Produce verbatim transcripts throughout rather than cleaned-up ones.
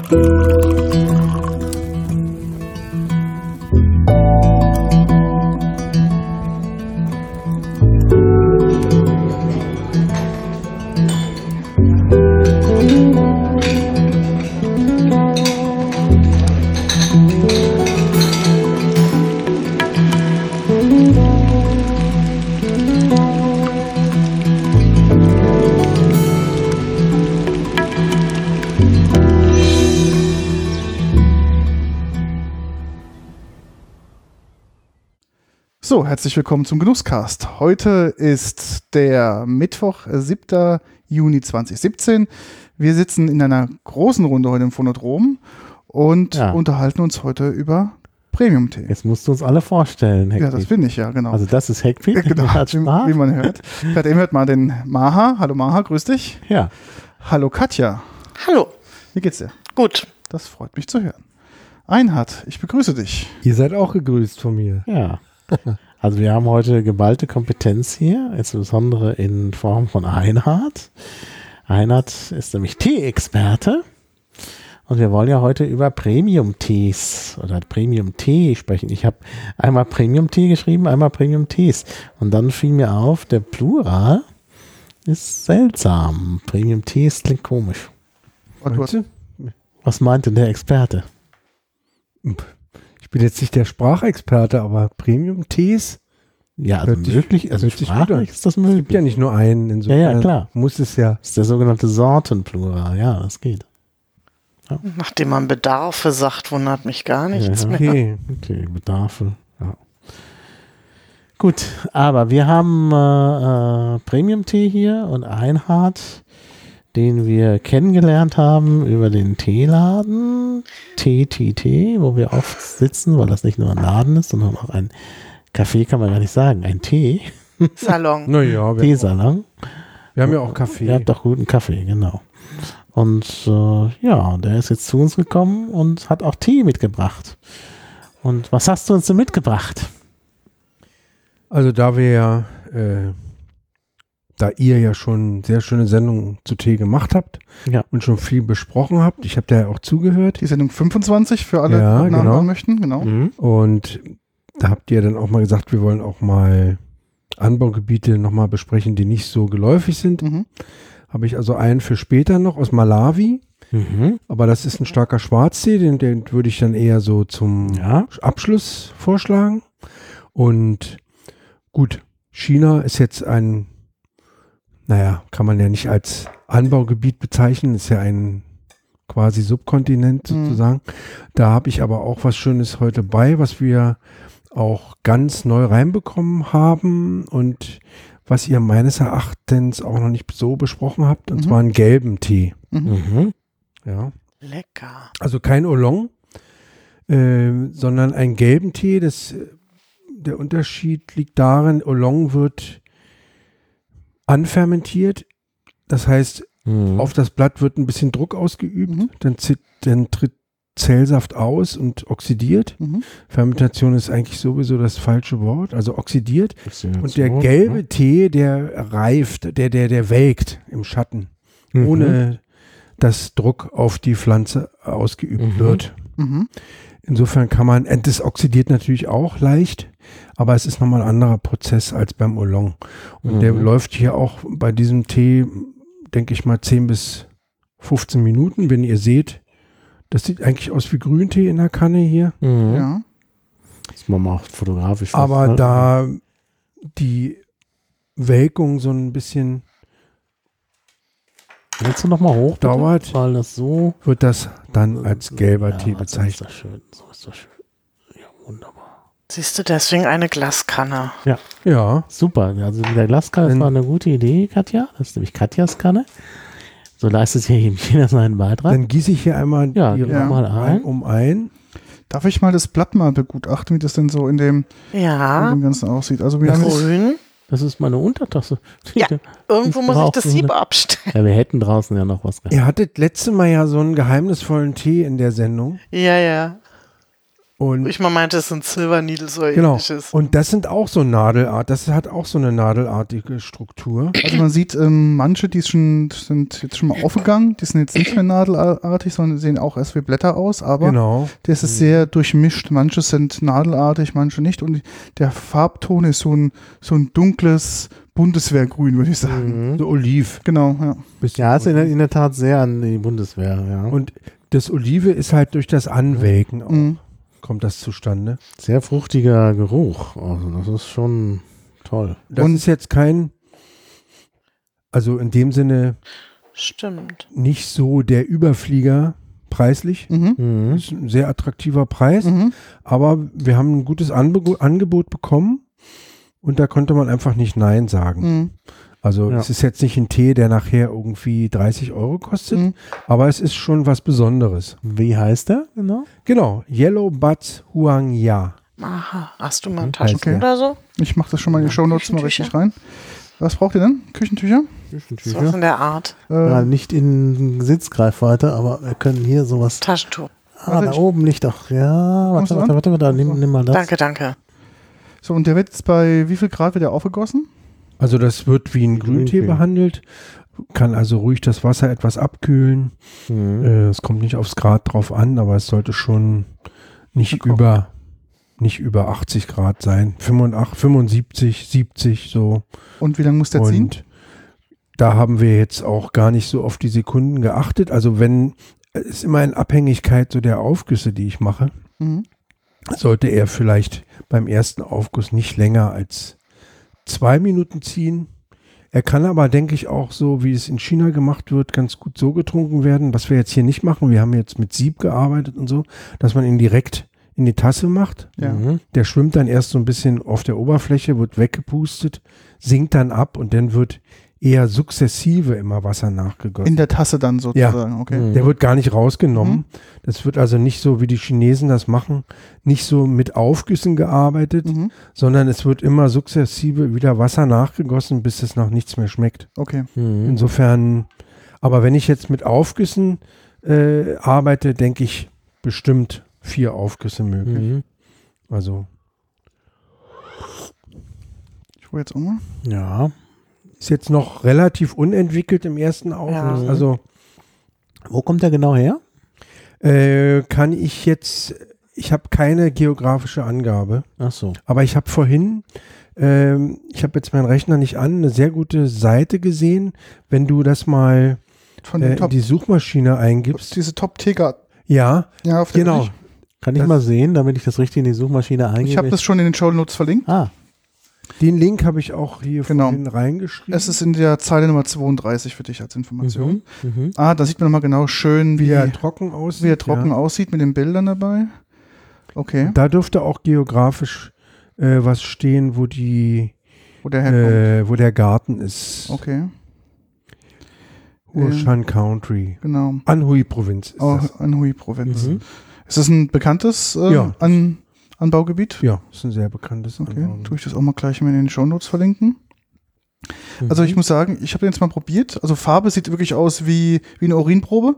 So, herzlich willkommen zum Genusscast. Heute ist der Mittwoch, siebter Juni zweitausendsiebzehn. Wir sitzen in einer großen Runde heute im Phonodrom und ja. unterhalten uns heute über Premium-Tee. Jetzt musst du uns alle vorstellen, Heckpiet. Ja, das bin ich, ja, genau. Also das ist Heckpiet, ja, genau, wie, wie man hört. Gerade eben hört mal den Maha. Hallo Maha, grüß dich. Ja. Hallo Katja. Hallo. Wie geht's dir? Gut. Das freut mich zu hören. Einhard, ich begrüße dich. Ihr seid auch gegrüßt von mir. Ja. Also wir haben heute geballte Kompetenz hier, insbesondere in Form von Einhard. Einhard ist nämlich Tee-Experte und wir wollen ja heute über Premium-Tees oder Premium-Tee sprechen. Ich habe einmal Premium-Tee geschrieben, einmal Premium-Tees und dann fiel mir auf, der Plural ist seltsam. Premium-Tees klingt komisch. Was, Was meint denn der Experte? Ich bin jetzt nicht der Sprachexperte, aber Premium-Tees? Ja, also möglich, also sprachlich ist das möglich. Es gibt ja nicht nur einen, insofern ja, ja, klar. muss es ja. Das ist der sogenannte Sortenplural, ja, das geht. Ja. Nachdem man Bedarfe sagt, wundert mich gar nichts ja, mehr. Okay, okay, Bedarfe, ja. Gut, aber wir haben äh, äh, Premium-Tee hier und Einhard, den wir kennengelernt haben über den Teeladen T T T, wo wir oft sitzen, weil das nicht nur ein Laden ist, sondern auch ein Café, kann man gar nicht sagen, ein Tee. Salon. Naja, Teesalon. Wir haben ja auch Kaffee. Ihr habt doch guten Kaffee, genau. Und äh, ja, der ist jetzt zu uns gekommen und hat auch Tee mitgebracht. Und was hast du uns denn mitgebracht? Also da wir ja äh, da ihr ja schon sehr schöne Sendungen zu Tee gemacht habt ja. und schon viel besprochen habt. Ich habe da ja auch zugehört. Die Sendung fünfundzwanzig für alle, ja, die genau. möchten. Genau. Mhm. Und da habt ihr dann auch mal gesagt, wir wollen auch mal Anbaugebiete nochmal besprechen, die nicht so geläufig sind. Mhm. Habe ich also einen für später noch aus Malawi. Mhm. Aber das ist ein starker Schwarztee, den, den würde ich dann eher so zum ja. Abschluss vorschlagen. Und gut, China ist jetzt ein Naja, kann man ja nicht als Anbaugebiet bezeichnen, ist ja ein quasi Subkontinent sozusagen. Mhm. Da habe ich aber auch was Schönes heute bei, was wir auch ganz neu reinbekommen haben und was ihr meines Erachtens auch noch nicht so besprochen habt, und mhm. zwar einen gelben Tee. Mhm. Ja. Lecker. Also kein Oolong, äh, sondern einen gelben Tee. Das, der Unterschied liegt darin, Oolong wird anfermentiert, das heißt, mhm. auf das Blatt wird ein bisschen Druck ausgeübt, mhm. dann, zit, dann tritt Zellsaft aus und oxidiert. Mhm. Fermentation ist eigentlich sowieso das falsche Wort, also oxidiert. Und der gelbe ne? Tee, der reift, der, der, der welkt im Schatten, mhm. ohne dass Druck auf die Pflanze ausgeübt mhm. wird. Mhm. Insofern kann man, das oxidiert natürlich auch leicht, aber es ist nochmal ein anderer Prozess als beim Oolong. Und mhm. der läuft hier auch bei diesem Tee, denke ich mal, zehn bis fünfzehn Minuten. Wenn ihr seht, das sieht eigentlich aus wie Grüntee in der Kanne hier. Mhm. Ja. Das ist man mal fotografisch. Aber festhalten. da die Welkung so ein bisschen Willst du nochmal hoch dauert, weil das so wird das dann als gelber ja, Tee bezeichnet. Ist das schön. So ist das schön. Ja, wunderbar. Siehst du, deswegen eine Glaskanne. Ja. Ja. Super. Also mit der Glaskanne, das war eine gute Idee, Katja. Das ist nämlich Katjas Kanne. So leistet hier jeder seinen Beitrag. Dann gieße ich hier einmal ja, die ja. mal ein. um ein. Darf ich mal das Blatt mal begutachten, wie das denn so in dem, ja. in dem Ganzen aussieht? Also wir das haben grün. Das ist meine Untertasse. Ja, irgendwo muss ich das Sieb abstellen. Ja, wir hätten draußen ja noch was gehabt. Ihr hattet letzte Mal ja so einen geheimnisvollen Tee in der Sendung. Ja, ja. Und ich mal meinte, es sind Silver Needles oder genau. ähnliches. Und das sind auch so Nadelart, das hat auch so eine nadelartige Struktur. Also man sieht ähm, manche, die schon, sind jetzt schon mal aufgegangen, die sind jetzt nicht mehr nadelartig, sondern sehen auch erst wie Blätter aus, aber Genau. das ist sehr durchmischt. Manche sind nadelartig, manche nicht und der Farbton ist so ein, so ein dunkles Bundeswehrgrün, würde ich sagen. Mhm. So Oliv. Genau, ja. Bisschen Ja, es erinnert Oliv. in der Tat sehr an die Bundeswehr, ja. Und das Olive ist halt durch das Anwelken auch, Mhm. kommt das zustande. Sehr fruchtiger Geruch. Also das ist schon toll. Das Und- ist jetzt kein, also in dem Sinne Stimmt. nicht so der Überflieger preislich. Mhm. Mhm. Das ist ein sehr attraktiver Preis, Mhm. aber wir haben ein gutes Anbe- Angebot bekommen und da konnte man einfach nicht Nein sagen. Mhm. Also Ja. es ist jetzt nicht ein Tee, der nachher irgendwie dreißig Euro kostet, Mhm. aber es ist schon was Besonderes. Wie heißt der genau? Genau, Yellow Buds Huang Ya. Aha. Hast du mal ein Hm, Taschentuch heißt oder so? Ich mache das schon mal in die Ja, Shownotes mal Küchentücher. richtig rein. Was braucht ihr denn? Küchentücher? Sowas in der Art. Äh, Ja, nicht in Sitzgreifweite, aber wir können hier sowas. Taschentuch. Ah, Warte, da ich- oben liegt doch. Ja, Kommst warte, du warte, an? warte, warte, nimm, nimm mal das. Danke, danke. So, und der wird jetzt bei wie viel Grad wird der aufgegossen? Also das wird wie ein Grüntee Grüntee. behandelt, kann also ruhig das Wasser etwas abkühlen. Mhm. Äh, es kommt nicht aufs Grad drauf an, aber es sollte schon nicht Okay. über nicht über achtzig Grad sein. fünfundachtzig, fünfundsiebzig, siebzig so. Und wie lange muss der ziehen? Und da haben wir jetzt auch gar nicht so auf die Sekunden geachtet. Also wenn, es ist immer in Abhängigkeit so der Aufgüsse, die ich mache, Mhm. sollte er vielleicht beim ersten Aufguss nicht länger als zwei Minuten ziehen. Er kann aber, denke ich, auch so, wie es in China gemacht wird, ganz gut so getrunken werden, was wir jetzt hier nicht machen. Wir haben jetzt mit Sieb gearbeitet und so, dass man ihn direkt in die Tasse macht. Ja. Mhm. Der schwimmt dann erst so ein bisschen auf der Oberfläche, wird weggepustet, sinkt dann ab und dann wird eher sukzessive immer Wasser nachgegossen. In der Tasse dann sozusagen, okay. Mhm. Der wird gar nicht rausgenommen. Mhm. Das wird also nicht so, wie die Chinesen das machen, nicht so mit Aufgüssen gearbeitet, Mhm. sondern es wird immer sukzessive wieder Wasser nachgegossen, bis es nach nichts mehr schmeckt. Okay. Mhm. Insofern, aber wenn ich jetzt mit Aufgüssen äh, arbeite, denke ich bestimmt vier Aufgüsse möglich. Mhm. Also Ich hole jetzt auch mal. Ja. ist jetzt noch relativ unentwickelt im ersten Aufguss. Ja. Also Wo kommt der genau her? äh, kann ich jetzt, ich habe keine geografische Angabe. Ach so. Aber ich habe vorhin, ähm, ich habe jetzt meinen Rechner nicht an, eine sehr gute Seite gesehen, wenn du das mal Von äh, dem in Top. die Suchmaschine eingibst. Diese Top-Teger. Ja, Ja, auf der genau. Ich, Kann ich Das- mal sehen, damit ich das richtig in die Suchmaschine eingebe? ich habe das schon in den Shownotes verlinkt. Ah, Den Link habe ich auch hier Genau. vorhin reingeschrieben. Es ist in der Zeile Nummer zweiunddreißig für dich als Information. mhm. Mhm. Ah, da sieht man nochmal genau schön, wie, wie er er, trocken aussieht. wie er trocken ja. aussieht mit den Bildern dabei. Okay, Da dürfte auch geografisch äh, was stehen, wo die, wo der herkommt. äh, wo der Garten ist. Okay, Huashan Country. genau. Anhui-Provinz ist Oh, das. Anhui-Provinz. Mhm. Ist das ein bekanntes äh, Ja. An Anbaugebiet? Ja, ist ein sehr bekanntes Okay, Anbau. tue ich das auch mal gleich mal in den Shownotes verlinken. Also Mhm. ich muss sagen, ich habe den jetzt mal probiert. Also Farbe sieht wirklich aus wie, wie eine Urinprobe.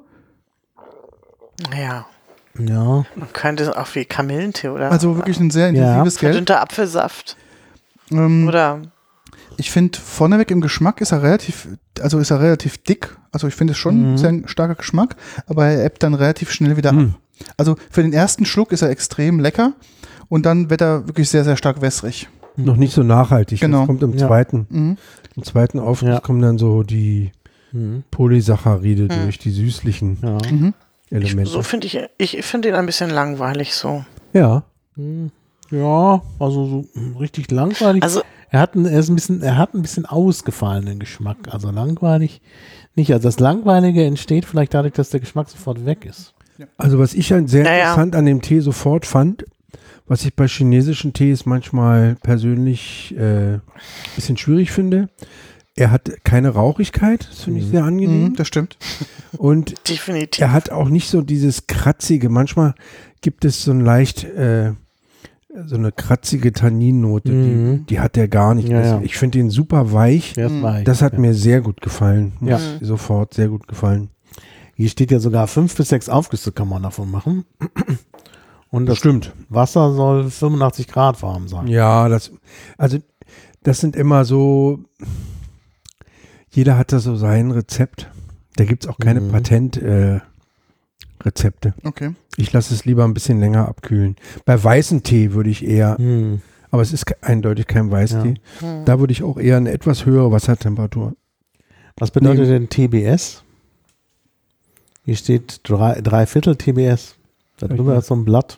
Ja. Ja. Man könnte auch wie Kamillentee oder Also wirklich ein sehr intensives Gelb. verdünnter Apfelsaft. Ähm, Oder Ich finde vorneweg im Geschmack ist er relativ, also ist er relativ dick. Also ich finde es schon Mhm. ein sehr starker Geschmack, aber er ebbt dann relativ schnell wieder ab. Hm. Also für den ersten Schluck ist er extrem lecker und dann wird er wirklich sehr, sehr stark wässrig. Noch nicht so nachhaltig. Genau. Das kommt im Ja. zweiten. Mhm. Im zweiten Aufguss Ja. kommen dann so die Mhm. Polysaccharide Hm. durch, die süßlichen Ja. Mhm. ich, Elemente. so finde ich, ich finde ihn ein bisschen langweilig so. Ja. Mhm. Ja, also so mm, richtig langweilig. Also er hat, ein, er, ist ein bisschen, er hat ein bisschen ausgefallenen Geschmack. Also langweilig nicht. Also das Langweilige entsteht vielleicht dadurch, dass der Geschmack sofort weg ist. Also was ich halt sehr Ja, ja. interessant an dem Tee sofort fand, was ich bei chinesischen Tees manchmal persönlich ein äh, bisschen schwierig finde, er hat keine Rauchigkeit, das finde ich Mhm. sehr angenehm. Mhm, das stimmt. Und definitiv. er hat auch nicht so dieses kratzige, manchmal gibt es so ein leicht, äh, so eine kratzige Tanninnote, Mhm. die, die hat er gar nicht. Ja, Das- ja. Ich finde ihn super weich. Der ist Mhm. weich, Das hat ja. mir sehr gut gefallen. Ja. Muss sofort sehr gut gefallen. Hier steht ja sogar fünf bis sechs Aufgüsse kann man davon machen. Und das Stimmt. Wasser soll fünfundachtzig Grad warm sein. Ja, das, also das sind immer so, jeder hat da so sein Rezept. Da gibt es auch keine Mhm. Patent-Rezepte. Äh, Okay. ich lasse es lieber ein bisschen länger abkühlen. Bei weißen Tee würde ich eher, Hm. aber es ist ke- eindeutig kein Weißtee, Hm. da würde ich auch eher eine etwas höhere Wassertemperatur. Was bedeutet Nee. denn T B S? Hier steht drei, drei Viertel T B S. Da drüber ist so ein Blatt.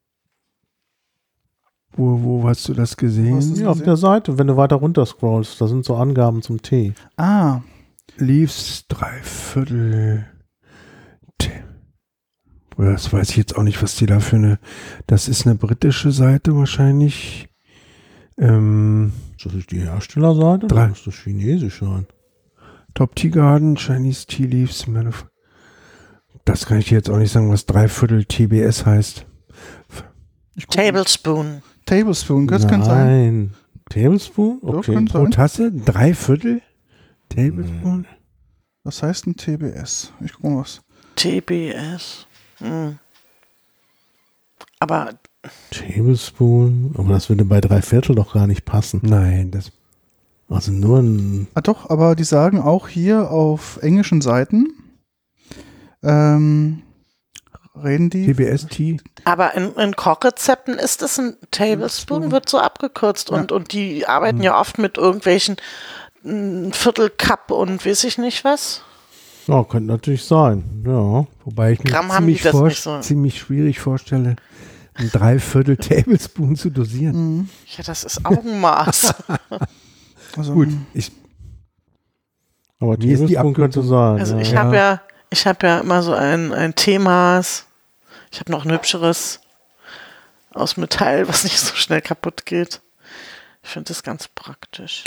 Wo, wo hast du das Wo gesehen? hast du- Ja, auf der Seite, wenn du weiter runter scrollst, da sind so Angaben zum Tee. Ah, Leaves Dreiviertel. Tee. Boah, das weiß ich jetzt auch nicht, was die da für eine. Das ist eine britische Seite wahrscheinlich. Ähm, Das ist die Herstellerseite? Drei. Das muss das chinesisch sein. Top Tea Garden, Chinese Tea Leaves. Manuf- Das kann ich dir jetzt auch nicht sagen, was Dreiviertel T B S heißt. ich guck mal. Tablespoon. Tablespoon, das kann sein. Nein. Tablespoon? Ja, Okay. könnte Pro sein. Tasse? Dreiviertel? Tablespoon? Was heißt ein T B S? Ich guck mal was. T B S. Hm. Aber Tablespoon? Aber das würde bei drei Viertel doch gar nicht passen. Nein, das. Also nur ein... Ah doch, aber die sagen auch hier auf englischen Seiten, ähm, reden die. T B S Tea. Aber in, in Kochrezepten ist es ein Tablespoon, wird so abgekürzt. Und, und die arbeiten ja oft mit irgendwelchen mm, Viertelcup und weiß ich nicht was. Ja, könnte natürlich sein. Ja. Wobei ich mir Gramm haben die ziemlich, das vor, nicht so. ziemlich schwierig vorstelle, ein Dreiviertel Tablespoon zu dosieren. Mhm. Ja, das ist Augenmaß. Also, Gut, ich, Aber Wie ist die Tablespoon könnte Abkürzung? sein. Also ja. ich Ja. habe ja, ich habe ja immer so ein, ein Teemaß. Ich habe noch ein hübscheres aus Metall, was nicht so schnell kaputt geht. Ich finde das ganz praktisch.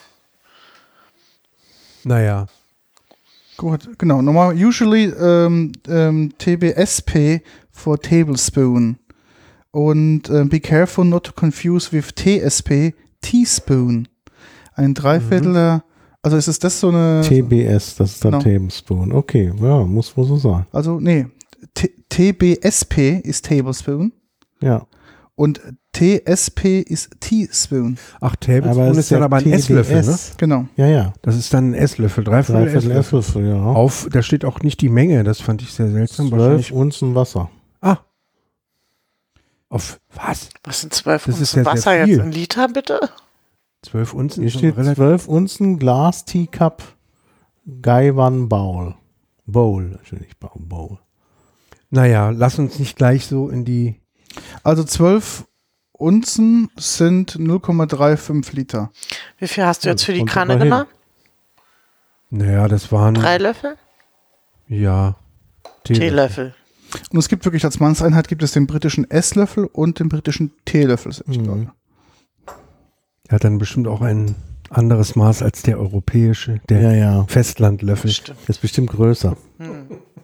naja. gut, genau. Normal, usually ähm, ähm, T B S P for Tablespoon. Und ähm, be careful not to confuse with T S P, Teaspoon. Ein Dreiviertel, also ist es das so eine... T B S, das ist dann Genau. Tablespoon. Okay, ja, muss wohl so sein. Also, nee, T- TBSP ist Tablespoon Ja. und T S P ist Teaspoon. Ach, Tablespoon es ist dann ja aber ein T B S. Esslöffel, ne? Genau. Ja, ja. Das ist dann ein Esslöffel, Dreiviertel, Dreiviertel Esslöffel. Esslöffel, ja. Auf, da steht auch nicht die Menge, das fand ich sehr seltsam. zwölf Wahrscheinlich. Unzen Wasser. Ah. Auf was? Was sind zwölf Das ist Unzen ja sehr Wasser viel. jetzt in Liter, bitte? Zwölf Unzen? Hier ist doch steht relativ- zwölf Unzen Glas Teacup Gaiwan Bowl. Bowl, natürlich, Bowl. Naja, lass uns nicht gleich so in die. Also zwölf Unzen sind null Komma fünfunddreißig Liter. Wie viel hast du jetzt für die kommt Kanne aber hin. genommen? Naja, das waren. Drei Löffel? Ja. Teelöffel. Und es gibt wirklich als Mannseinheit gibt es den britischen Esslöffel und den britischen Teelöffel. Ich Mhm. glaube. Er hat dann bestimmt auch ein anderes Maß als der europäische, der Ja, ja. Festlandlöffel. Stimmt. Ist bestimmt größer. Hm.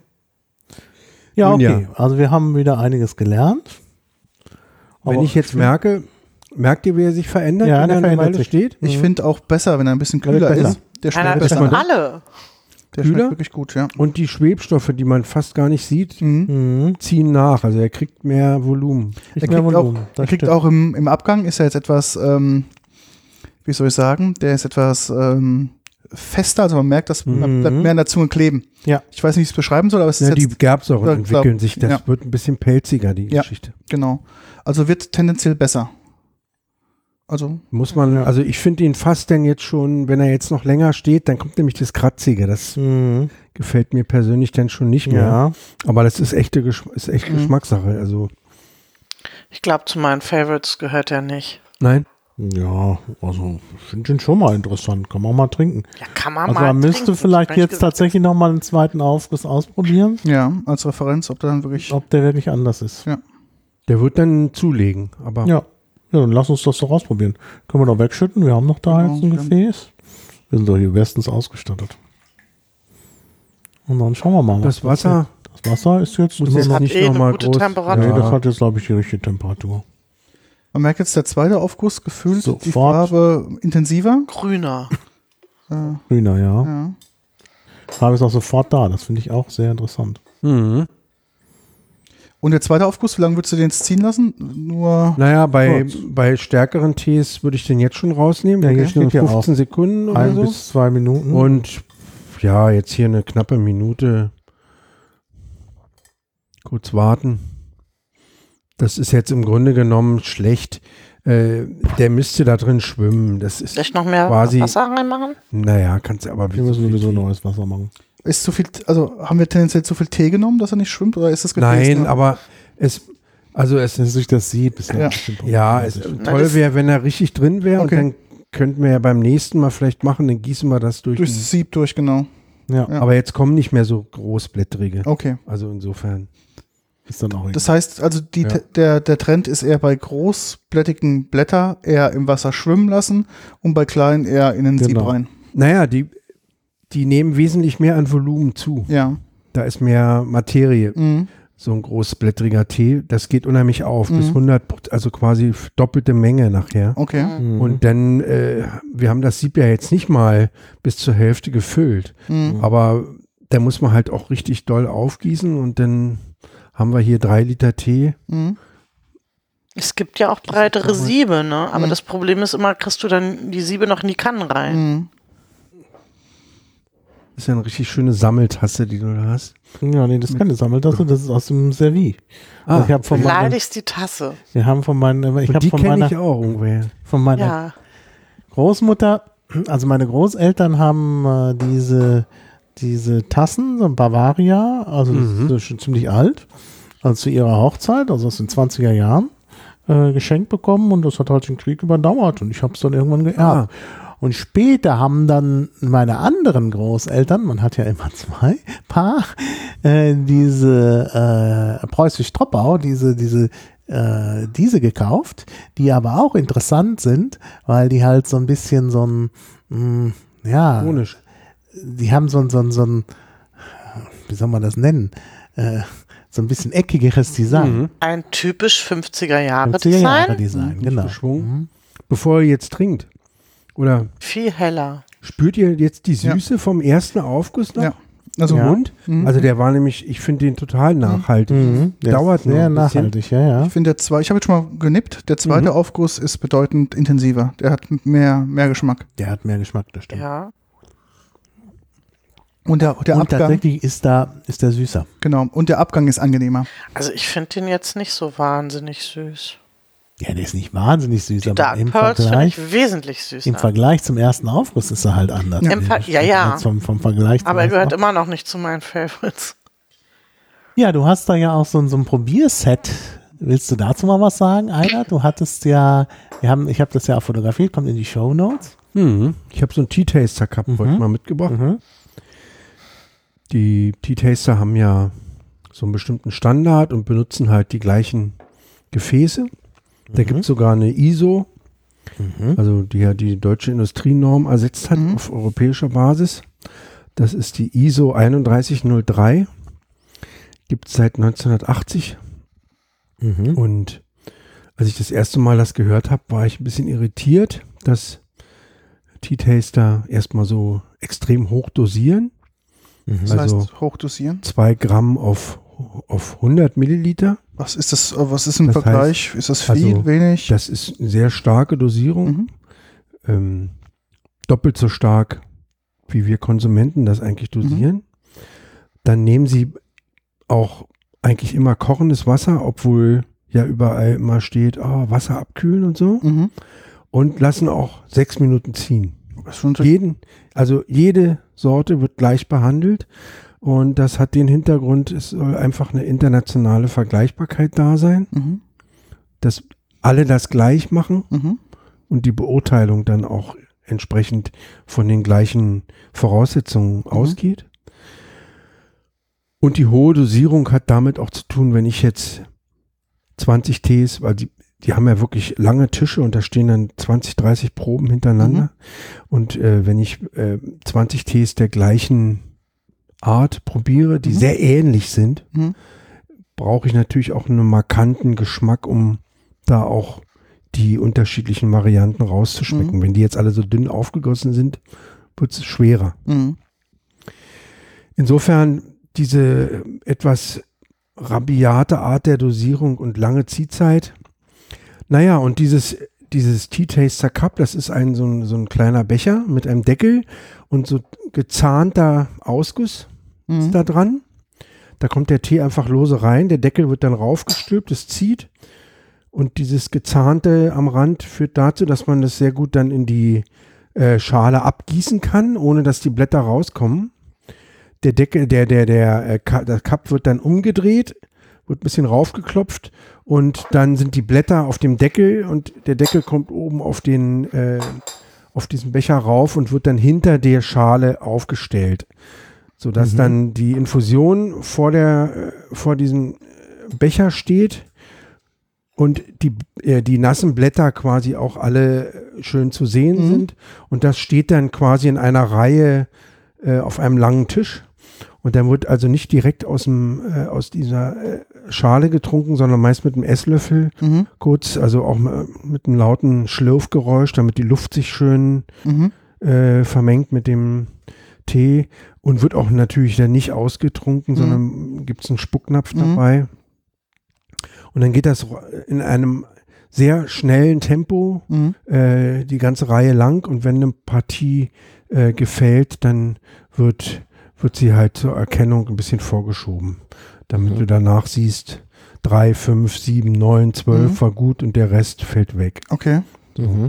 Ja, Nun okay. ja. Also wir haben wieder einiges gelernt. Wenn Aber ich jetzt merke, merkt ihr, wie er sich verändert, Ja, wenn der er eine verändert Weile sich. steht? Ich Mhm. finde auch besser, wenn er ein bisschen Ja, wird kühler besser. ist. Der Einer schmeckt besser besser. alle. Der Kühler? schmeckt wirklich gut, ja. Und die Schwebstoffe, die man fast gar nicht sieht, Mhm. Mhm. ziehen nach. Also er kriegt mehr Volumen. Ist Er mehr kriegt auch, Volumen, er das kriegt stimmt. auch im, im Abgang, ist er jetzt etwas, ähm, wie soll ich sagen, der ist etwas ähm, fester, also man merkt, dass Mhm. man bleibt mehr an der Zunge kleben. Ja. Ich weiß nicht, wie ich es beschreiben soll, aber es Ja, ist die jetzt, Gerbsäuren Ja, entwickeln glaub- sich. Das ja. wird ein bisschen pelziger, die Ja. Geschichte. genau. Also wird tendenziell besser. Also, Muss man, also ich finde ihn fast denn jetzt schon, wenn er jetzt noch länger steht, dann kommt nämlich das Kratzige. Das Mhm. gefällt mir persönlich dann schon nicht mehr. Ja. Aber das ist echte Geschm ist echt Mhm. Geschmackssache. Also Ich glaube, zu meinen Favorites gehört er nicht. nein. Ja, also ich finde den schon mal interessant. Kann man mal trinken. Ja, kann man Also mal man müsste trinken. vielleicht Hab ich jetzt gesagt. tatsächlich nochmal einen zweiten Aufguss ausprobieren, ja, als Referenz, ob der dann wirklich, ob der wirklich anders ist. Der wird dann zulegen. Aber Ja. Ja, dann lass uns das doch ausprobieren. Können wir doch wegschütten. Wir haben noch da Genau, jetzt ein ja. Gefäß. Wir sind doch hier bestens ausgestattet. Und dann schauen wir mal. das was Wasser passiert. Das Wasser ist jetzt muss immer jetzt noch hat nicht eh eine nochmal gute groß. Temperatur. Nee, Ja. das hat jetzt, glaube ich, die richtige Temperatur. man merkt jetzt der zweite Aufguss gefühlt, die Sofort. Farbe intensiver. Grüner. Äh, Grüner, ja. ja. Farbe ist auch sofort da. Das finde ich auch sehr interessant. Mhm. Und der zweite Aufguss, wie lange würdest du den jetzt ziehen lassen? Nur Naja, bei, Kurz. bei stärkeren Tees würde ich den jetzt schon rausnehmen. Ja, Da hier steht steht ja fünfzehn auch Sekunden oder Ein so. bis zwei Minuten. Und ja, jetzt hier eine knappe Minute. Kurz warten. Das ist jetzt im Grunde genommen schlecht. Äh, der müsste da drin schwimmen. Das ist Vielleicht noch mehr quasi, Wasser reinmachen? naja, kannst du aber wir müssen sowieso neues Wasser machen. ist zu viel, also haben wir tendenziell zu viel Tee genommen, dass er nicht schwimmt, oder ist das Gefäß Nein, nur- aber es, also es Das ist durch das Sieb. Ist Ja. ja, es toll das- wäre, wenn er richtig drin wäre Okay. und dann könnten wir ja beim nächsten Mal vielleicht machen, dann gießen wir das durch. durchs den- Sieb durch, genau. Ja, Ja. Aber jetzt kommen nicht mehr so großblättrige. Okay. Also insofern. ist dann auch Das heißt, also die, Ja. der, der Trend ist eher bei großblättigen Blätter eher im Wasser schwimmen lassen und bei kleinen eher in den Sieb Genau. rein. Naja, die, die nehmen wesentlich mehr an Volumen zu. Ja. Da ist mehr Materie. Mhm. So ein großblättriger Tee, das geht unheimlich auf. Mhm. Bis hundert, also quasi Mhm. doppelte Menge nachher. Okay. Mhm. Und dann, äh, wir haben das Sieb ja jetzt nicht mal bis zur Hälfte gefüllt. Mhm. Aber da muss man halt auch richtig doll aufgießen und dann haben wir hier drei Liter Tee. Mhm. Es gibt ja auch breitere Siebe, ne? Aber Mhm. das Problem ist immer, kriegst du dann die Siebe noch in die Kannen rein. Mhm. Das ist ja eine richtig schöne Sammeltasse, die du da hast. Ja, nee, das ist keine Sammeltasse, das ist aus dem Servie. Ah, ich hab von meinen, Beleidigst die Tasse. wir haben von meinen, ich und habe die von kenne meiner, ich auch irgendwoher. von meiner Ja. Großmutter, also meine Großeltern haben äh, diese, diese Tassen, so ein Bavaria, also Mhm. das ist schon ziemlich alt, also zu ihrer Hochzeit, also aus den zwanziger Jahren, äh, geschenkt bekommen und das hat halt den Krieg überdauert und ich habe es dann irgendwann geerbt. Ah. Und später haben dann meine anderen Großeltern, man hat ja immer zwei Paar, äh, diese äh, Preußisch-Troppau, diese, diese, äh, diese gekauft, die aber auch interessant sind, weil die halt so ein bisschen so ein, mh, ja, Chronisch. die haben so ein, so ein, so ein, wie soll man das nennen, äh, so ein bisschen eckigeres Design. Mhm. Ein typisch fünfziger Jahre fünfziger Jahre Design. Design, genau. Geschwungen. Mhm. Bevor ihr jetzt trinkt. Oder Viel heller. spürt ihr jetzt die Ja. Süße vom ersten Aufguss noch? Ja. Also Im Ja. Mund? Mhm. Also der war nämlich, ich finde den total nachhaltig. Mhm. Der Dauert ist nur sehr ein bisschen. nachhaltig, ja, ja. ich finde der zwei, ich habe jetzt schon mal genippt, der zweite Mhm. Aufguss ist bedeutend intensiver. Der hat mehr, mehr Geschmack. Der hat mehr Geschmack, das stimmt. Ja. Und der, der Und Abgang, tatsächlich ist da, ist der süßer. genau, und der Abgang ist angenehmer. Also ich finde den jetzt nicht so wahnsinnig süß. Ja, der ist nicht wahnsinnig süß, Die aber Dark im Pearls finde Vergleich, ich wesentlich süßer. im Vergleich zum ersten Aufguss ist er halt anders. Ja. Im Ver- ja, ja. Vom, vom Vergleich zum Aber er gehört ersten immer noch nicht zu meinen Favorites. Ja, du hast da ja auch so, ein- so ein Probierset. Willst du dazu mal was sagen, Einer? Du hattest ja, wir haben, ich habe das ja auch fotografiert, kommt in die Shownotes. Mhm. Ich habe so einen Tea Taster Cup Mhm. heute mal mitgebracht. Mhm. Die Tea Taster haben ja so einen bestimmten Standard und benutzen halt die gleichen Gefäße. Da Mhm. gibt es sogar eine I S O, Mhm. also die ja die deutsche Industrienorm ersetzt hat Mhm. auf europäischer Basis. Das ist die I S O einunddreißig null drei. Gibt es seit neunzehnhundertachtzig. Mhm. Und als ich das erste Mal das gehört habe, war ich ein bisschen irritiert, dass Tea Taster erstmal so extrem hoch dosieren. Mhm. Das Also- heißt, hochdosieren. Zwei Gramm auf, auf hundert Milliliter. Was ist das, äh, was ist im Das Vergleich? ist das viel, also, wenig? Das ist eine sehr starke Dosierung. Mhm. Ähm, doppelt so stark, wie wir Konsumenten das eigentlich dosieren. Dann nehmen sie auch eigentlich immer kochendes Wasser, obwohl ja überall immer steht, oh, Wasser abkühlen und so. Mhm. Und lassen auch sechs Minuten ziehen. Das ist schon Jeden, also jede Sorte wird gleich behandelt. Und das hat den Hintergrund, es soll einfach eine internationale Vergleichbarkeit da sein, Mhm. dass alle das gleich machen Mhm. und die Beurteilung dann auch entsprechend von den gleichen Voraussetzungen Mhm. ausgeht. Und die hohe Dosierung hat damit auch zu tun, wenn ich jetzt zwanzig Tees, weil die, die haben ja wirklich lange Tische und da stehen dann zwanzig, dreißig Proben hintereinander. Und äh, wenn ich äh, zwanzig Tees der gleichen Art probiere, die Mhm. sehr ähnlich sind, Mhm. brauche ich natürlich auch einen markanten Geschmack, um da auch die unterschiedlichen Varianten rauszuschmecken. Mhm. Wenn die jetzt alle so dünn aufgegossen sind, wird es schwerer. Mhm. Insofern diese etwas rabiate Art der Dosierung und lange Ziehzeit. Naja, und dieses, dieses Tea Taster Cup, das ist ein so, ein so ein kleiner Becher mit einem Deckel und so gezahnter Ausguss mhm. ist da dran. Da kommt der Tee einfach lose rein, der Deckel wird dann raufgestülpt, es zieht und dieses Gezahnte am Rand führt dazu, dass man das sehr gut dann in die äh, Schale abgießen kann, ohne dass die Blätter rauskommen. Der Deckel, der, der, der, äh, der Cup wird dann umgedreht, wird ein bisschen raufgeklopft und dann sind die Blätter auf dem Deckel und der Deckel kommt oben auf den, äh, auf diesen Becher rauf und wird dann hinter der Schale aufgestellt, sodass mhm. dann die Infusion vor der, äh, vor diesem Becher steht und die, äh, die nassen Blätter quasi auch alle schön zu sehen mhm. sind und das steht dann quasi in einer Reihe äh, auf einem langen Tisch. Und dann wird also nicht direkt aus, dem, äh, aus dieser äh, Schale getrunken, sondern meist mit einem Esslöffel mhm. kurz, also auch mit einem lauten Schlürfgeräusch, damit die Luft sich schön mhm. äh, vermengt mit dem Tee und wird auch natürlich dann nicht ausgetrunken, mhm. sondern gibt es einen Spucknapf mhm. dabei. Und dann geht das in einem sehr schnellen Tempo mhm. äh, die ganze Reihe lang und wenn eine Partie äh, gefällt, dann wird wird sie halt zur Erkennung ein bisschen vorgeschoben, damit mhm. du danach siehst, drei, fünf, sieben, neun, zwölf mhm. war gut und der Rest fällt weg. Okay. Mhm.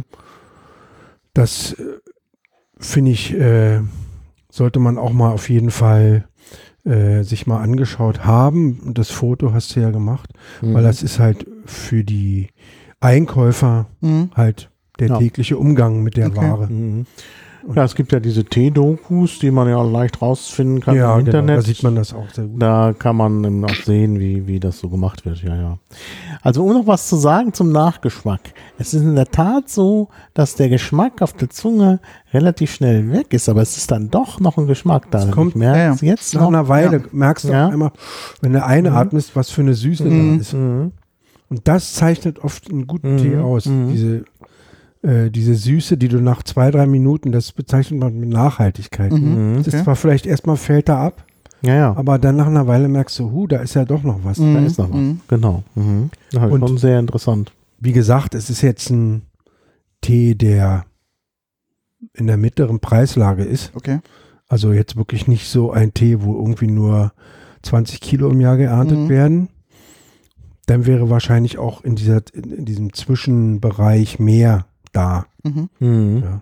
Das äh, finde ich, äh, sollte man auch mal auf jeden Fall äh, sich mal angeschaut haben. Und das Foto hast du ja gemacht, mhm. weil das ist halt für die Einkäufer mhm. halt der ja. tägliche Umgang mit der okay. Ware. Mhm. Ja, es gibt ja diese Tee-Dokus, die man ja leicht rausfinden kann ja, im Internet. Genau, da sieht man das auch sehr gut. Da kann man dann auch sehen, wie, wie das so gemacht wird. Ja, ja. Also um noch was zu sagen zum Nachgeschmack. Es ist in der Tat so, dass der Geschmack auf der Zunge relativ schnell weg ist, aber es ist dann doch noch ein Geschmack da. Es kommt merkst, ja, jetzt nach noch, einer Weile, ja. merkst du ja. auch einmal, wenn du einatmest, mhm. was für eine Süße mhm. da ist. Mhm. Und das zeichnet oft einen guten mhm. Tee aus. Mhm. Diese diese Süße, die du nach zwei, drei Minuten, das bezeichnet man mit Nachhaltigkeit. Mhm, das okay. ist zwar vielleicht erstmal fällt da ab, ja, ja. aber dann nach einer Weile merkst du, hu, da ist ja doch noch was. Mhm, da ist noch was. Mhm. Genau. Mhm. Das ist Und schon sehr interessant. Wie gesagt, es ist jetzt ein Tee, der in der mittleren Preislage ist. Okay. Also jetzt wirklich nicht so ein Tee, wo irgendwie nur zwanzig Kilo im Jahr geerntet mhm. werden. Dann wäre wahrscheinlich auch in, dieser, in, in diesem Zwischenbereich mehr da. Mhm. Mhm. Ja.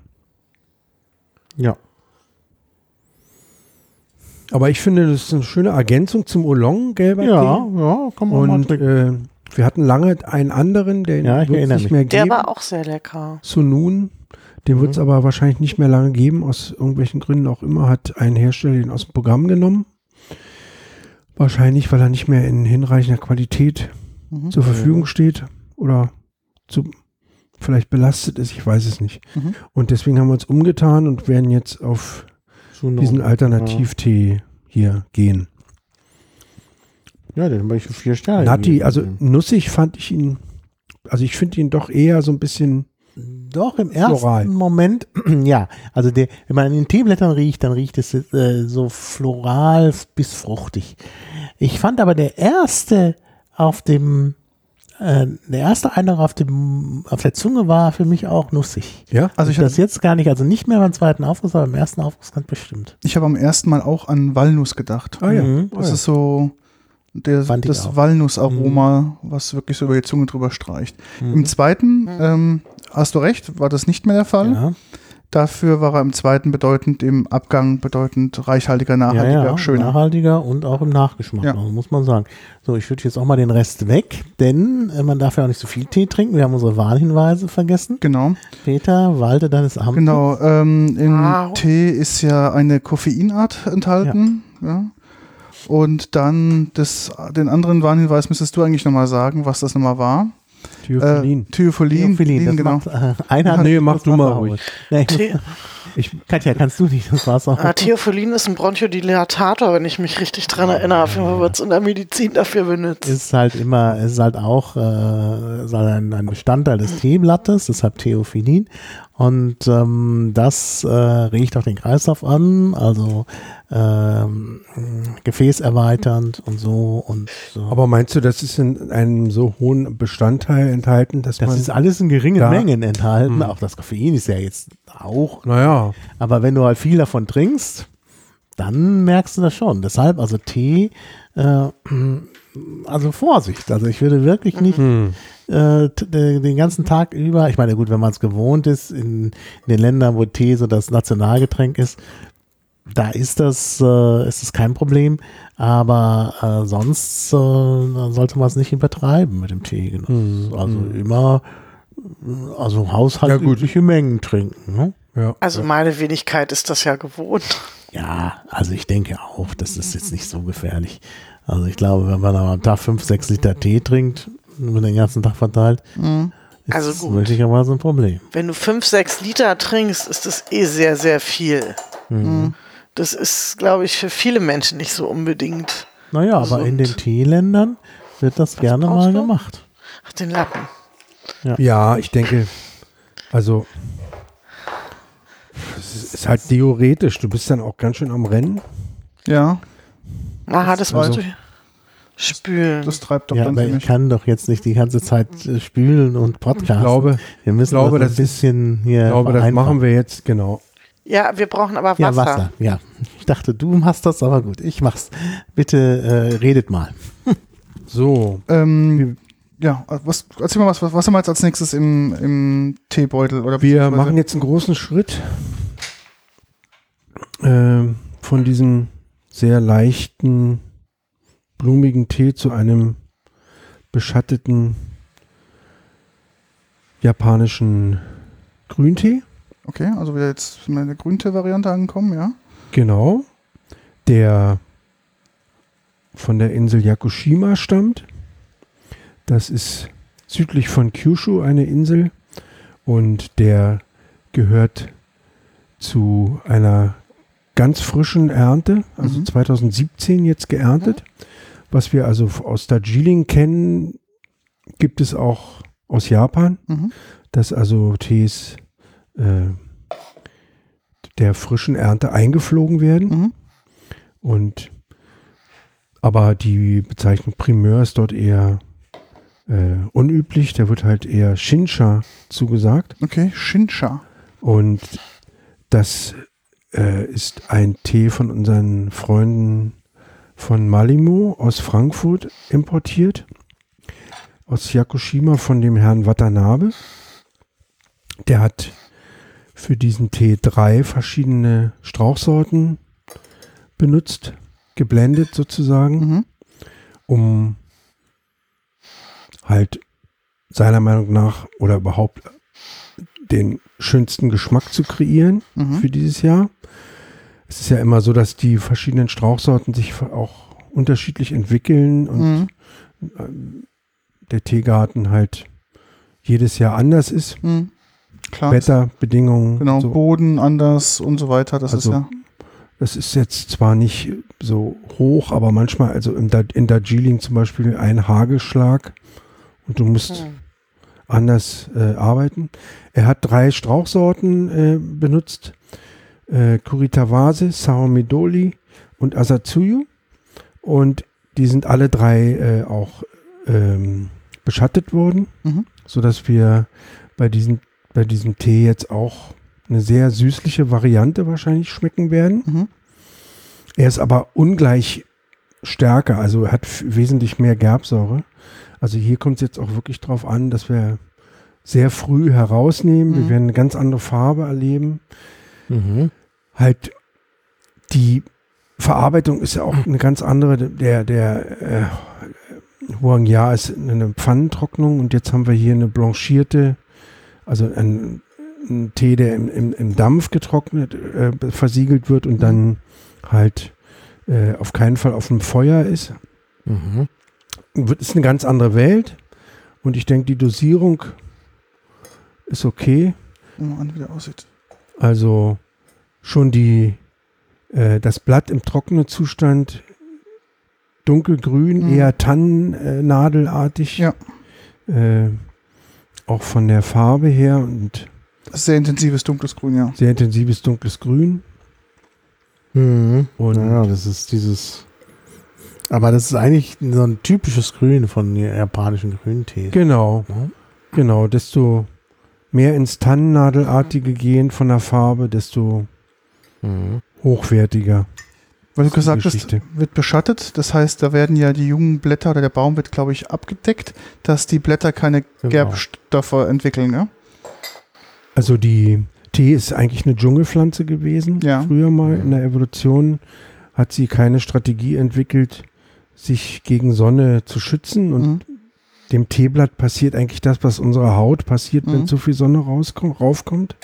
ja. Aber ich finde, das ist eine schöne Ergänzung zum Oolong, gelber ja, Tee. Ja, kann man Und mal äh, wir hatten lange einen anderen, den ja, wird es nicht mich. mehr geben. Der war auch sehr lecker. Zu nun. Den mhm. wird es aber wahrscheinlich nicht mehr lange geben. Aus irgendwelchen Gründen auch immer hat ein Hersteller den aus dem Programm genommen. Wahrscheinlich, weil er nicht mehr in hinreichender Qualität mhm. zur Verfügung steht oder zu vielleicht belastet ist, ich weiß es nicht. Mhm. Und deswegen haben wir uns umgetan und werden jetzt auf Schon diesen Alternativtee ja. hier gehen. Ja, den habe ich für vier Sterne. Natti, also nussig fand ich ihn, also ich finde ihn doch eher so ein bisschen Doch, im ersten floral. Moment, ja, also der, wenn man an den Teeblättern riecht, dann riecht es äh, so floral bis fruchtig. Ich fand aber der erste auf dem Äh, der erste Eindruck auf, dem, auf der Zunge war für mich auch nussig. Ja, also ich das jetzt gar nicht, also nicht mehr beim zweiten Aufguss, aber beim ersten Aufguss ganz bestimmt. Ich habe am ersten Mal auch an Walnuss gedacht. Ah ja. Mhm. Das oh, ja. ist so der, das Walnussaroma, mhm. was wirklich so über die Zunge drüber streicht. Mhm. Im zweiten, mhm. ähm, hast du recht, war das nicht mehr der Fall. Ja. Dafür war er im zweiten bedeutend, im Abgang bedeutend reichhaltiger, nachhaltiger, ja, ja, schöner. Nachhaltiger und auch im Nachgeschmack, ja. noch, muss man sagen. So, ich würde jetzt auch mal den Rest weg, denn äh, man darf ja auch nicht so viel Tee trinken. Wir haben unsere Warnhinweise vergessen. Genau. Peter, walte deines Amtes. Genau, ähm, im wow. Tee ist ja eine Koffeinart enthalten. Ja. ja. Und dann das, den anderen Warnhinweis müsstest du eigentlich nochmal sagen, was das nochmal war. Theophyllin. Äh, Theophyllin, Theophyllin, genau. Macht, äh, einer nee, mach du mal ruhig. Nee, The ich, Katja, kannst du nicht, das war's auch. Ah, Theophyllin ist ein Bronchodilatator, wenn ich mich richtig dran erinnere. Auf jeden Fall wird es in der Medizin dafür benutzt. Ist halt immer, ist halt auch äh, ist halt ein, ein Bestandteil des Teeblattes, deshalb Theophyllin. Und ähm, das äh, regt auch den Kreislauf an, also ähm, gefäßerweiternd und so und so. Aber meinst du, das ist in einem so hohen Bestandteil enthalten, dass das man... ist alles in geringen da, Mengen enthalten. Hm. Auch das Koffein ist ja jetzt auch. Naja. Aber wenn du halt viel davon trinkst, dann merkst du das schon. Deshalb, also Tee, äh, also Vorsicht. Also ich würde wirklich nicht Hm. äh, t- den ganzen Tag über, ich meine, gut, wenn man es gewohnt ist, in, in den Ländern, wo Tee so das Nationalgetränk ist, da ist das, äh, ist das kein Problem, aber äh, sonst äh, sollte man es nicht übertreiben mit dem Teegenuss. Mhm. Also Mhm. immer, also haushaltsübliche Mengen trinken. Ne? Ja. Also meine Wenigkeit ist das ja gewohnt. Ja, also ich denke auch, das ist jetzt nicht so gefährlich. Also ich glaube, wenn man am Tag fünf, sechs Liter Tee trinkt, über den ganzen Tag verteilt, Mhm. ist Also das gut. möglicherweise ein Problem. Wenn du fünf, sechs Liter trinkst, ist das eh sehr, sehr viel. Mhm. Das ist, glaube ich, für viele Menschen nicht so unbedingt. Naja, aber in den Gesund. Teeländern wird das gerne brauchst mal du? gemacht. Ach, den Lappen. Ja, ich denke, also es ist halt theoretisch. Du bist dann auch ganz schön am Rennen. Ja, Aha, das musst also- du spülen. das treibt doch Ja, dann aber ich ziemlich. kann doch jetzt nicht die ganze Zeit äh, spülen und Podcasten. Ich glaube, wir müssen glaube, das ein das ist- bisschen hier ich glaube das vereinfachen. machen wir jetzt, genau. Ja, wir brauchen aber Wasser. Ja, Wasser. Ja, ich dachte, du machst das, aber gut, ich mach's. Bitte äh, redet mal. So, Ähm, ja, was, erzähl mal was, was, was haben wir jetzt als nächstes im, im Teebeutel? Oder wir beziehungsweise- machen jetzt einen großen Schritt ähm, von diesem sehr leichten, blumigen Tee zu einem beschatteten japanischen Grüntee. Okay, also wieder jetzt sind wir in der Grüntee-Variante angekommen, ja. Genau, der von der Insel Yakushima stammt. Das ist südlich von Kyushu eine Insel und der gehört zu einer ganz frischen Ernte, also Mhm. zweitausendsiebzehn jetzt geerntet. Was wir also aus Darjeeling kennen, gibt es auch aus Japan, Mhm. dass also Tees äh, der frischen Ernte eingeflogen werden. Mhm. Und aber die Bezeichnung Primeur ist dort eher äh, unüblich. Da wird halt eher Shinsha zugesagt. Okay, Shinsha. Und das äh, ist ein Tee von unseren Freunden von Malimo aus Frankfurt importiert. Aus Yakushima von dem Herrn Watanabe. Der hat für diesen Tee drei verschiedene Strauchsorten benutzt, geblendet sozusagen, Mhm. um halt seiner Meinung nach oder überhaupt den schönsten Geschmack zu kreieren Mhm. für dieses Jahr. Es ist ja immer so, dass die verschiedenen Strauchsorten sich auch unterschiedlich entwickeln und Mhm. ähm, der Teegarten halt jedes Jahr anders ist. Mhm. Klar. Wetterbedingungen. Genau, so. Boden anders und so weiter. Das Also, ist ja. Das ist jetzt zwar nicht so hoch, aber manchmal, also in, Dar- in Darjeeling zum Beispiel ein Hagelschlag und du musst Hm. anders äh, arbeiten. Er hat drei Strauchsorten äh, benutzt. Äh, Kuritawase, Saomedoli und Asatsuyu. Und die sind alle drei äh, auch ähm, beschattet worden, Mhm. sodass wir bei, diesen, bei diesem Tee jetzt auch eine sehr süßliche Variante wahrscheinlich schmecken werden. Mhm. Er ist aber ungleich stärker, also er hat f- wesentlich mehr Gerbsäure. Also hier kommt es jetzt auch wirklich drauf an, dass wir sehr früh herausnehmen. Mhm. Wir werden eine ganz andere Farbe erleben. Mhm. Halt die Verarbeitung ist ja auch eine ganz andere. Der, der äh, Huangya ist eine Pfannentrocknung und jetzt haben wir hier eine blanchierte, also ein, ein Tee, der im, im, im Dampf getrocknet, äh, versiegelt wird und dann halt äh, auf keinen Fall auf dem Feuer ist. Mhm. Wird, ist eine ganz andere Welt und ich denke, die Dosierung ist okay. Guck mal an, wie der aussieht. Also schon die äh, das Blatt im trockenen Zustand dunkelgrün, Mhm. eher tannennadelartig. Ja. Äh, auch von der Farbe her und Sehr intensives dunkles Grün, ja. sehr intensives dunkles Grün. Mhm. Und Ja, das ist dieses Aber das ist eigentlich so ein typisches Grün von japanischen Grüntees. Genau, Ja. genau. Desto mehr ins Tannennadelartige gehen von der Farbe, desto Mhm. hochwertiger. Weil du Das ist die gesagt hast, Geschichte. wird beschattet. Das heißt, da werden ja die jungen Blätter oder der Baum wird, glaube ich, abgedeckt, dass die Blätter keine Genau. Gerbstoffe entwickeln. Ja? Also die Tee ist eigentlich eine Dschungelpflanze gewesen. Ja. Früher mal in der Evolution hat sie keine Strategie entwickelt, sich gegen Sonne zu schützen. Und Mhm. dem Teeblatt passiert eigentlich das, was unserer Haut passiert, wenn Mhm. zu viel Sonne rauskommt, raufkommt.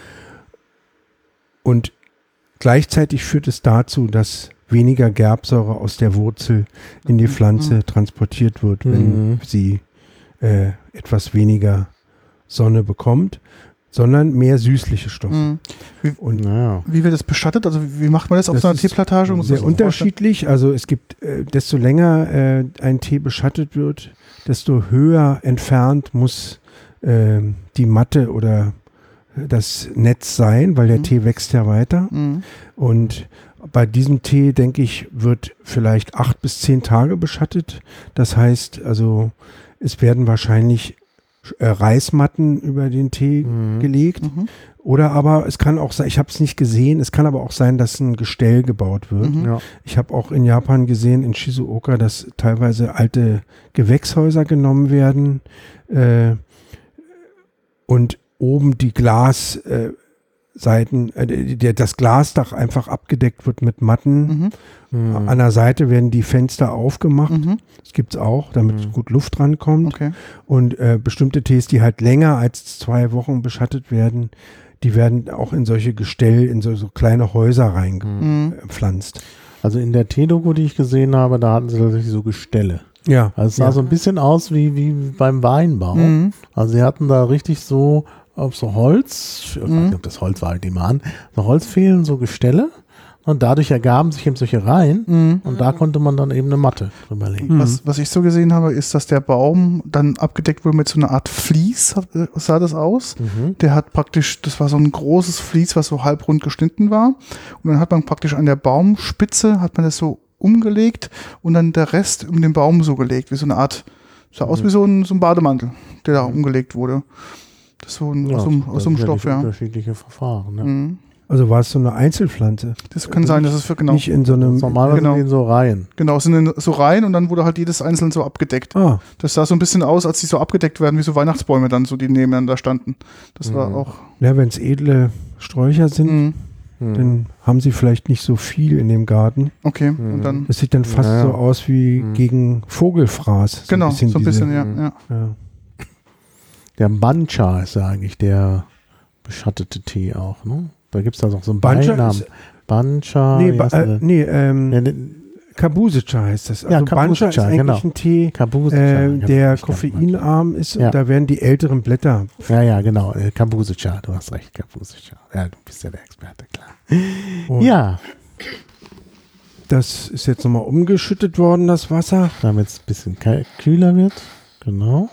Und gleichzeitig führt es dazu, dass weniger Gerbsäure aus der Wurzel in die Pflanze Mhm. transportiert wird, wenn Mhm. sie äh, etwas weniger Sonne bekommt, sondern mehr süßliche Stoffe. Mhm. Und Naja. Wie wird das beschattet? Also wie macht man das auf Das so einer ist Teeplantage? Um sehr das vorstellen? unterschiedlich. Also es gibt, äh, desto länger äh, ein Tee beschattet wird, desto höher entfernt muss äh, die Matte oder das Netz sein, weil der Mhm. Tee wächst ja weiter. Mhm. Und bei diesem Tee, denke ich, wird vielleicht acht bis zehn Tage beschattet. Das heißt, also es werden wahrscheinlich äh, Reismatten über den Tee Mhm. gelegt. Mhm. Oder aber es kann auch sein, ich habe es nicht gesehen, es kann aber auch sein, dass ein Gestell gebaut wird. Mhm. Ja. Ich habe auch in Japan gesehen, in Shizuoka, dass teilweise alte Gewächshäuser genommen werden äh, und oben die Glasseiten, äh, Seiten, äh, der, das Glasdach einfach abgedeckt wird mit Matten. Mhm. Mhm. An der Seite werden die Fenster aufgemacht. Mhm. Das gibt es auch, damit Mhm. gut Luft rankommt. Okay. Und äh, bestimmte Tees, die halt länger als zwei Wochen beschattet werden, die werden auch in solche Gestell, in so, so kleine Häuser Mhm. reingepflanzt. Also in der Teedoku, die ich gesehen habe, da hatten sie tatsächlich so Gestelle. Ja. Also es sah ja. so ein bisschen aus wie, wie beim Weinbau. Mhm. Also sie hatten da richtig so auf so Holz, ich weiß Mhm. nicht, ob das Holz war, die mal an, so Holzfehlen, so Gestelle. Und dadurch ergaben sich eben solche Reihen. Mhm. Und da konnte man dann eben eine Matte drüber legen. Was, was ich so gesehen habe, ist, dass der Baum dann abgedeckt wurde mit so einer Art Vlies, hat- äh, sah das aus. Mhm. Der hat praktisch, das war so ein großes Vlies, was so halbrund geschnitten war. Und dann hat man praktisch an der Baumspitze, hat man das so umgelegt und dann der Rest um den Baum so gelegt, wie so eine Art, sah aus Mhm. wie so ein, so ein Bademantel, der da umgelegt wurde. Das ist so ein, Ja, aus so einem, das aus so einem sind Stoff, die ja. Unterschiedliche Verfahren. Ja. Mhm. Also war es so eine Einzelpflanze? Das kann sein, dass es für, genau, Nicht in so einem... Normalerweise Genau. sind die in so Reihen. genau, es sind in so Reihen und dann wurde halt jedes einzeln so abgedeckt. Ah, Das sah so ein bisschen aus, als die so abgedeckt werden, wie so Weihnachtsbäume dann, so die nebeneinander standen. Das war Mhm. auch. ja, wenn es edle Sträucher sind, Mhm. Mhm. dann haben sie vielleicht nicht so viel in dem Garten. Okay, Mhm. und dann. Das sieht dann fast Ja, ja. so aus wie Mhm. gegen Vogelfraß. Genau, so ein diese- bisschen, ja. diese- ja. Ja. Der Bancha ist ja eigentlich der beschattete Tee auch, ne? Da gibt es da noch so einen Bancha Beinamen. ist- Bancha, Nee, wie ba heißt der äh, denn? nee ähm, Ja, ne- Kabusicha heißt das. Ja, Also Bancha ist Kabusicha, eigentlich genau. ein Tee, Kabusicha. äh, Ich hab's der nicht gedacht, koffeinarm ist Ja. und da werden die älteren Blätter. Ja, ja, genau. äh, Kabusicha, du hast recht, Kabusicha. Ja, du bist ja der Experte, klar. Und Ja, das ist jetzt nochmal umgeschüttet worden, das Wasser. damit es ein bisschen kal- kühler wird. Genau.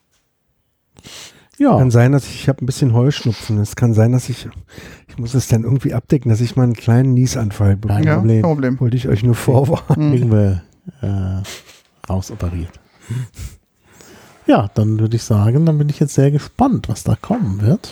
Ja, Kann sein, dass ich, ich habe ein bisschen Heuschnupfen. Es kann sein, dass ich, ich muss es dann irgendwie abdecken, dass ich mal einen kleinen Niesanfall Kein bekomme. Ja, Problem. kein Problem. Wollte ich euch nur vorwarnen. Mhm. kriegen wir äh, rausoperiert. Ja, dann würde ich sagen, dann bin ich jetzt sehr gespannt, was da kommen wird.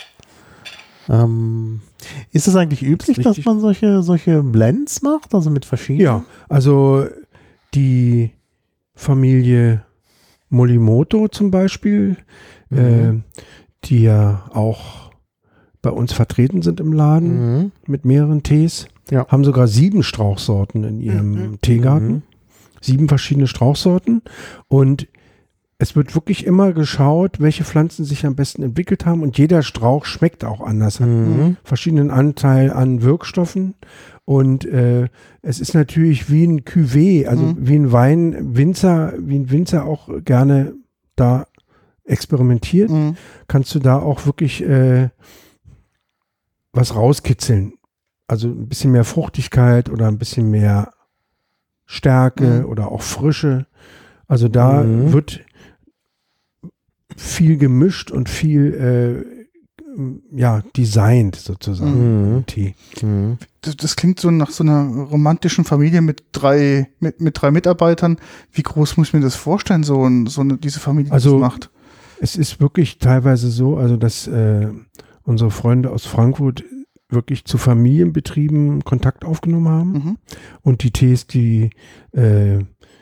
Ähm, ist es eigentlich üblich, dass richtig- man solche, solche Blends macht, also mit verschiedenen? Ja, also die Familie Molimoto zum Beispiel, Mhm. äh, die ja auch bei uns vertreten sind im Laden Mhm. mit mehreren Tees, Ja. haben sogar sieben Strauchsorten in ihrem Mhm. Teegarten. Mhm. Sieben verschiedene Strauchsorten. Und es wird wirklich immer geschaut, welche Pflanzen sich am besten entwickelt haben. Und jeder Strauch schmeckt auch anders, hat Mhm. verschiedenen Anteil an Wirkstoffen. Und äh, es ist natürlich wie ein Cuvée, also Mhm. wie ein Weinwinzer, wie ein Winzer auch gerne da experimentiert, Mhm. kannst du da auch wirklich äh, was rauskitzeln. Also ein bisschen mehr Fruchtigkeit oder ein bisschen mehr Stärke Mhm. oder auch Frische. Also da Mhm. wird viel gemischt und viel ja, designt sozusagen, mhm. Tee. Mhm. Das, das klingt so nach so einer romantischen Familie mit drei, mit, mit drei Mitarbeitern. Wie groß muss ich mir das vorstellen, so, ein, so eine, diese Familie, die also, das macht? Es ist wirklich teilweise so, also dass äh, unsere Freunde aus Frankfurt wirklich zu Familienbetrieben Kontakt aufgenommen haben Mhm. und die Tees, die äh,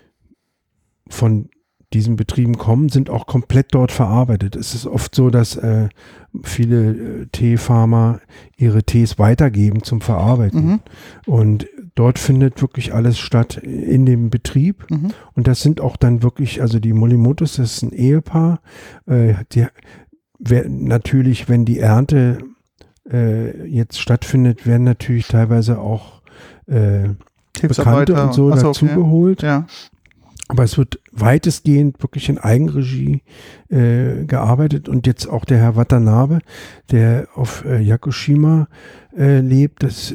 von diesen Betrieben kommen, sind auch komplett dort verarbeitet. Es ist oft so, dass äh, viele äh, Teefarmer ihre Tees weitergeben zum Verarbeiten. Mhm. Und dort findet wirklich alles statt in dem Betrieb. Mhm. Und das sind auch dann wirklich, also die Molimotos, das ist ein Ehepaar. Äh, die, wer, natürlich, wenn die Ernte äh, jetzt stattfindet, werden natürlich teilweise auch äh, Bekannte und so Achso, dazugeholt. Okay. Ja. Aber es wird weitestgehend wirklich in Eigenregie äh, gearbeitet und jetzt auch der Herr Watanabe, der auf äh, Yakushima äh, lebt, das,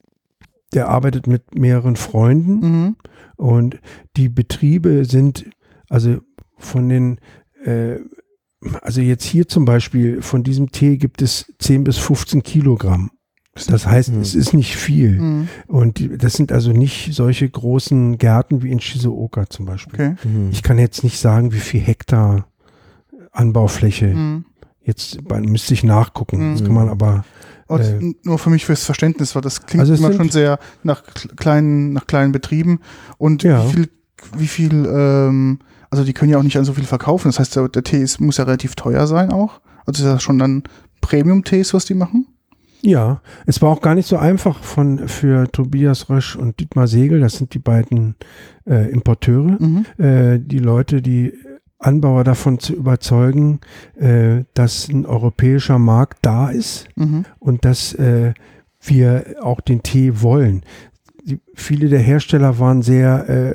der arbeitet mit mehreren Freunden Mhm. und die Betriebe sind also von den, äh, also jetzt hier zum Beispiel von diesem Tee gibt es zehn bis fünfzehn Kilogramm. Das heißt, Mhm. es ist nicht viel. Mhm. Und die, das sind also nicht solche großen Gärten wie in Shizuoka zum Beispiel. Okay. Mhm. Ich kann jetzt nicht sagen, wie viel Hektar Anbaufläche. Mhm. Jetzt bei- müsste ich nachgucken. Mhm. Das kann man aber. Und Äh, nur für mich fürs Verständnis, weil das klingt Also es immer sind- schon sehr nach k- kleinen, nach kleinen Betrieben. Und Ja. wie viel, wie viel, ähm, also die können ja auch nicht an so viel verkaufen. Das heißt, der, der Tee ist, muss ja relativ teuer sein auch. Also ist das schon dann Premium-Tees, was die machen? Ja, es war auch gar nicht so einfach von für Tobias Rösch und Dietmar Segel, das sind die beiden äh, Importeure, Mhm. äh, die Leute, die Anbauer davon zu überzeugen, äh, dass ein europäischer Markt da ist Mhm. und dass äh, wir auch den Tee wollen. Die, viele der Hersteller waren sehr äh,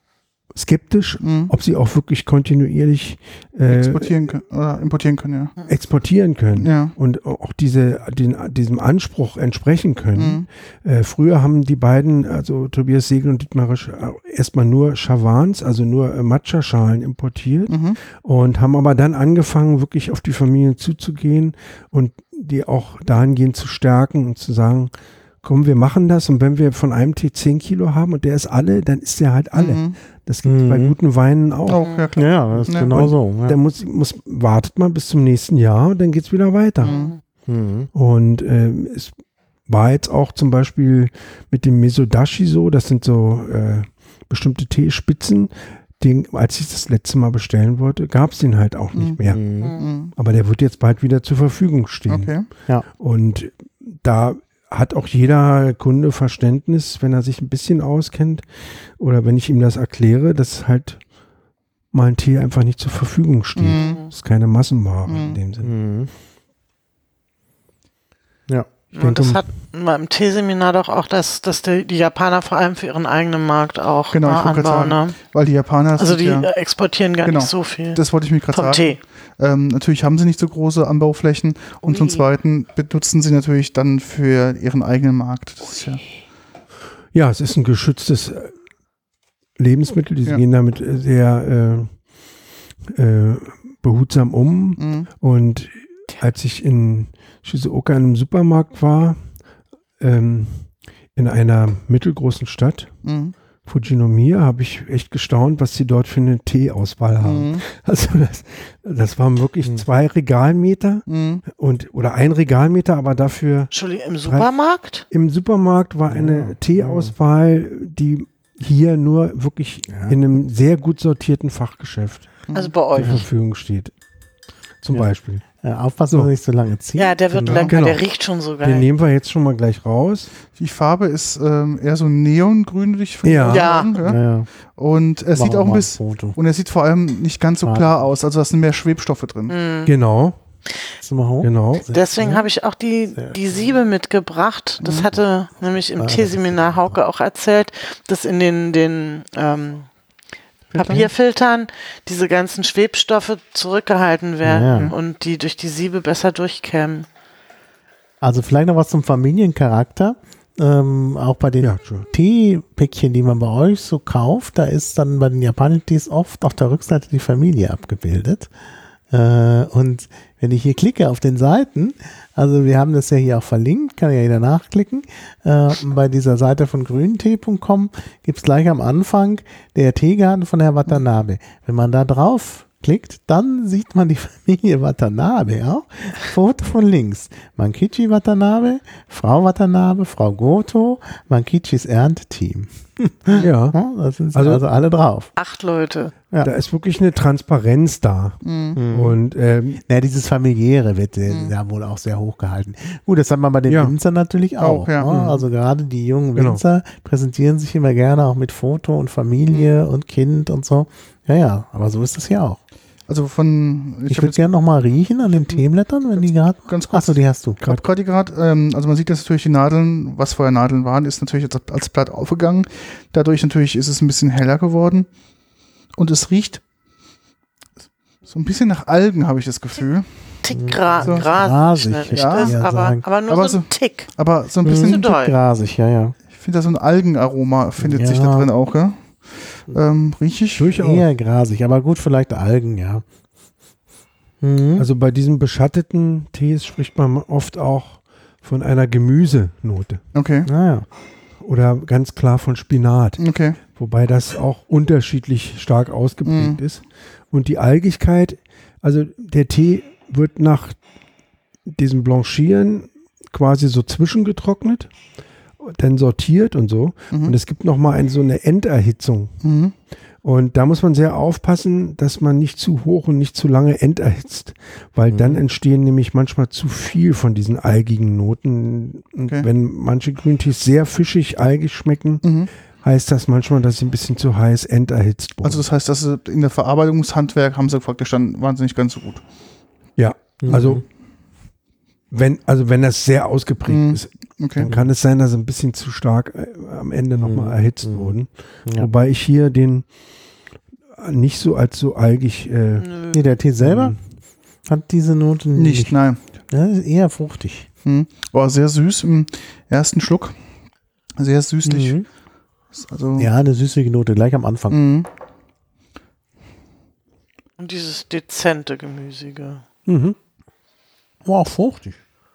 skeptisch, Mhm. ob sie auch wirklich kontinuierlich äh, Exportieren können oder importieren können, ja. exportieren können. Ja. Und auch diese, den, diesem Anspruch entsprechen können. Mhm. Äh, früher haben die beiden, also Tobias Segel und Dietmar Rösch, äh, erstmal nur Chavans, also nur äh, Matcha-Schalen importiert Mhm. und haben aber dann angefangen, wirklich auf die Familien zuzugehen und die auch dahingehend zu stärken und zu sagen, komm, wir machen das und wenn wir von einem Tee zehn Kilo haben und der ist alle, dann ist der halt alle. Mhm. Das gibt es Mhm. bei guten Weinen auch. Auch, ja klar. Ja, das ist Ja. genau so. Ja. Dann muss, muss, wartet man bis zum nächsten Jahr und dann geht es wieder weiter. Mhm. Mhm. Und ähm, es war jetzt auch zum Beispiel mit dem Mesodashi so, das sind so äh, bestimmte Teespitzen, den, als ich das letzte Mal bestellen wollte, gab es den halt auch nicht mehr. Mhm. Mhm. Aber der wird jetzt bald wieder zur Verfügung stehen. Okay. Und da hat auch jeder Kunde Verständnis, wenn er sich ein bisschen auskennt oder wenn ich ihm das erkläre, dass halt mal ein Tee einfach nicht zur Verfügung steht. Mhm. Das ist keine Massenware Mhm. in dem Sinne. Mhm. Ja. Ich Und das denke, hat beim Teeseminar doch auch, dass, dass die, die Japaner vor allem für ihren eigenen Markt auch Genau, äh, ich wollte anbauen. gerade Ne? Weil die Japaner Also sind die ja, äh, exportieren gar Genau. nicht so viel das wollte ich mir gerade vom sagen. Tee. Ähm, natürlich haben sie nicht so große Anbauflächen und zum Ui. Zweiten benutzen sie natürlich dann für ihren eigenen Markt. Das ist ja, ja, es ist ein geschütztes äh, Lebensmittel. Die Ja. gehen damit äh, sehr äh, äh, behutsam um. mhm. Und als ich in Shizuoka in einem Supermarkt war, ähm, in einer mittelgroßen Stadt, Mhm. Fujinomiya, habe ich echt gestaunt, was sie dort für eine Teeauswahl haben. Mhm. Also das, das waren wirklich Mhm. zwei Regalmeter Mhm. und oder ein Regalmeter, aber dafür Entschuldigung, im Supermarkt? im Supermarkt war eine Ja, Teeauswahl, die hier nur wirklich Ja. in einem sehr gut sortierten Fachgeschäft Also bei zur euch. Verfügung steht. Zum Ja. Beispiel. Ja, aufpassen, So. dass er nicht so lange zieht. Ja, der wird Genau. lecker, Genau. der riecht schon so Den geil. nehmen wir jetzt schon mal gleich raus. Die Farbe ist ähm, eher so neongrünlich. würde ich Ja. sagen, Ja, ja. Und er sieht Machen wir auch ein mal bisschen, Foto. und er sieht vor allem nicht ganz so Ah. klar aus. Also da sind mehr Schwebstoffe drin. Mhm. Genau, Jetzt mal hoch. genau. Deswegen habe ich auch die, Sehr die Siebe mitgebracht. Das hatte nämlich im Ah, Teeseminar Hauke auch erzählt, dass in den, den ähm, Papierfiltern diese ganzen Schwebstoffe zurückgehalten werden Ja. und die durch die Siebe besser durchkämen. Also vielleicht noch was zum Familiencharakter. Ähm, auch bei den Ja, schön. Teepäckchen, die man bei euch so kauft, da ist dann bei den japanischen Tees oft auf der Rückseite die Familie abgebildet. Äh, und wenn ich hier klicke auf den Seiten, also wir haben das ja hier auch verlinkt, kann ja jeder nachklicken, äh, bei dieser Seite von grüntee punkt com gibt es gleich am Anfang der Teegarten von Herr Watanabe. Wenn man da drauf klickt, dann sieht man die Familie Watanabe auch. Foto von links. Mankichi Watanabe, Frau Watanabe, Frau Goto, Mankichis Ernteteam. Ja. Ja, da sind sie Also- also alle drauf. Acht Leute. Ja. Da ist wirklich eine Transparenz da. Und ähm, Ja, dieses familiäre wird äh, ja wohl auch sehr hoch gehalten. Gut, das hat man bei den Ja. Winzern natürlich auch. Auch, ja. Ne? Also gerade die jungen Genau. Winzer präsentieren sich immer gerne auch mit Foto und Familie und Kind und so. Ja, ja, aber so ist es ja auch. Also von, Ich, ich, habe würde jetzt gerne nochmal riechen an den Teeblättern, wenn die gerade. ganz kurz, Achso, die hast du. gerade gerade gerade, ähm, also man sieht jetzt natürlich die Nadeln, was vorher Nadeln waren, ist natürlich jetzt als Blatt aufgegangen. Dadurch natürlich ist es ein bisschen heller geworden. Und es riecht so ein bisschen nach Algen, habe ich das Gefühl. Tick gra So. grasig, Grasig, nenne ich ja, das, eher aber, sagen. aber nur Aber so ein so- Tick. Aber so ein Mhm. bisschen, Zu doll. Grasig, ja, ja. ich finde da so ein Algenaroma findet sich Ja. da drin auch, ja. Ähm, riech ich. durchaus. Eher grasig, aber gut, vielleicht Algen, ja. Mhm. Also bei diesen beschatteten Tees spricht man oft auch von einer Gemüsenote Okay, naja. oder ganz klar von Spinat, okay. wobei das auch unterschiedlich stark ausgeprägt Mhm. ist. Und die Algigkeit, also der Tee wird nach diesem Blanchieren quasi so zwischengetrocknet, dann sortiert und so. Mhm. Und es gibt nochmal ein, so eine Enderhitzung. Mhm. Und da muss man sehr aufpassen, dass man nicht zu hoch und nicht zu lange enterhitzt, weil Mhm. dann entstehen nämlich manchmal zu viel von diesen algigen Noten. Und Okay. wenn manche Grüntees sehr fischig, algig schmecken, Mhm. heißt das manchmal, dass sie ein bisschen zu heiß enterhitzt wurden. Also das heißt, dass sie in der Verarbeitungshandwerk haben sie praktisch dann wahnsinnig ganz so gut. ja, Mhm. also wenn, also wenn das sehr ausgeprägt Mhm. ist, Okay. dann kann es sein, dass sie ein bisschen zu stark äh, am Ende nochmal Mhm. erhitzt Mhm. wurden. Ja. Wobei ich hier den nicht so als so algig äh, Nö. Nee, der Tee selber Mhm. hat diese Note Nicht, nicht. nein. Ja, ist eher fruchtig. Mhm. Aber sehr süß im ersten Schluck. Sehr süßlich. Mhm. Ist Also, Ja, eine süßliche Note, gleich am Anfang. Mhm. Und dieses dezente Gemüsige. mhm. War auch fruchtig.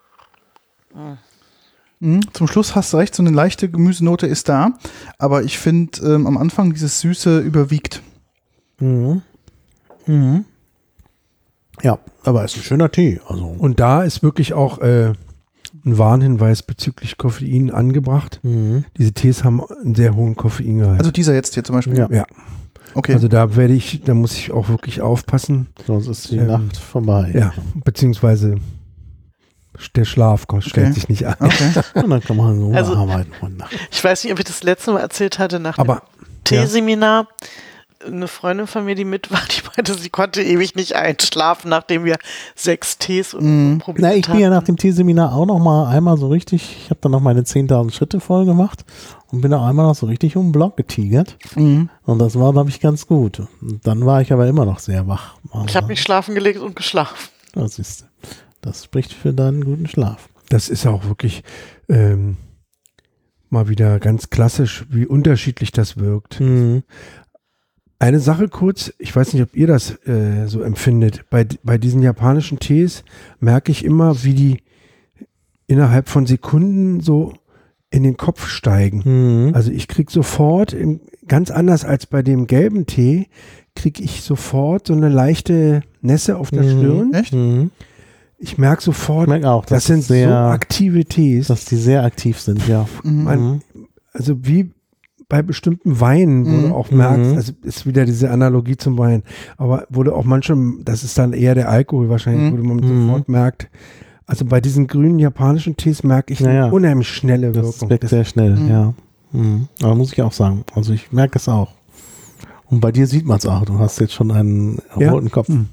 Mhm. Zum Schluss hast du recht, so eine leichte Gemüsenote ist da. Aber ich finde, ähm, am Anfang dieses Süße überwiegt. Mhm. Mhm. Ja, aber ist ein schöner Tee. Also. Und da ist wirklich auch äh, ein Warnhinweis bezüglich Koffein angebracht. Mhm. Diese Tees haben einen sehr hohen Koffeingehalt. Also dieser jetzt hier zum Beispiel. Ja. ja, Okay. also da werde ich, da muss ich auch wirklich aufpassen. Sonst ist die Ähm, Nacht vorbei. Ja, beziehungsweise der Schlaf kommt- stellt Okay. sich nicht ein. okay. Und dann kann man so Also- arbeiten und Nacht. Ich weiß nicht, ob ich das letzte Mal erzählt hatte, nach Aber dem Teeseminar. Eine Freundin von mir, die mit war, die meinte, sie konnte ewig nicht einschlafen, nachdem wir sechs Tees und Mhm. probiert Na, ich bin ja hatten. nach dem Teeseminar auch noch mal einmal so richtig, ich habe dann noch meine zehntausend Schritte voll gemacht und bin auch einmal noch so richtig um den Block getigert. Mhm. Und das war, glaube ich, ganz gut. Und dann war ich aber immer noch sehr wach. Also, Ich habe mich schlafen gelegt und geschlafen. Das ist, das spricht für deinen guten Schlaf. das ist auch wirklich ähm, mal wieder ganz klassisch, wie unterschiedlich das wirkt. Mhm. Eine Sache kurz, ich weiß nicht, ob ihr das äh, so empfindet. Bei, bei diesen japanischen Tees merke ich immer, wie die innerhalb von Sekunden so in den Kopf steigen. Mhm. Also ich kriege sofort, im, ganz anders als bei dem gelben Tee, kriege ich sofort so eine leichte Nässe auf der Mhm. Stirn. Echt? Mhm. Ich merke Ich sofort, merke auch, das dass sind sehr, so aktive Tees. dass die sehr aktiv sind, ja. Mhm. Man- Mhm. Also wie bei bestimmten Weinen, wo Mhm. du auch merkst, Mhm. also ist wieder diese Analogie zum Wein, aber wo du auch manchem, das ist dann eher der Alkohol wahrscheinlich, Mhm. wo man Mhm. sofort merkt, also bei diesen grünen japanischen Tees merke ich Ja, eine ja. unheimlich schnelle Das Wirkung. wirkt sehr schnell, Mhm. ja. Mhm. Aber muss ich auch sagen, also ich merke es auch. Und bei dir sieht man es auch, du hast jetzt schon einen Ja. roten Kopf. Mhm.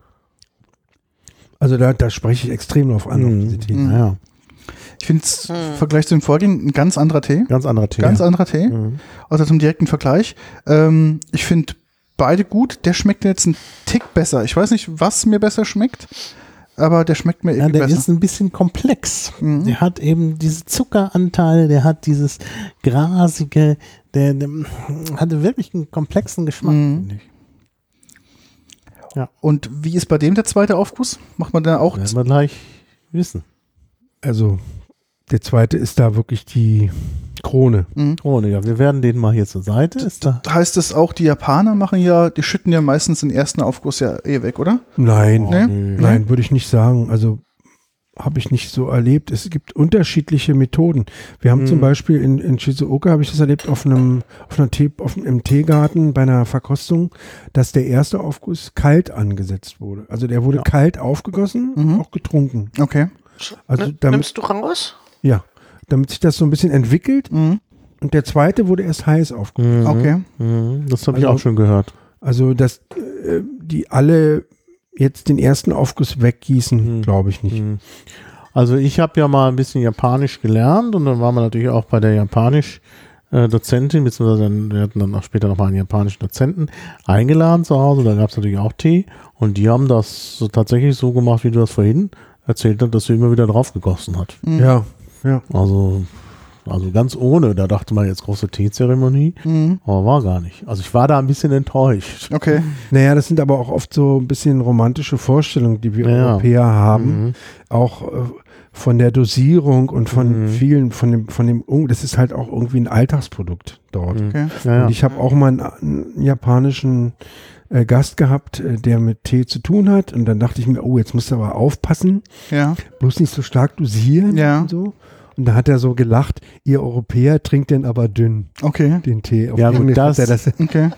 Also da, da spreche ich extrem drauf an, auf Mhm. diese Tees. Mhm. Ja, ja. Ich finde es Hm. im Vergleich zu dem Vorgehen ein ganz anderer Tee. Ganz anderer Tee. Ganz ja. anderer Tee. Mhm. Also zum direkten Vergleich. Ähm, ich finde beide gut. Der schmeckt mir jetzt einen Tick besser. Ich weiß nicht, was mir besser schmeckt, aber der schmeckt mir Ja, irgendwie der besser. ist ein bisschen komplex. Mhm. Der hat eben diese Zuckeranteile, der hat dieses grasige, der, der hatte wirklich einen komplexen Geschmack, Mhm. finde ich. Ja. Und wie ist bei dem der zweite Aufguss? Macht man da auch? Werden wir gleich wissen. Also der zweite ist da wirklich die Krone. Mhm. Oh, ja, wir werden den mal hier zur Seite. Ist da? Heißt es auch, die Japaner machen ja, die schütten ja meistens den ersten Aufguss ja eh weg, oder? Nein, Nee? nein, würde ich nicht sagen. Also habe ich nicht so erlebt. Es gibt unterschiedliche Methoden. Wir haben Mhm. zum Beispiel in, in Shizuoka, habe ich das erlebt, auf einem, auf einer Tee, auf, im Teegarten bei einer Verkostung, dass der erste Aufguss kalt angesetzt wurde. Also der wurde Ja. kalt aufgegossen, Mhm. auch getrunken. Okay. Also N- damit, Nimmst du raus? ja, damit sich das so ein bisschen entwickelt. Mhm. Und der zweite wurde erst heiß aufgegossen. Mhm. Okay. Mhm. Das habe ich Also- auch schon gehört. Also dass äh, die alle jetzt den ersten Aufguss weggießen, Mhm. glaube ich nicht. Mhm. Also ich habe ja mal ein bisschen Japanisch gelernt und dann waren wir natürlich auch bei der Japanisch-Dozentin, beziehungsweise dann, wir hatten dann auch später nochmal einen japanischen Dozenten eingeladen zu Hause, da gab es natürlich auch Tee und die haben das so tatsächlich so gemacht, wie du das vorhin erzählt hast, dass sie immer wieder drauf gegossen hat. Mhm. Ja, ja. Also, also ganz ohne, da dachte man jetzt große Teezeremonie, Mhm. aber war gar nicht. Also ich war da ein bisschen enttäuscht. Okay. Naja, das sind aber auch oft so ein bisschen romantische Vorstellungen, die wir Ja. Europäer haben. Mhm. Auch äh, von der Dosierung und von Mhm. vielen, von dem, von dem, um- das ist halt auch irgendwie ein Alltagsprodukt dort. Mhm. Okay. Ja, ja. Und ich habe auch mal einen, einen japanischen äh, Gast gehabt, äh, der mit Tee zu tun hat. Und dann dachte ich mir, oh, jetzt musst du aber aufpassen, Ja. bloß nicht so stark dosieren Ja. und so. Und da hat er so gelacht, ihr Europäer trinkt den aber dünn, Okay. den Tee. Auf Ja, gut, Englisch hat das- er das, Okay.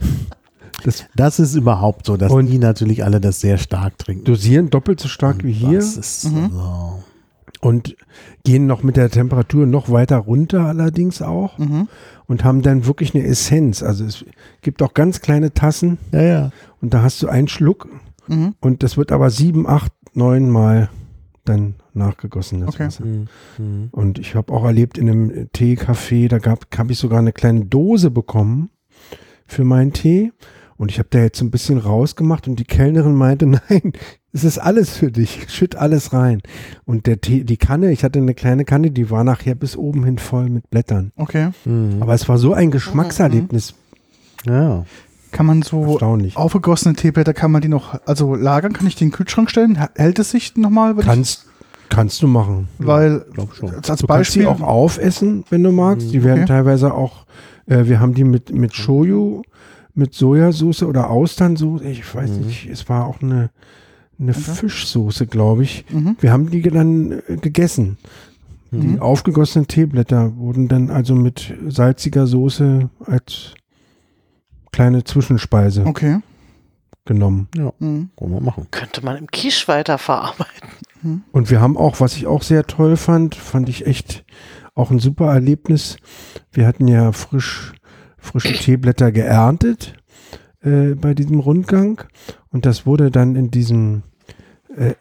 das Das ist überhaupt so, dass Und- die natürlich alle das sehr stark trinken. Dosieren doppelt so stark wie hier. Das ist Mhm. so. Und gehen noch mit der Temperatur noch weiter runter allerdings auch Mhm. und haben dann wirklich eine Essenz. Also es gibt auch ganz kleine Tassen Ja, ja. und da hast du einen Schluck Mhm. und das wird aber sieben, acht, neun Mal dann nachgegossen, das Okay. Wasser. Mhm. Mhm. Und ich habe auch erlebt in einem Teecafé, da gab habe ich sogar eine kleine Dose bekommen für meinen Tee. Und ich habe da jetzt so ein bisschen rausgemacht und die Kellnerin meinte, nein, es ist alles für dich, schütt alles rein. Und der Tee, die Kanne, ich hatte eine kleine Kanne, die war nachher bis oben hin voll mit Blättern. Okay. Mhm. Aber es war so ein Geschmackserlebnis, Ja. Kann man so erstaunlich. aufgegossene Teeblätter, kann man die noch, also lagern? Kann ich die in den Kühlschrank stellen? Hält es sich nochmal? Wenn Kannst, kannst du machen. ich, weil, Glaub schon. als als Du kannst Beispiel. sie auch aufessen, wenn du magst. Die werden Okay. teilweise auch, äh, wir haben die mit, mit Shoyu, mit Sojasauce oder Austernsoße, ich weiß Mhm. nicht, es war auch eine, eine Fischsoße, glaube ich. Mhm. Wir haben die dann äh, gegessen. Die Mhm. aufgegossenen Teeblätter wurden dann also mit salziger Soße als kleine Zwischenspeise Okay. genommen. Mhm. Können wir machen. Könnte man im Quiche weiterverarbeiten. Und wir haben auch, was ich auch sehr toll fand, fand ich echt auch ein super Erlebnis. Wir hatten ja frisch, frische Teeblätter geerntet äh, bei diesem Rundgang und das wurde dann in diesem äh,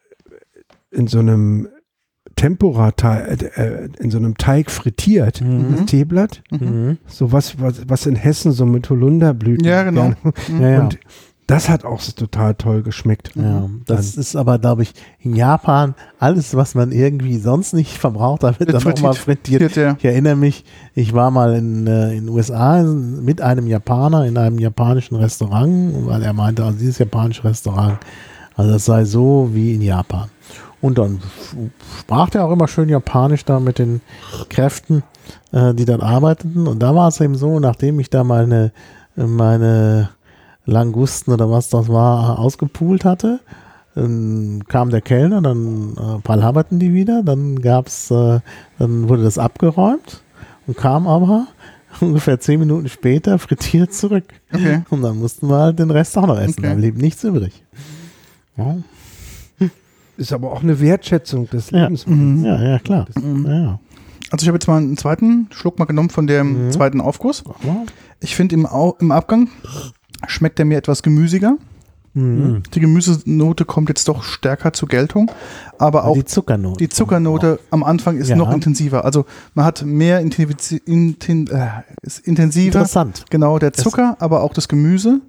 in so einem Tempura-Teig, äh, in so einem Teig frittiert, Mhm. das Teeblatt. Mhm. So was, was, was in Hessen so mit Holunderblüten. Ja, genau. gerne- Ja, ja. Und das hat auch so total toll geschmeckt. Ja, das ist aber, glaube ich, in Japan alles, was man irgendwie sonst nicht verbraucht, da wird Wird dann nochmal frittiert. frittiert, ja. Ich erinnere mich, ich war mal in äh, in den U S A mit einem Japaner in einem japanischen Restaurant, weil er meinte, also dieses japanische Restaurant, also das sei so wie in Japan. Und dann sprach er auch immer schön Japanisch da mit den Kräften, äh, die dann arbeiteten. Und da war es eben so, nachdem ich da meine, meine Langusten oder was das war, ausgepult hatte, dann kam der Kellner, dann äh, palhaberten die wieder, dann gab's, äh, dann wurde das abgeräumt und kam aber ungefähr zehn Minuten später frittiert zurück. Okay. Und dann mussten wir halt den Rest auch noch essen, Okay. da blieb nichts übrig. Ja, Ist aber auch eine Wertschätzung des Ja. Lebens. Mhm. ja, ja klar. Mhm. Ja. Also ich habe jetzt mal einen zweiten Schluck mal genommen von dem Mhm. zweiten Aufguss. Ja. Ich finde im, Au- im Abgang schmeckt er mir etwas gemüsiger. Mhm. Die Gemüsenote kommt jetzt doch stärker zur Geltung, aber auch Die Zuckernote. die Zuckernote am Anfang ist Ja. noch intensiver. Also man hat mehr Intensi- inten, äh, ist intensiver. Interessant. Genau, der Das- Zucker, aber auch das Gemüse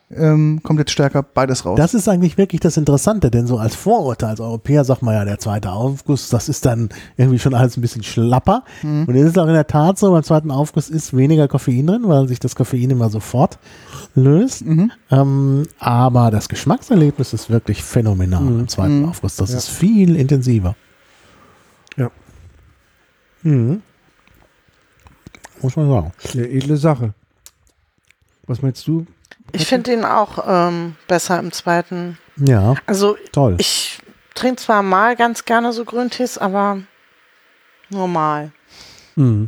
ähm, kommt jetzt stärker beides raus. Das ist eigentlich wirklich das Interessante, denn so als Vorurteil, als Europäer sagt man ja, der zweite Aufguss, das ist dann irgendwie schon alles ein bisschen schlapper. Mhm. Und es ist auch in der Tat so, beim zweiten Aufguss ist weniger Koffein drin, weil sich das Koffein immer sofort löst. Mhm. Ähm, aber das Geschmackserlebnis ist wirklich phänomenal mhm. im zweiten mhm. Aufguss. Das ja. ist viel intensiver. Ja. Mhm. Muss man sagen. Eine edle Sache. Was meinst du? Ich finde ihn auch ähm, besser im zweiten. Ja, also toll. Ich trinke zwar mal ganz gerne so Grüntees, aber normal. Mhm.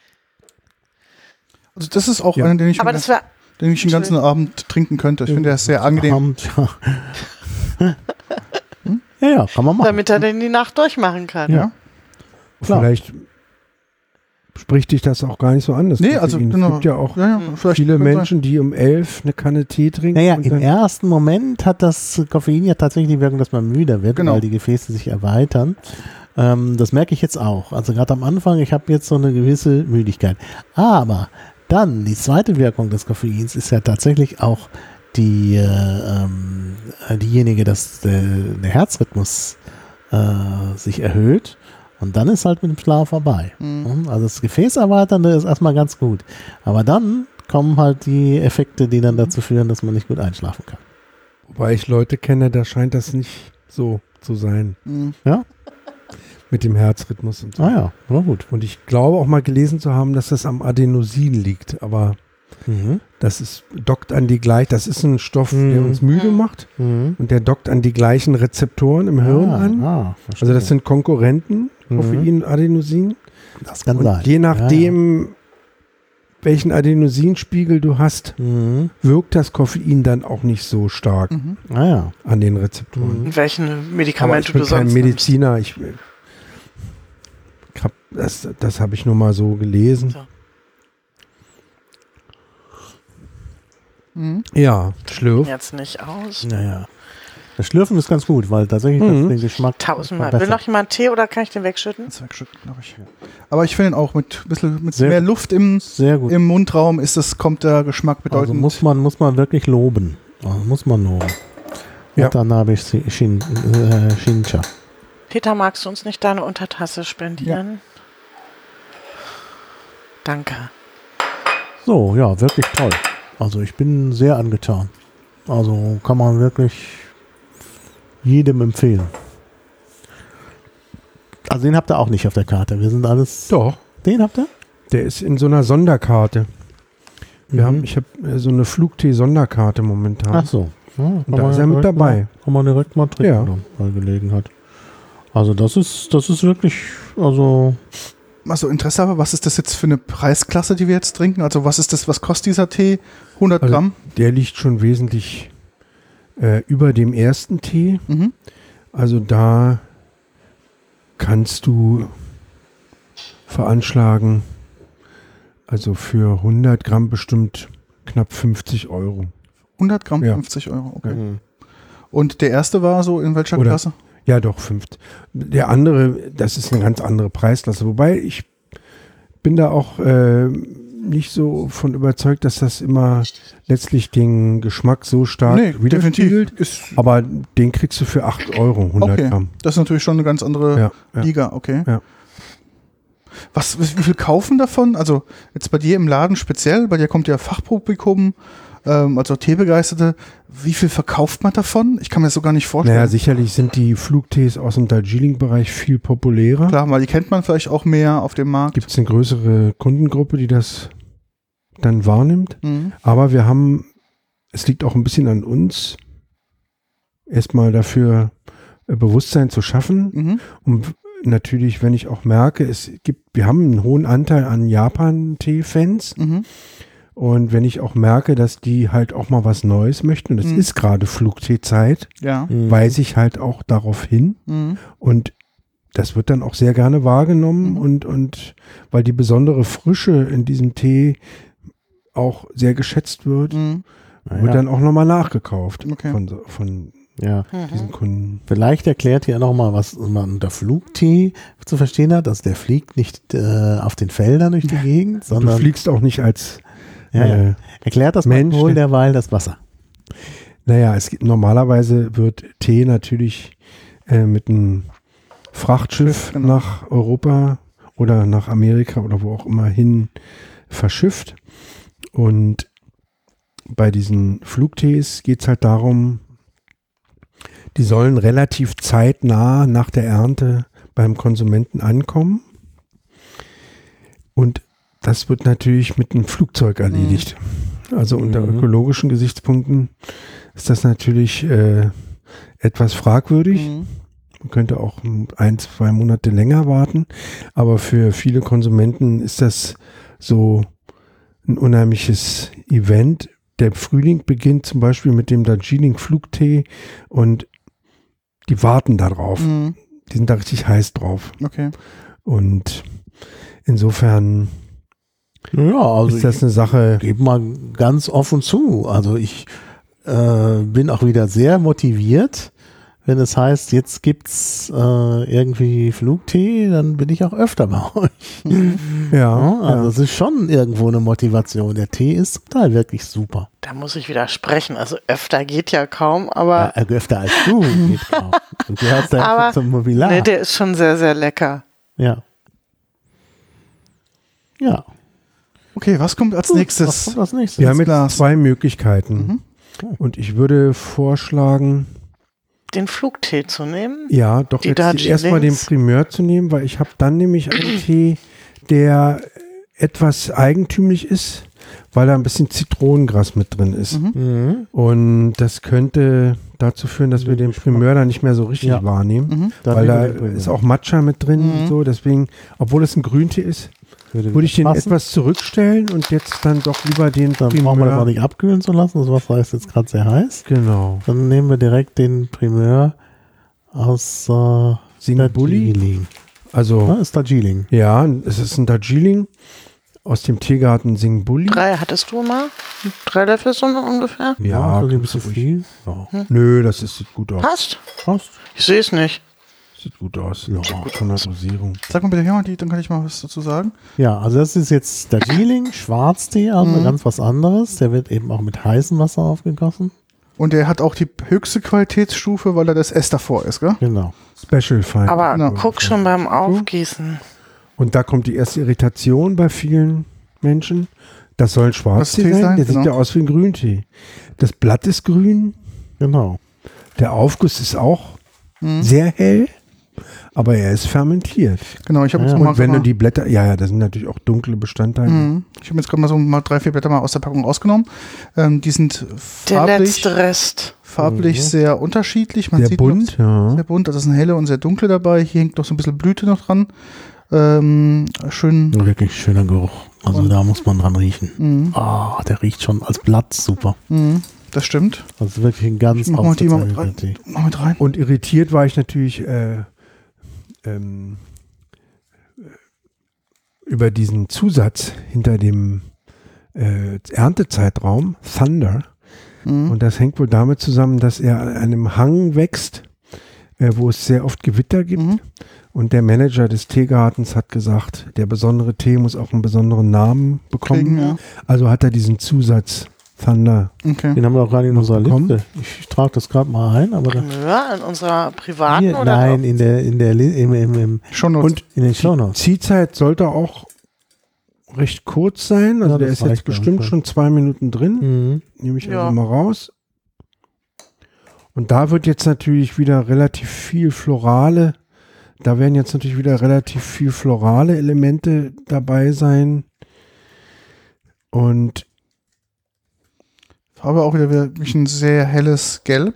Also das ist auch ja. einer, den ich, aber das wär, den ich den ganzen Abend trinken könnte. Ich finde, der ist sehr angenehm. Abend, ja. hm? ja, ja, kann man machen. Damit er den die Nacht durchmachen kann. Ja, klar. Vielleicht spricht dich das auch gar nicht so an. Das nee, also genau. Es gibt ja auch ja, ja, viele Menschen, die um elf eine Kanne Tee trinken. Naja, im ersten Moment hat das Koffein ja tatsächlich die Wirkung, dass man müder wird, genau. weil die Gefäße sich erweitern. Ähm, das merke ich jetzt auch. Also gerade am Anfang, ich habe jetzt so eine gewisse Müdigkeit. Aber dann, die zweite Wirkung des Koffeins ist ja tatsächlich auch die, äh, ähm, diejenige, dass der, der Herzrhythmus äh, sich erhöht. Und dann ist halt mit dem Schlaf vorbei. Mhm. Also das Gefäßerweiternde ist erstmal ganz gut. Aber dann kommen halt die Effekte, die dann dazu führen, dass man nicht gut einschlafen kann. Wobei ich Leute kenne, da scheint das nicht so zu sein. Mhm. Ja? Mit dem Herzrhythmus und so. Ah ja, war gut. Und ich glaube auch mal gelesen zu haben, dass das am Adenosin liegt. Aber mhm. das ist, dockt an die gleich, das ist ein Stoff, mhm. der uns müde macht. Mhm. Und der dockt an die gleichen Rezeptoren im Hirn ah, an. Ah, also das sind Konkurrenten, Koffein, mhm. Adenosin. Das kann und sein. Je nachdem, ja, ja. welchen Adenosinspiegel du hast, mhm. wirkt das Koffein dann auch nicht so stark mhm. ah, ja. an den Rezeptoren. Und welchen Medikamente du sonst nimmst. Ich bin kein Mediziner, ich, ich hab, das, das habe ich nur mal so gelesen. So. Mhm. Ja, Schlürf. Jetzt nicht aus. Naja. Das Schlürfen ist ganz gut, weil tatsächlich mhm. das den Geschmack. Tausendmal. Will noch jemand Tee oder kann ich den wegschütten? Das wegschütten, glaube ich. Aber ich finde ihn auch mit, bisschen, mit sehr mehr Luft im, sehr gut. im Mundraum ist das, kommt der Geschmack bedeutend. Also muss man, muss man wirklich loben. Also muss man loben. Ja. Und dann habe ich Shin, äh, Shincha. Peter, magst du uns nicht deine Untertasse spendieren? Ja. Danke. So, ja, wirklich toll. Also ich bin sehr angetan. Also kann man wirklich jedem empfehlen. Also den habt ihr auch nicht auf der Karte. Wir sind alles... Doch. Den habt ihr? Der ist in so einer Sonderkarte. Wir mhm. haben, ich habe äh, so eine Flugtee-Sonderkarte momentan. Ach so. Ja, und da ist er mit dabei. Mal, kann man direkt mal trinken, ja. dann, bei Gelegenheit. Also das ist, das ist wirklich, also... Also Interesse aber, was ist das jetzt für eine Preisklasse, die wir jetzt trinken? Also was ist das, was kostet dieser Tee? hundert Gramm? Also der liegt schon wesentlich äh, über dem ersten Tee. Mhm. Also da kannst du veranschlagen, also für hundert Gramm bestimmt knapp fünfzig Euro. hundert Gramm, ja. fünfzig Euro, okay. Mhm. Und der erste war so in welcher Oder, Klasse? Ja, doch, fünf. Der andere, das ist eine ganz andere Preisklasse. Wobei ich bin da auch äh, nicht so von überzeugt, dass das immer letztlich den Geschmack so stark nee, widerspiegelt. Aber den kriegst du für acht Euro, hundert okay. Gramm. Das ist natürlich schon eine ganz andere ja, ja. Liga, okay. Ja. Was, wie viel kaufen davon? Also jetzt bei dir im Laden speziell, bei dir kommt ja Fachpublikum, ähm, also Teebegeisterte. Wie viel verkauft man davon? Ich kann mir das so gar nicht vorstellen. Naja, sicherlich sind die Flugtees aus dem Darjeeling-Bereich viel populärer. Klar, weil die kennt man vielleicht auch mehr auf dem Markt. Gibt es eine größere Kundengruppe, die das dann wahrnimmt. Mhm. Aber wir haben, es liegt auch ein bisschen an uns, erstmal dafür äh, Bewusstsein zu schaffen. Mhm. Und natürlich, wenn ich auch merke, es gibt, wir haben einen hohen Anteil an Japan-Tee-Fans. Mhm. Und wenn ich auch merke, dass die halt auch mal was Neues möchten, und es mhm. ist gerade Flugtee-Zeit, ja. mhm. weise ich halt auch darauf hin. Mhm. Und das wird dann auch sehr gerne wahrgenommen mhm. und, und weil die besondere Frische in diesem Tee auch sehr geschätzt wird, mhm. wird ja. dann auch nochmal nachgekauft okay. von, von ja. diesen Kunden. Vielleicht erklärt ihr nochmal, was man unter Flugtee zu verstehen hat. Also der fliegt nicht äh, auf den Feldern durch die Gegend, sondern... Du fliegst auch nicht als ja, äh, ja. Erklärt das Mensch, mal wohl derweil das Wasser. Naja, es gibt, normalerweise wird Tee natürlich äh, mit einem Frachtschiff Genau. nach Europa oder nach Amerika oder wo auch immer hin verschifft. Und bei diesen Flugtees geht es halt darum, die sollen relativ zeitnah nach der Ernte beim Konsumenten ankommen. Und das wird natürlich mit einem Flugzeug erledigt. Mhm. Also unter Mhm. ökologischen Gesichtspunkten ist das natürlich äh, etwas fragwürdig. Mhm. Man könnte auch ein, zwei Monate länger warten. Aber für viele Konsumenten ist das so ein unheimliches Event. Der Frühling beginnt zum Beispiel mit dem Darjeeling-Flugtee und die warten da drauf. Mhm. Die sind da richtig heiß drauf. Okay. Und insofern Ja, also ist das ich eine Sache. gebe mal ganz offen zu. Also ich äh, bin auch wieder sehr motiviert. Wenn es heißt, jetzt gibt's äh, irgendwie Flugtee, dann bin ich auch öfter bei euch. Ja, Ja, also ja. es ist schon irgendwo eine Motivation. Der Tee ist zum Teil wirklich super. Da muss ich widersprechen. Also öfter geht ja kaum, aber Ja, öfter als du. geht auch. Du gehörst ja Aber- zum Mobilar. nee, der ist schon sehr, sehr lecker. ja. Ja. Okay, was kommt als Was nächstes? kommt als nächstes? Wir haben jetzt Glas. zwei Möglichkeiten. Mhm. Und ich würde vorschlagen, Den Flugtee zu nehmen. ja, doch Die jetzt Darjeelings. erstmal den Primeur zu nehmen, weil ich habe dann nämlich einen Tee, der etwas eigentümlich ist, weil da ein bisschen Zitronengras mit drin ist. Mhm. Mhm. Und das könnte dazu führen, dass wir den Primeur dann nicht mehr so richtig Ja. wahrnehmen. Mhm. Dann Weil nehmen da wir den Primeur. ist auch Matcha mit drin Mhm. und so. Deswegen, obwohl es ein Grüntee ist, würde ich den passen. etwas zurückstellen und jetzt dann doch lieber den Dann brauchen wir das auch nicht abkühlen zu lassen. Das Wasser ist jetzt gerade sehr heiß. Genau. Dann nehmen wir direkt den Primeur aus äh, Singbulli. Darjeeling. Also, Ja, ist Darjeeling. ja, es ist ein Darjeeling aus dem Teegarten Singbulli. Drei hattest du mal? Drei Löffel so ungefähr? Ja, so ein kannst du bisschen ruhig. viel. Ja. Nö, das ist, sieht gut aus. Passt. Passt. Ich sehe es nicht. Sieht gut aus. Ja, von der Dosierung. Sag mal bitte hier mal die, dann kann ich mal was dazu sagen. Ja, also das ist jetzt Darjeeling, Schwarztee, also Mhm. ganz was anderes. Der wird eben auch mit heißem Wasser aufgegossen. Und der hat auch die höchste Qualitätsstufe, weil da das S davor ist, gell? Genau. Special Fine. Aber Genau. guck schon beim Aufgießen. Und da kommt die erste Irritation bei vielen Menschen. Das soll ein Schwarztee Tee sein. sein, Der sieht genau. ja aus wie ein Grüntee. Das Blatt ist grün. Genau. Der Aufguss ist auch Mhm. sehr hell. Aber er ist fermentiert. Genau, ich habe jetzt Ja, mal, Und wenn mal du die Blätter, ja, ja, da sind natürlich auch dunkle Bestandteile. Mhm. Ich habe jetzt gerade mal so mal drei, vier Blätter mal aus der Packung rausgenommen. Ähm, die sind Der farblich, letzte Rest. farblich Mhm. sehr unterschiedlich. Man Sehr sieht bunt, noch, ja. sehr bunt. Also es sind helle und sehr dunkle dabei. Hier hängt noch so ein bisschen Blüte noch dran. Ähm, schön. Ein wirklich schöner Geruch. Also Und- da muss man dran riechen. Mhm. Ah, der riecht schon als Blatt super. Mhm. Das stimmt. Also wirklich ein ganz Ich mach mal die mal mit ausgezeichneter rein. Tee. Mal mit rein. Und irritiert war ich natürlich äh, ähm, über diesen Zusatz hinter dem äh, Erntezeitraum, Thunder. Mhm. Und das hängt wohl damit zusammen, dass er an einem Hang wächst, äh, wo es sehr oft Gewitter gibt. Mhm. Und der Manager des Teegartens hat gesagt, der besondere Tee muss auch einen besonderen Namen bekommen. Kriegen, ja. Also hat er diesen Zusatz Thunder. Okay. Den haben wir auch gerade in unserer bekommen? Liste. Ich trage das gerade mal ein, aber da, Primeur in unserer privaten hier, oder? nein, in der in der Li- im, im, im, Schon noch. Und in den Shownotes. Ziehzeit sollte auch recht kurz sein. Also Ja, der das ist jetzt reicht bestimmt ganz, ja. schon zwei Minuten drin. Mhm. Nehme ich Ja. also mal raus. Und da wird jetzt natürlich wieder relativ viel florale, da werden jetzt natürlich wieder relativ viel florale Elemente dabei sein. Und Farbe auch wieder wirklich ein sehr helles Gelb.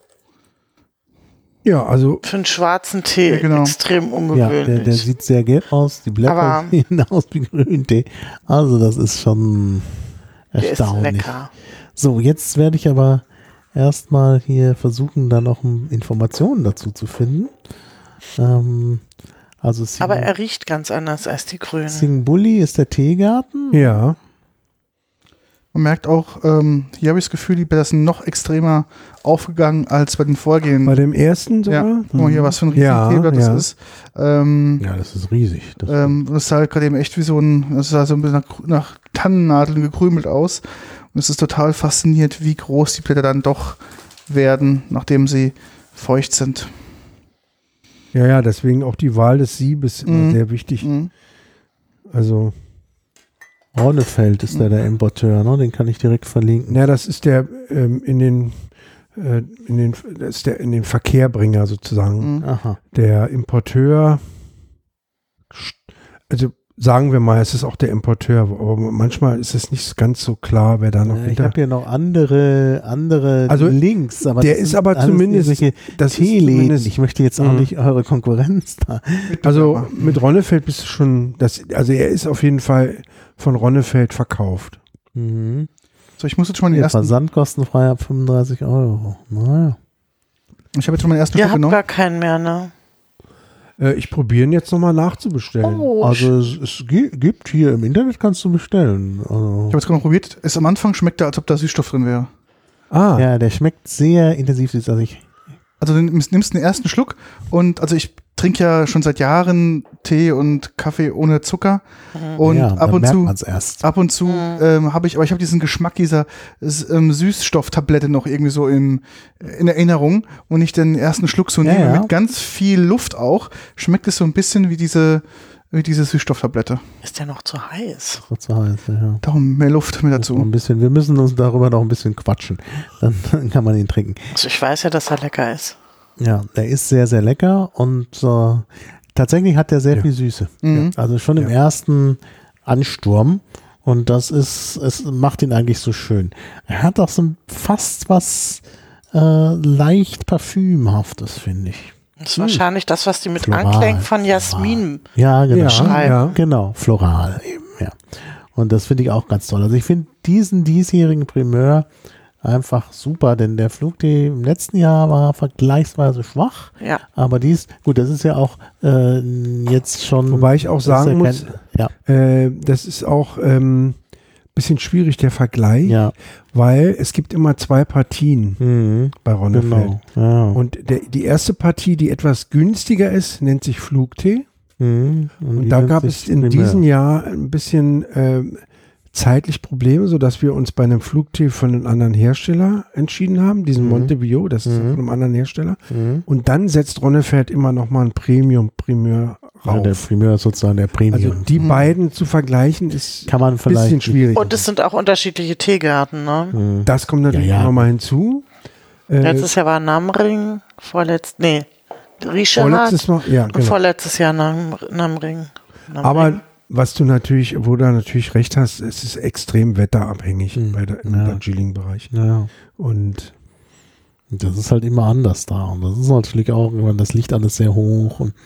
ja, also Für einen schwarzen Tee Ja, genau. extrem Ja, ungewöhnlich. der, der sieht sehr gelb aus. Die Blätter Aber- sehen aus wie Grüntee. Also das ist schon der ist erstaunlich. lecker. So, jetzt werde ich aber erstmal hier versuchen, da noch um Informationen dazu zu finden. Ähm, also Sing, Aber er riecht ganz anders als die Grünen. Singbulli ist der Teegarten. ja, Man merkt auch, ähm, hier habe ich das Gefühl, die Blätter sind noch extremer aufgegangen als bei den vorgehenden. bei dem ersten ja, sogar. guck mal hier, was für ein riesen Ja, Teeblatt das ja. ist. Ähm, Ja, das ist riesig. Das ähm, das ist halt gerade eben echt wie so ein, das ist halt so ein bisschen nach, nach Tannennadeln gekrümelt aus. Und es ist total faszinierend, wie groß die Blätter dann doch werden, nachdem sie feucht sind. Ja, ja, deswegen auch die Wahl des Siebes immer Mhm. sehr wichtig. Mhm. Also, Ronnefeld ist der, der Importeur, ne? Den kann ich direkt verlinken. na, das ist der ähm, in den äh, in den das ist der in den Verkehrbringer sozusagen. Mhm. Aha. Der Importeur, also sagen wir mal, es ist auch der Importeur, aber manchmal ist es nicht ganz so klar, wer da noch Äh, Ich hinter. habe hier noch andere, andere Also, Links, aber der das ist sind aber alles zumindest- irgendwelche Das ist Teeläden. zumindest- Ich möchte jetzt auch Mhm. nicht eure Konkurrenz da. Also mit Ronnefeld bist du schon, das, also er ist auf jeden Fall von Ronnefeld verkauft. Mhm. So, ich muss jetzt schon mal den Hier, ersten. Versand kostenfrei ab fünfunddreißig Euro. Naja. Ich habe jetzt schon meinen ersten Ihr Schluck habt genommen. gar keinen mehr, ne? Äh, ich probiere ihn jetzt nochmal nachzubestellen. Oh, Also es, es gi- gibt hier im Internet, kannst du bestellen. Also, Ich habe jetzt gerade mal probiert. Es am Anfang schmeckt er, als ob da Süßstoff drin wäre. Ah, ja, der schmeckt sehr intensiv. Also ich, Also du nimmst nimmst den ersten Schluck und also ich trinke ja schon seit Jahren Tee und Kaffee ohne Zucker und ja, ab dann und merkt zu man's erst. ab und zu ähm, habe ich, aber ich habe diesen Geschmack dieser s- ähm, Süßstofftablette noch irgendwie so im, in Erinnerung. Und ich den ersten Schluck so Ja, nehme ja. mit ganz viel Luft auch, schmeckt es so ein bisschen wie diese wie diese Süßstofftablette. ist der noch zu heiß? So zu heiß, ja. Darum mehr Luft mit Noch dazu. ein bisschen, wir müssen uns darüber noch ein bisschen quatschen. Dann, dann kann man ihn trinken. Also ich weiß ja, dass er lecker ist. Ja, der ist sehr, sehr lecker und äh, tatsächlich hat der sehr Ja. viel Süße. Mhm. Also schon im Ja. ersten Ansturm und das ist, es macht ihn eigentlich so schön. Er hat auch so fast was äh, leicht Parfümhaftes, finde ich. Das ist wahrscheinlich das, was die mit Floral. Anklängen von Jasmin. Ja, genau. Ja, Schreiben. ja. Genau, floral eben, ja. Und das finde ich auch ganz toll. Also ich finde diesen diesjährigen Primeur einfach super, denn der Flugtee im letzten Jahr war vergleichsweise schwach, Ja. aber dies, gut, das ist ja auch äh, jetzt schon. Wobei ich auch das ist ja sagen kein- muss, ja, äh, das ist auch ähm, bisschen schwierig, der Vergleich, ja, weil es gibt immer zwei Partien mhm, bei Ronnefeld. genau, ja. Und der, die erste Partie, die etwas günstiger ist, nennt sich Flugtee. Mhm, Und die da nennt gab sich es in Primeur. diesem Jahr ein bisschen ähm, zeitlich Probleme, sodass wir uns bei einem Flugtee von einem anderen Hersteller entschieden haben, diesen Mhm. Montebio, das ist ja Mhm. von einem anderen Hersteller. Mhm. Und dann setzt Ronnefeld immer noch mal ein Premium-Primeur Ja, der rauf. Primeur ist sozusagen der Premium. Also die Mhm. beiden zu vergleichen ist kann man ein vielleicht bisschen schwierig. Und es sind auch unterschiedliche Teegärten, ne? Mhm. Das kommt natürlich Ja, ja. noch mal hinzu. Äh, Letztes Jahr war Namring, vorletzt, nee, Riche vorletztes Mal, ja, und genau. vorletztes Jahr Nam, Namring. Namring. Aber was du natürlich, wo du natürlich recht hast, es ist extrem wetterabhängig Mhm. bei der, im Ja. Darjeeling-Bereich. Ja. Und Das ist halt immer anders da. Und das ist natürlich auch, irgendwann, das liegt alles sehr hoch. Und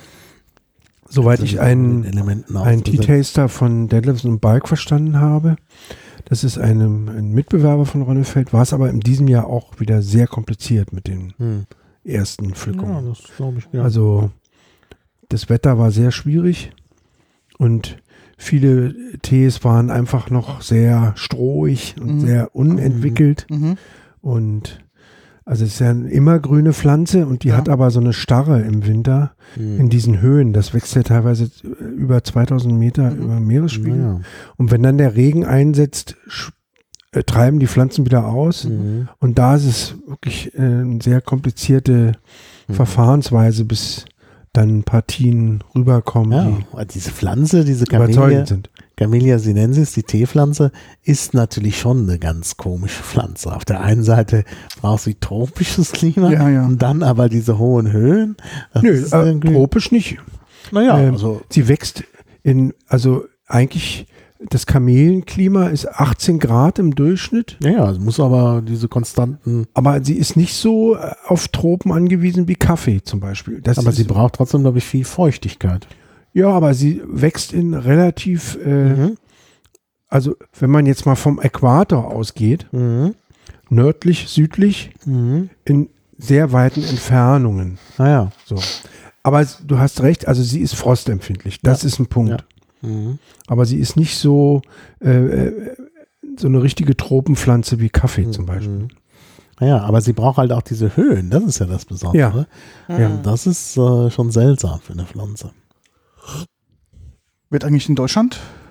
soweit sind ich auch mit den einen, Elementen einen aufgesetzt. Tea-Taster von Deadlifts und Balk verstanden habe, das ist einem, ein Mitbewerber von Ronnefeld, war es aber in diesem Jahr auch wieder sehr kompliziert mit den Hm. ersten Ja, Pflückungen. das glaube ich, ja. Also das Wetter war sehr schwierig und viele Tees waren einfach noch sehr strohig und Mhm. sehr unentwickelt. Mhm. Und also es ist ja eine immergrüne Pflanze und die Ja. hat aber so eine Starre im Winter Hm. in diesen Höhen. Das wächst ja teilweise über zweitausend Meter Mhm. über Meeresspiegel. Ja. Und wenn dann der Regen einsetzt, sch- äh, treiben die Pflanzen wieder aus. Mhm. Und da ist es wirklich äh, eine sehr komplizierte Mhm. Verfahrensweise, bis dann Partien rüberkommen, Ja, die aber diese Pflanze, diese Camellia, überzeugend sind. Camellia sinensis, die Teepflanze, ist natürlich schon eine ganz komische Pflanze. Auf der einen Seite braucht sie tropisches Klima Ja, ja. und dann aber diese hohen Höhen. Das Nö, ist äh, irgendwie- tropisch nicht. naja, ähm, also Sie wächst in, also eigentlich das Kamelenklima ist achtzehn Grad im Durchschnitt, ja, ja, es muss aber diese konstanten, aber sie ist nicht so äh, auf Tropen angewiesen wie Kaffee zum Beispiel. Das aber ist, sie braucht trotzdem, glaube ich, viel Feuchtigkeit. ja, aber sie wächst in relativ, äh, Mhm. also wenn man jetzt mal vom Äquator ausgeht, Mhm. nördlich, südlich, Mhm. in sehr weiten Entfernungen. Naja. So. Aber s- du hast recht, also sie ist frostempfindlich. Das Ja. ist ein Punkt. Ja. Mhm. Aber sie ist nicht so, äh, äh, so eine richtige Tropenpflanze wie Kaffee zum Beispiel. Mhm. Naja, aber sie braucht halt auch diese Höhen, das ist ja das Besondere. Ja. Mhm. Das ist äh, schon seltsam für eine Pflanze. Wird eigentlich in Deutschland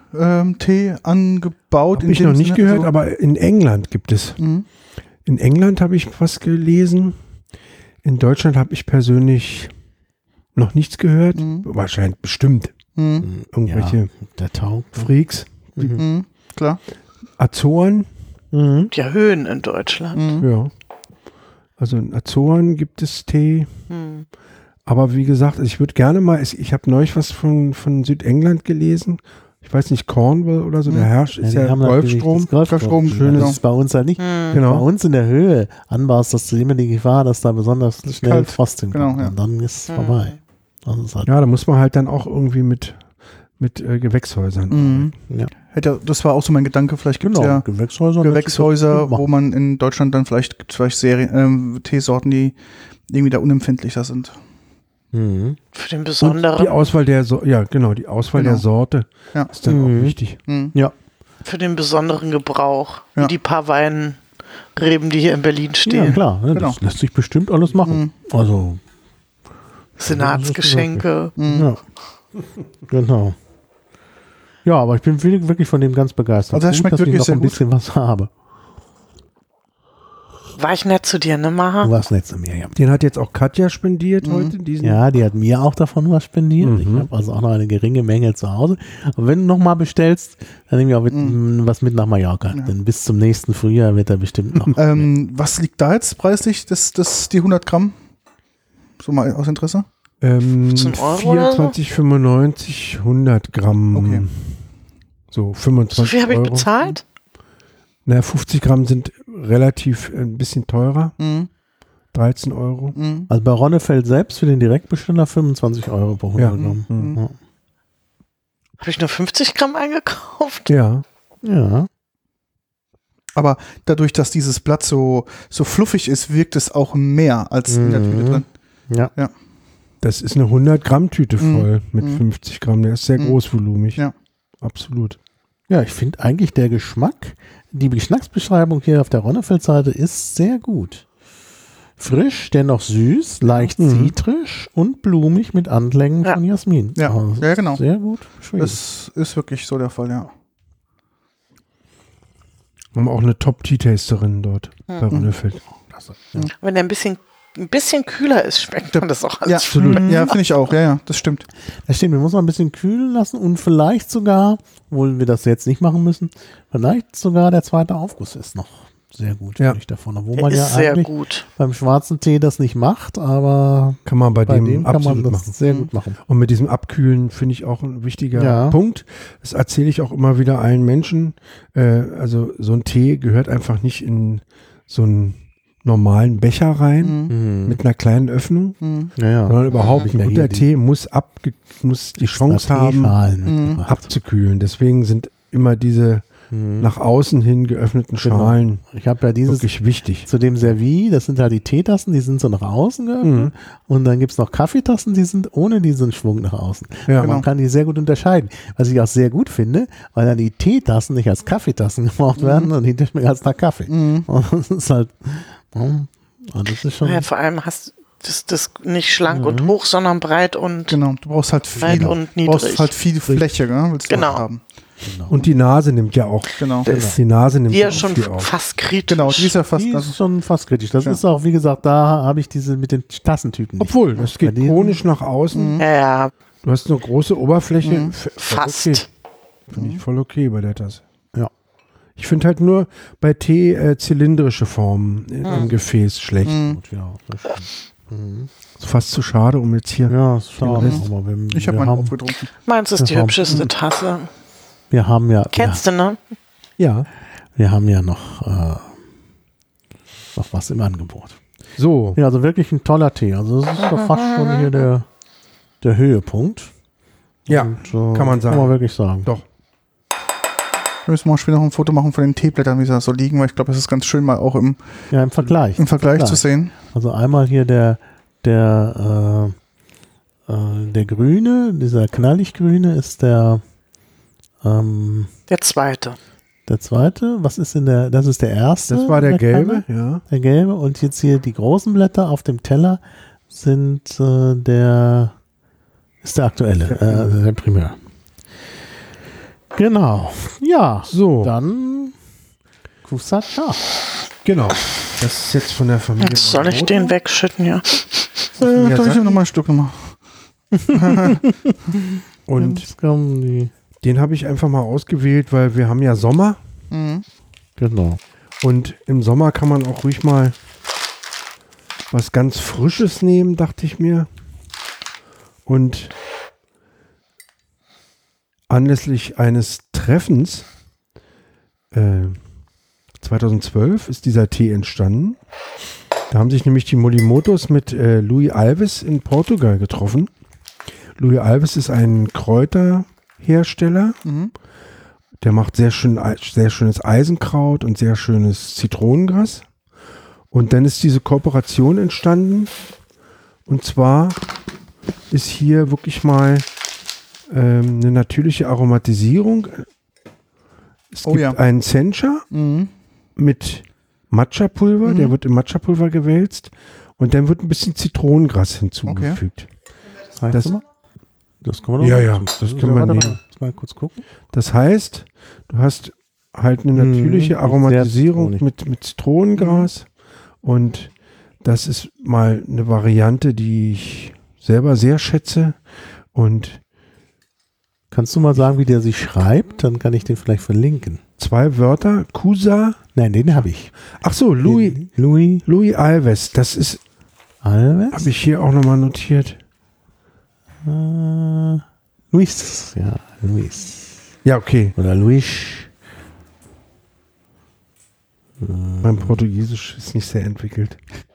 ähm, Tee angebaut. Habe ich noch nicht Sinne, gehört, also aber in England gibt es. Mhm. In England habe ich was gelesen. In Deutschland habe ich persönlich noch nichts gehört. Mhm. Wahrscheinlich bestimmt. Mhm. Irgendwelche ja, der taugt. Freaks. Mhm. Mhm. Klar. Azoren. Mhm. Die Höhen in Deutschland. Mhm. Ja. Also in Azoren gibt es Tee. Mhm. Aber wie gesagt, ich würde gerne mal, ich habe neulich was von, von Südengland gelesen. Ich weiß nicht, Cornwall oder so, der herrscht, ist ja, ja Golfstrom. Golfstrom, schön, das ist bei uns ja nicht. Mhm. Genau. Bei uns in der Höhe anbaust, dass du immer die Gefahr, dass da besonders schnell kalt. Frost hinkommt. Genau, ja. Und dann ist es mhm. vorbei. Ist halt ja, da muss man halt dann auch irgendwie mit, mit äh, Gewächshäusern. Mhm. Ja. Hätte, das war auch so mein Gedanke, vielleicht gibt es genau. ja Gewächshäuser, Gewächshäuser wo man in Deutschland dann vielleicht, gibt es vielleicht Serien, ähm, Teesorten, die irgendwie da unempfindlicher sind. Mhm. Für den besonderen. Und die Auswahl der so ja genau die Auswahl genau. der Sorte ja. ist dann mhm. auch wichtig. Mhm. Ja. Für den besonderen Gebrauch, ja. wie die paar Weinreben, die hier in Berlin stehen. Ja klar, ne, genau. das lässt sich bestimmt alles machen. Mhm. Also Senatsgeschenke. Mhm. Ja. Genau. Ja, aber ich bin wirklich von dem ganz begeistert. Also das Gut, schmeckt dass wirklich ich noch sehr ein bisschen gut. was habe. War ich nett zu dir, ne, Maha? Du warst nett zu mir, ja. Den hat jetzt auch Katja spendiert mhm. heute. Diesen ja, die hat mir auch davon was spendiert. Mhm. Ich habe also auch noch eine geringe Menge zu Hause. Aber wenn du nochmal bestellst, dann nehme ich auch mit, mhm. was mit nach Mallorca. Ja. Denn bis zum nächsten Frühjahr wird er bestimmt noch. ähm, was liegt da jetzt preislich, das, das, die hundert Gramm? So mal aus Interesse? Ähm, vierundzwanzig fünfundneunzig, hundert Gramm. Okay. So fünfundzwanzig So viel habe ich Euro. bezahlt? Na, fünfzig Gramm sind relativ ein bisschen teurer. Mhm. dreizehn Euro. Mhm. Also bei Ronnefeld selbst für den Direktbesteller fünfundzwanzig Euro pro hundert Ja. Gramm. Mhm. Ja. Habe ich nur fünfzig Gramm eingekauft? Ja. Ja. Aber dadurch, dass dieses Blatt so, so fluffig ist, wirkt es auch mehr als in der Tüte drin. Ja. ja. Das ist eine hundert Gramm Tüte voll Mhm. mit Mhm. fünfzig Gramm. Der ist sehr Mhm. großvolumig. Ja. Absolut. Ja, ich finde eigentlich der Geschmack, die Geschmacksbeschreibung hier auf der Ronnefeld-Seite ist sehr gut. Frisch, dennoch süß, leicht Mhm. zitrisch und blumig mit Anklängen Ja. von Jasmin. Ja. Also Ja, genau. Sehr gut beschrieben. Das ist wirklich so der Fall, ja. Wir haben auch eine Top-Tea-Tasterin dort Mhm. bei Ronnefeld. Klasse. Wenn der ein bisschen, ein bisschen kühler ist, schmeckt man das auch alles. Ja, absolut. Ja, finde ich auch. Ja, ja, das stimmt. Das stimmt, wir müssen noch ein bisschen kühlen lassen und vielleicht sogar, obwohl wir das jetzt nicht machen müssen, vielleicht sogar der zweite Aufguss ist noch sehr gut, Ja. finde ich davon. Obwohl Der man ja ist sehr eigentlich gut. beim schwarzen Tee das nicht macht, aber Kann man bei, bei dem, dem kann absolut man das machen. sehr Mhm. gut machen. Und mit diesem Abkühlen finde ich auch ein wichtiger Ja. Punkt. Das erzähle ich auch immer wieder allen Menschen. Äh, also so ein Tee gehört einfach nicht in so einen normalen Becher rein Mhm. Mhm. mit einer kleinen Öffnung, Mhm. Ja, ja. sondern überhaupt nicht. Ja, Ein hier guter die- Tee muss, abge muss die Chance haben, Teeschalen Mhm. mitgebracht. abzukühlen. Deswegen sind immer diese Mhm. nach außen hin geöffneten Genau. Schalen Ich habe ja dieses wirklich wichtig. zu dem Servie, das sind halt die Teetassen, die sind so nach außen geöffnet. Mhm. Und dann gibt es noch Kaffeetassen, die sind ohne diesen Schwung nach außen. Ja, Genau. Man kann die sehr gut unterscheiden. Was ich auch sehr gut finde, weil dann die Teetassen nicht als Kaffeetassen gebraucht werden und hinterher schmecken als nach Kaffee. Mhm. Und das ist halt, ja, das ist schon, Ja, vor allem hast das, das nicht schlank Mhm. und hoch, sondern breit und Genau, du brauchst halt breit viel, und du niedrig. brauchst halt viel Fläche, ne? Willst du Genau. halt haben. genau. Und die Nase nimmt ja auch. Genau. Das- Die Nase nimmt die ja auch schon viel auf. fast kritisch. Genau, die ist ja fast. die Also, ist schon fast kritisch. Das Ja. ist auch, wie gesagt, da habe ich diese mit den Tassentypen nicht. Obwohl, das geht Bei denen- chronisch nach außen. Mhm. Ja, ja, Du hast eine große Oberfläche. Mhm. F- voll fast. Okay. Finde ich voll okay bei der Tasse. Ja. Ich finde halt nur bei Tee äh, zylindrische Formen in, Mhm. im Gefäß schlecht. Mhm. Gut, ja, das stimmt. Mhm. Ist fast zu schade, um jetzt hier. Ja, ist schade. Mhm. Aber wir, ich habe wir, meinen haben, aufgetrunken. Meins ist die Ja. hübscheste Tasse. wir haben ja, Kennst du, ne? Ja. wir haben ja noch, äh, noch was im Angebot. So. Ja, also wirklich ein toller Tee. Also das ist doch fast schon hier der, der Höhepunkt. Ja, Und, äh, kann man sagen. Kann man wirklich sagen. Doch. Wir müssen mal später noch ein Foto machen von den Teeblättern, wie sie da so liegen, weil ich glaube, es ist ganz schön mal auch im, Ja, im Vergleich. im Vergleich zu sehen. Also einmal hier der, der, äh, äh, der grüne, dieser knallig grüne ist der, ähm, Der zweite. der zweite. Was ist in der, das ist der erste. Das war der gelbe, kleine, ja. Der gelbe. Und jetzt hier die großen Blätter auf dem Teller sind äh, der, ist der aktuelle, äh, also der Primär. Genau. Ja, So. dann Kusatcha. Genau. Das ist jetzt von der Familie. Jetzt soll ich Morimoto. den wegschütten, ja. Äh, Ja, darf ich sag- noch mal ein Stück nochmal? Und Jetzt kommen die. den habe ich einfach mal ausgewählt, weil wir haben ja Sommer. Mhm. Genau. Und im Sommer kann man auch ruhig mal was ganz Frisches nehmen, dachte ich mir. Und anlässlich eines Treffens äh, zweitausendzwölf ist dieser Tee entstanden. Da haben sich nämlich die Morimotos mit äh, Luís Alves in Portugal getroffen. Luís Alves ist ein Kräuterhersteller. Mhm. Der macht sehr, schön, sehr schönes Eisenkraut und sehr schönes Zitronengras. Und dann ist diese Kooperation entstanden. Und zwar ist hier wirklich mal ähm, eine natürliche Aromatisierung. Es Oh gibt ja. einen Sencha Mhm. mit Matcha-Pulver. Mhm. Der wird in Matcha-Pulver gewälzt. Und dann wird ein bisschen Zitronengras hinzugefügt. Das heißt Das- das, das können wir doch Ja, mal- ja, das können wir warte, nehmen. warte, Mal kurz gucken. Das heißt, du hast halt eine Mhm, natürliche sehr Aromatisierung zitronig. mit, mit Zitronengras und das ist mal eine Variante, die ich selber sehr schätze und Kannst du mal sagen, wie der sich schreibt? Dann kann ich den vielleicht verlinken. zwei Wörter, Kusa, Nein, den habe ich. ach so, Luís, Den Luís Luís Alves, das ist, Alves. habe ich hier auch nochmal notiert. Äh, Luis. Ja, Luis. Ja, okay, Oder Luis. mein Portugiesisch ist nicht sehr entwickelt.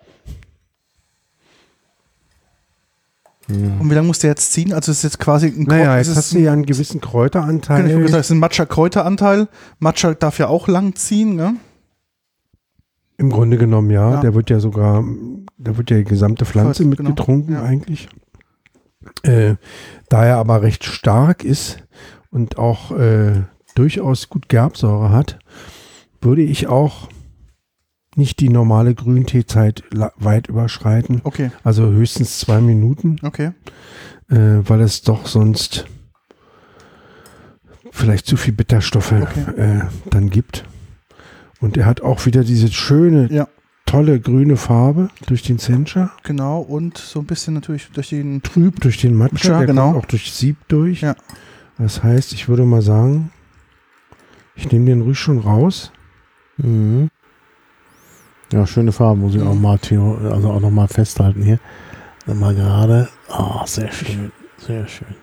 Und wie lange muss der jetzt ziehen? Also es ist jetzt quasi ein Naja, es jetzt ist hast du ja einen gewissen Genau, Kräuteranteil. ich habe gesagt, es ist ein Matcha-Kräuteranteil. Matcha darf ja auch lang ziehen, ne? Im Grunde genommen, ja. Ja. Der wird ja sogar, da wird ja die gesamte Pflanze Voll, mit genau. getrunken Ja. eigentlich. Äh, da er aber recht stark ist und auch äh, durchaus gut Gerbsäure hat, würde ich auch nicht die normale Grünteezeit la- weit überschreiten. Okay, Also höchstens zwei Minuten, okay. äh, weil es doch sonst vielleicht zu viel Bitterstoffe Okay. äh, dann gibt. Und er hat auch wieder diese schöne, Ja. tolle grüne Farbe durch den Sencha. Genau, und so ein bisschen natürlich durch den. Trüb durch den Matcha, Matcha, der genau. kommt auch durch Sieb durch. Ja. Das heißt, ich würde mal sagen, ich nehme den ruhig schon raus. Mhm. Ja, schöne Farbe, muss ich Mhm. auch mal, theo- also auch noch mal festhalten hier. Dann mal gerade. Oh, sehr schön, sehr schön.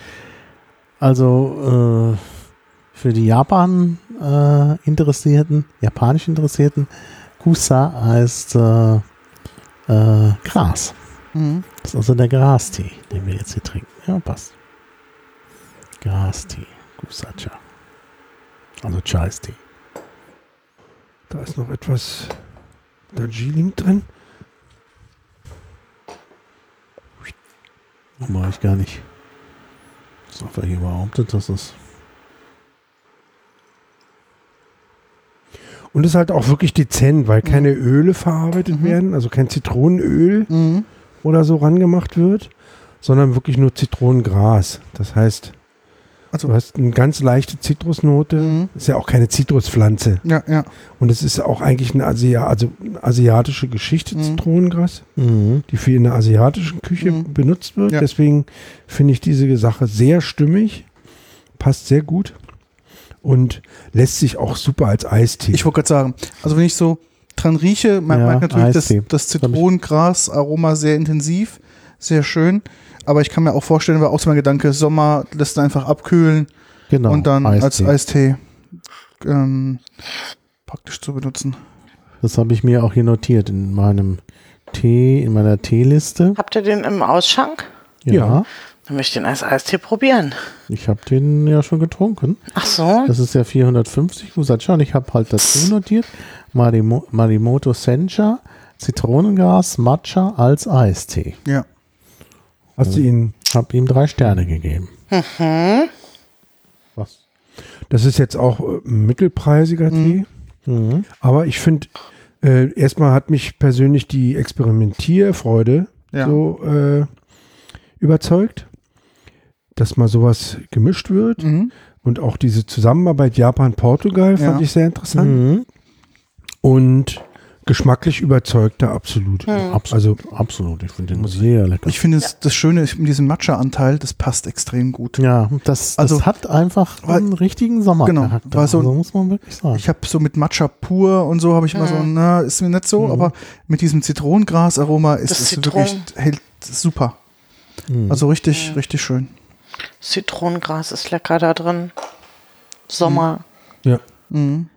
Also äh, für die Japan äh, Interessierten, japanisch Interessierten, Kusa heißt äh, äh, Gras. Mhm. Das ist also der Grastee, den wir jetzt hier trinken. Ja, passt. Grastee, Kusacha. Also Chai-Tee. Da ist noch etwas Darjeeling drin. Mache ich gar nicht. Das ist einfach hier behauptet, dass es. Und es ist halt auch wirklich dezent, weil keine Öle verarbeitet Mhm. werden, also kein Zitronenöl Mhm. oder so rangemacht wird, sondern wirklich nur Zitronengras. Das heißt, Also, du hast eine ganz leichte Zitrusnote. mhm. Ist ja auch keine Zitruspflanze. Ja, ja. Und es ist auch eigentlich eine, Asia also eine asiatische Geschichte, Mhm. Zitronengras, Mhm. die viel in der asiatischen Küche Mhm. benutzt wird. Ja. Deswegen finde ich diese Sache sehr stimmig, passt sehr gut und lässt sich auch super als Eistee. Ich wollte gerade sagen, also wenn ich so dran rieche, man Ja, merkt natürlich das, Eistee. das Zitronengras-Aroma sehr intensiv, sehr schön. Aber ich kann mir auch vorstellen, war auch so mein Gedanke, Sommer lässt ihn einfach abkühlen Genau. und dann als Eistee. Eistee ähm, praktisch zu benutzen. Das habe ich mir auch hier notiert in meinem Tee, in meiner Teeliste. Habt ihr den im Ausschank? Ja. Ja. Dann möchte ich den als Eistee probieren. Ich habe den ja schon getrunken. Ach so. Das ist ja vierhundertfünfzig Kusacha und ich habe halt dazu notiert Marimo, Marimoto Sencha, Zitronengras, Matcha als Eistee. Ja. Hast du ihn, Habe ihm drei Sterne gegeben. Mhm. Was? das ist jetzt auch äh, ein mittelpreisiger Tee, Mhm. aber ich finde, äh, erstmal hat mich persönlich die Experimentierfreude Ja. so äh, überzeugt, dass mal sowas gemischt wird. Mhm. Und auch diese Zusammenarbeit Japan-Portugal fand Ja. ich sehr interessant. Mhm. Und geschmacklich überzeugt er absolut. Absolut, Also absolut. Ich finde den sehr lecker. Ich finde es das Schöne ist, mit diesem Matcha-Anteil, das passt extrem gut. ja, das, das Also- hat einfach weil- einen richtigen Sommercharakter. Genau, war so- also muss man wirklich sagen. Ich habe so mit Matcha pur und so habe ich immer so, na, ist mir nicht so, Mhm. aber mit diesem Zitronengras-Aroma ist Das es Zitron- wirklich hält super. Mhm. Also richtig, richtig schön. Zitronengras ist lecker da drin. Sommer. ja. Mhm.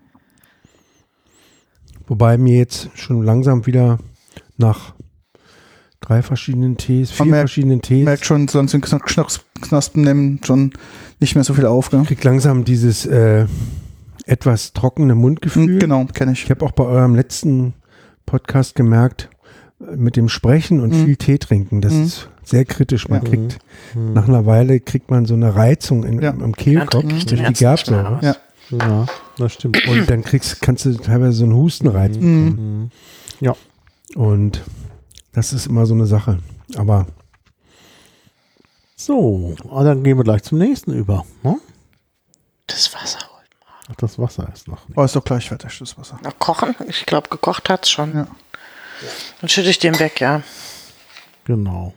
Wobei mir jetzt schon langsam wieder nach drei verschiedenen Tees, vier Man merkt- verschiedenen Tees, Merkt schon, sonst den Knack- Knack- Knospen nehmen schon nicht mehr so viel auf. Gell? kriegt langsam dieses äh, etwas trockene Mundgefühl. Mhm, Genau, kenne ich. Ich habe auch bei eurem letzten Podcast gemerkt, äh, mit dem Sprechen und Mhm. viel Tee trinken, das Mhm. ist sehr kritisch. Man Ja. kriegt, Mhm. nach einer Weile kriegt man so eine Reizung in, Ja. im Dann Kehlkopf trinke ich durch den die Ernst nicht mehr Gerbsäure. aus. Ja. Ja, das stimmt. Und dann kriegst, kannst du teilweise so einen Hustenreiz bekommen. Mhm. Ja. Und das ist immer so eine Sache. Aber So, ah, dann gehen wir gleich zum nächsten über. Ne? Das Wasser holt mal. Ach, das Wasser ist noch nicht. Oh, ist doch gleich fertig, das Wasser. Na, kochen? Ich glaube, gekocht hat's schon. Ja. Dann schütte ich den weg, ja. Genau.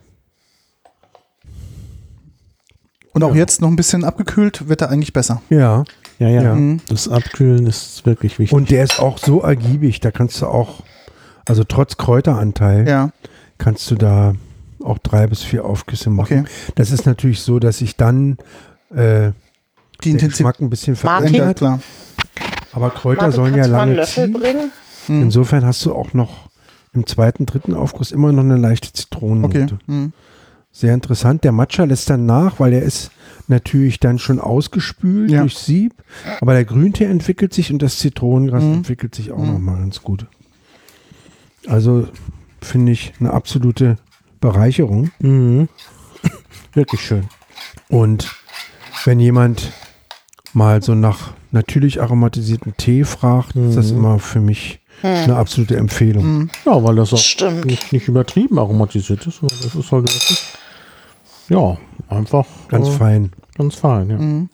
Und auch jetzt noch ein bisschen abgekühlt, wird er eigentlich besser. ja. Ja, ja. Ja. Mhm. Das Abkühlen ist wirklich wichtig. Und der ist auch so ergiebig, da kannst du auch, also trotz Kräuteranteil, Ja, kannst du da auch drei bis vier Aufgüsse machen. okay. Das ist natürlich so, dass sich dann äh, Die der Intensität. Geschmack ein bisschen Martin? Ja, verändert. klar. Aber Kräuter Martin, sollen ja kannst du mal einen lange Löffel ziehen. bringen? Mhm. Insofern hast du auch noch im zweiten, dritten Aufguss immer noch eine leichte Zitronennote. Okay. Mhm. Sehr interessant. Der Matcha lässt dann nach, weil der ist natürlich dann schon ausgespült Ja. durch Sieb. Aber der Grüntee entwickelt sich und das Zitronengras Mhm. entwickelt sich auch Mhm. noch mal ganz gut. Also finde ich eine absolute Bereicherung. Mhm. Wirklich schön. Und wenn jemand mal so nach natürlich aromatisierten Tee fragt, ist das Mhm. immer für mich eine absolute Empfehlung. Mhm. Ja, weil das auch Stimmt. nicht, nicht übertrieben aromatisiert ist. sondern Das ist halt wirklich, ja, einfach Ganz äh, fein. ganz fein. Ja. Mhm.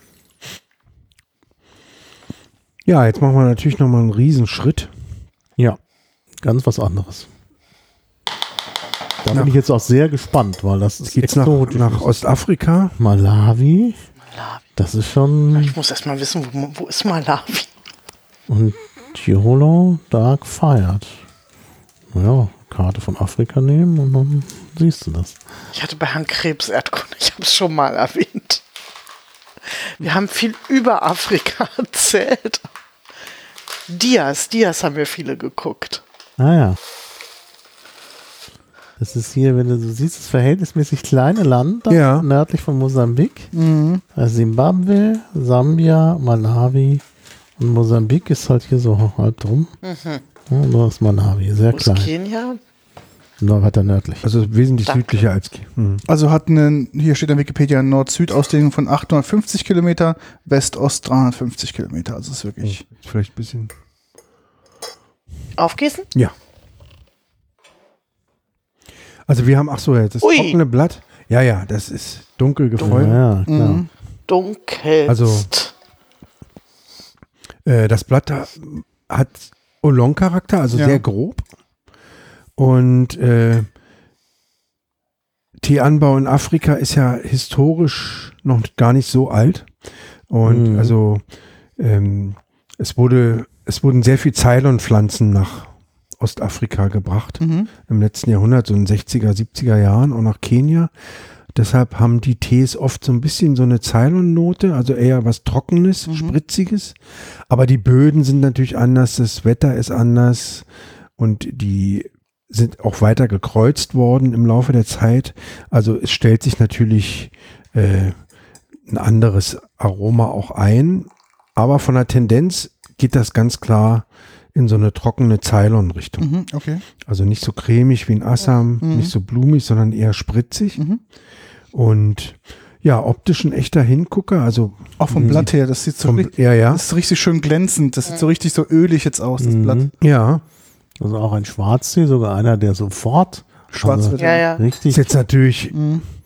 Ja, jetzt machen wir natürlich nochmal einen Riesenschritt. ja, ganz was anderes. Da Nach- bin ich jetzt auch sehr gespannt, weil das ist Geht's nach, exotisch. nach Ostafrika? Malawi. Malawi. Das ist schon. Ich muss erst mal wissen, wo, wo ist Malawi? Und Tirolo Dark Fired. Ja, Karte von Afrika nehmen und dann siehst du das. Ich hatte bei Herrn Krebs Erdkunde, ich habe es schon mal erwähnt. Wir haben viel über Afrika erzählt. Dias, Dias haben wir viele geguckt. Ah ja. Das ist hier, wenn du so siehst, das verhältnismäßig kleine Land da, Ja. nördlich von Mosambik. Mhm. Also Zimbabwe, Sambia, Malawi und Mosambik ist halt hier so halb drum. Ja, und da ist Malawi, sehr Wo ist klein. Kenia? Nur weiter nördlich. Also wesentlich Danke. südlicher als Ki- hm. Also hat einen, hier steht in Wikipedia, eine Nord-Süd-Ausdehnung von achthundertfünfzig Kilometer, West-Ost dreihundertfünfzig Kilometer. Also es ist wirklich. Vielleicht ein bisschen. Aufgießen? Ja. Also wir haben, ach so, ja, das Ui. trockene Blatt. Ja, ja, das ist dunkel ja, gefäuert. ja, klar. Mhm. Dunkelst. Also- Äh, das Blatt da hat Oolong-Charakter, also Ja. sehr grob. Und äh, Teeanbau in Afrika ist ja historisch noch gar nicht so alt. Und Mhm. also ähm, es wurde, es wurden sehr viel Ceylon-Pflanzen nach Ostafrika gebracht Mhm. im letzten Jahrhundert, so in den sechziger, siebziger Jahren, auch nach Kenia. Deshalb haben die Tees oft so ein bisschen so eine Ceylon-Note, also eher was Trockenes, Mhm. Spritziges. Aber die Böden sind natürlich anders, das Wetter ist anders und die sind auch weiter gekreuzt worden im Laufe der Zeit. Also es stellt sich natürlich äh, ein anderes Aroma auch ein. Aber von der Tendenz geht das ganz klar in so eine trockene Ceylon-Richtung. Mhm. Okay. Also nicht so cremig wie ein Assam, Mhm. nicht so blumig, sondern eher spritzig. Mhm. Und ja, optisch ein echter Hingucker. Also Auch vom Mhm. Blatt her, das sieht so vom, richtig, ja, ja, das ist richtig schön glänzend. Das sieht so richtig so ölig jetzt aus, das Mhm. Blatt. ja. Also auch ein Schwarztee, sogar einer, der sofort Schwarz also wird Ja, ja. richtig. Ist jetzt natürlich Mhm.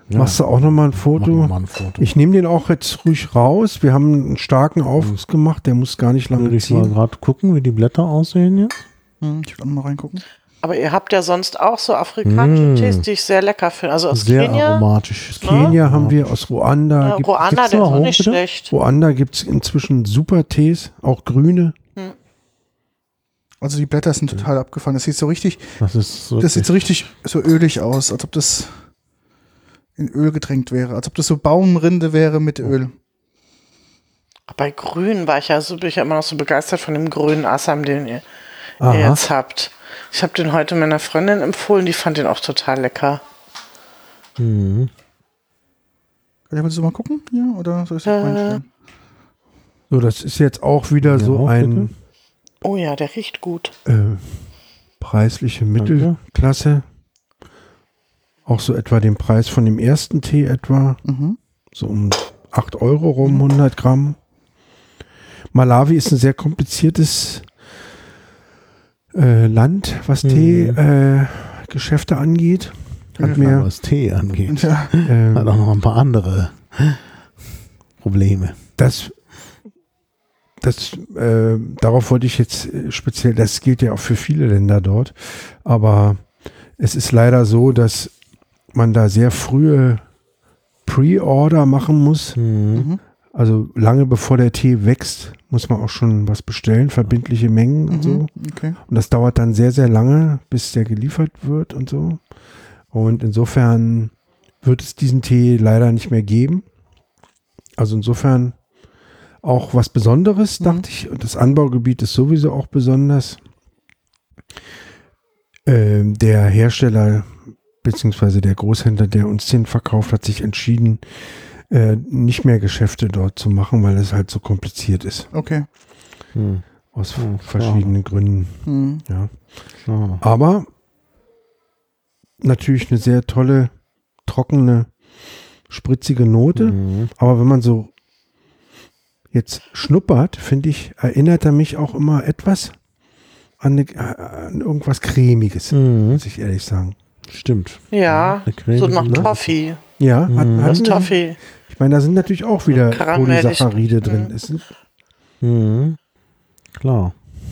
Ja. Machst du auch nochmal ein Machen Foto? wir mal ein Foto. Ich nehme den auch jetzt ruhig raus. Wir haben einen starken Aufguss gemacht, der muss gar nicht lange Würde ich mal ziehen. gerade gucken, wie die Blätter aussehen jetzt. Hm, ich will auch noch mal reingucken. Aber ihr habt ja sonst auch so afrikanische Mm. Tees, die ich sehr lecker finde. Also aus Sehr Kenia. aromatisch. Kenia haben wir, aus Ruanda. Ja, Gibt, Ruanda, gibt's der noch ist auch hoch, nicht bitte? schlecht. Ruanda gibt es inzwischen super Tees, auch grüne. Also die Blätter sind total abgefahren. Das sieht so richtig, Das ist so. das sieht so richtig so ölig aus, als ob das in Öl getränkt wäre, als ob das so Baumrinde wäre mit Öl. Bei Grün war ich ja so, bin ich ja immer noch so begeistert von dem grünen Assam, den ihr, Aha. ihr jetzt habt. Ich habe den heute meiner Freundin empfohlen, die fand den auch total lecker. Mhm. Willst du mal gucken? Ja, oder soll ich das Äh. reinstellen? So, das ist jetzt auch wieder Ja, so auch ein Oh ja, der riecht gut. äh, preisliche Mittelklasse. Auch so etwa den Preis von dem ersten Tee etwa. Mhm. So um acht Euro rum, hundert Gramm. Malawi ist ein sehr kompliziertes äh, Land, was Mhm. Teegeschäfte äh, angeht. Hat mir Was Tee angeht. Ja, äh, Hat auch noch ein paar andere Probleme. das, das äh, darauf wollte ich jetzt äh, speziell, das gilt ja auch für viele Länder dort, aber es ist leider so, dass man da sehr frühe Pre-Order machen muss. Mhm. Also lange bevor der Tee wächst, muss man auch schon was bestellen, verbindliche Mengen und so. mhm. Okay. Und das dauert dann sehr, sehr lange, bis der geliefert wird und so. Und insofern wird es diesen Tee leider nicht mehr geben. Also insofern auch was Besonderes, Mhm. dachte ich. Und das Anbaugebiet ist sowieso auch besonders. Ähm, der Hersteller beziehungsweise der Großhändler, der uns den verkauft, hat sich entschieden, äh, nicht mehr Geschäfte dort zu machen, weil es halt so kompliziert ist. Okay. Mhm. Aus Ja, verschiedenen Gründen. Mhm. Ja. Schade. Aber natürlich eine sehr tolle, trockene, spritzige Note. Mhm. Aber wenn man so jetzt schnuppert, finde ich, erinnert er mich auch immer etwas an, eine, an irgendwas Cremiges, Mhm. muss ich ehrlich sagen. Stimmt. Ja, Eine Creme, so nach ne? Toffee. Ja, hat, Mhm. Das hat, Toffee. ich meine, da sind natürlich auch wieder Karamellig. Polysaccharide drin. Mhm. Es sind, Mhm. Klar.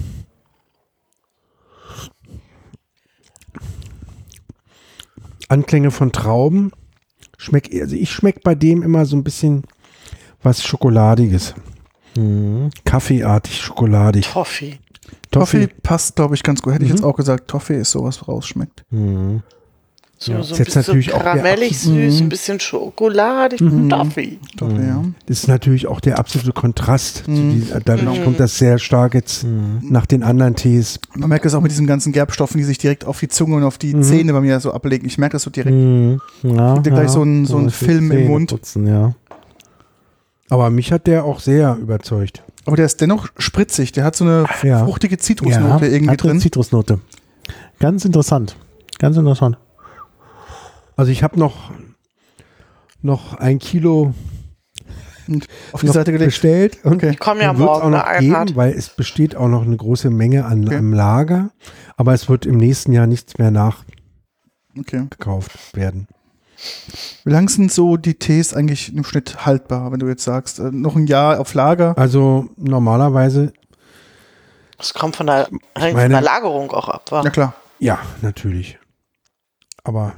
Anklänge von Trauben. Schmeck, also ich schmecke bei dem immer so ein bisschen was Schokoladiges. Mhm. Kaffeeartig, schokoladig. Toffee. Toffee passt, glaube ich, ganz gut. Hätte ich Mhm. jetzt auch gesagt, Toffee ist sowas, was rausschmeckt. Mhm. So, Ja. so Ist ein jetzt bisschen natürlich auch der karamellig absolute- süß, Mhm. ein bisschen schokoladig. Mhm. Toffee. Toffee, Mhm. ja. Das ist natürlich auch der absolute Kontrast. Zu Mhm. diesen, dadurch Mhm. kommt das sehr stark jetzt Mhm. nach den anderen Tees. Man merkt das auch mit diesen ganzen Gerbstoffen, die sich direkt auf die Zunge und auf die Mhm. Zähne bei mir so ablegen. Ich merke das so direkt. Mhm. Ja, Kriegt ihr gleich so einen- so einen die Film im Zähne Mund? Putzen, ja. Aber mich hat der auch sehr überzeugt. Aber der ist dennoch spritzig. Der hat so eine Ja. fruchtige Zitrusnote irgendwie hat eine drin. Zitrusnote. Ganz interessant. Ganz interessant. Also ich habe noch, noch ein Kilo Auf die noch Seite gelegt. bestellt. Und Okay. Die kommen ja wird es auch morgen noch eine geben, Einheit. weil es besteht auch noch eine große Menge an, Okay. am Lager. Aber es wird im nächsten Jahr nichts mehr Okay. nachgekauft werden. Wie lang sind so die Tees eigentlich im Schnitt haltbar, wenn du jetzt sagst, äh, noch ein Jahr auf Lager? Also normalerweise, Das kommt von der, hängt von meine- der Lagerung auch ab. Wa? Ja klar. ja, natürlich. Aber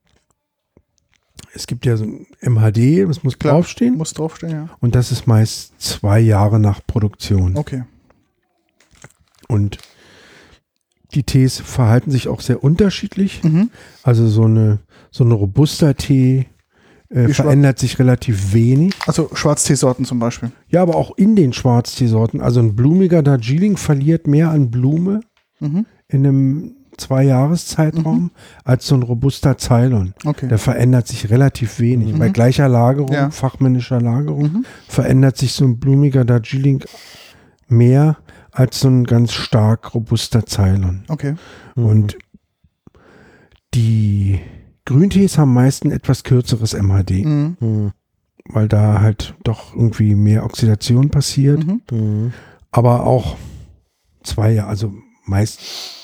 es gibt ja so ein M H D, das muss Klar. draufstehen. Muss draufstehen, ja. Und das ist meist zwei Jahre nach Produktion. Okay. Und die Tees verhalten sich auch sehr unterschiedlich. Mhm. Also so eine, so eine Robusta-Tee äh, Wie schwa- verändert sich relativ wenig. Also Schwarzteesorten zum Beispiel. Ja, aber auch in den Schwarzteesorten. Also ein blumiger Darjeeling verliert mehr an Blume Mhm. in einem Zwei-Jahres-Zeitraum als so ein robuster Ceylon. Okay. Der verändert sich relativ wenig. Mhm. Bei gleicher Lagerung, Ja. fachmännischer Lagerung, Mhm. verändert sich so ein blumiger Darjeeling mehr als so ein ganz stark robuster Ceylon. Okay. Mhm. Und die Grüntees haben meist ein etwas kürzeres M H D, Mhm. Mhm. weil da halt doch irgendwie mehr Oxidation passiert. Mhm. Mhm. Aber auch zwei Jahre, also meist,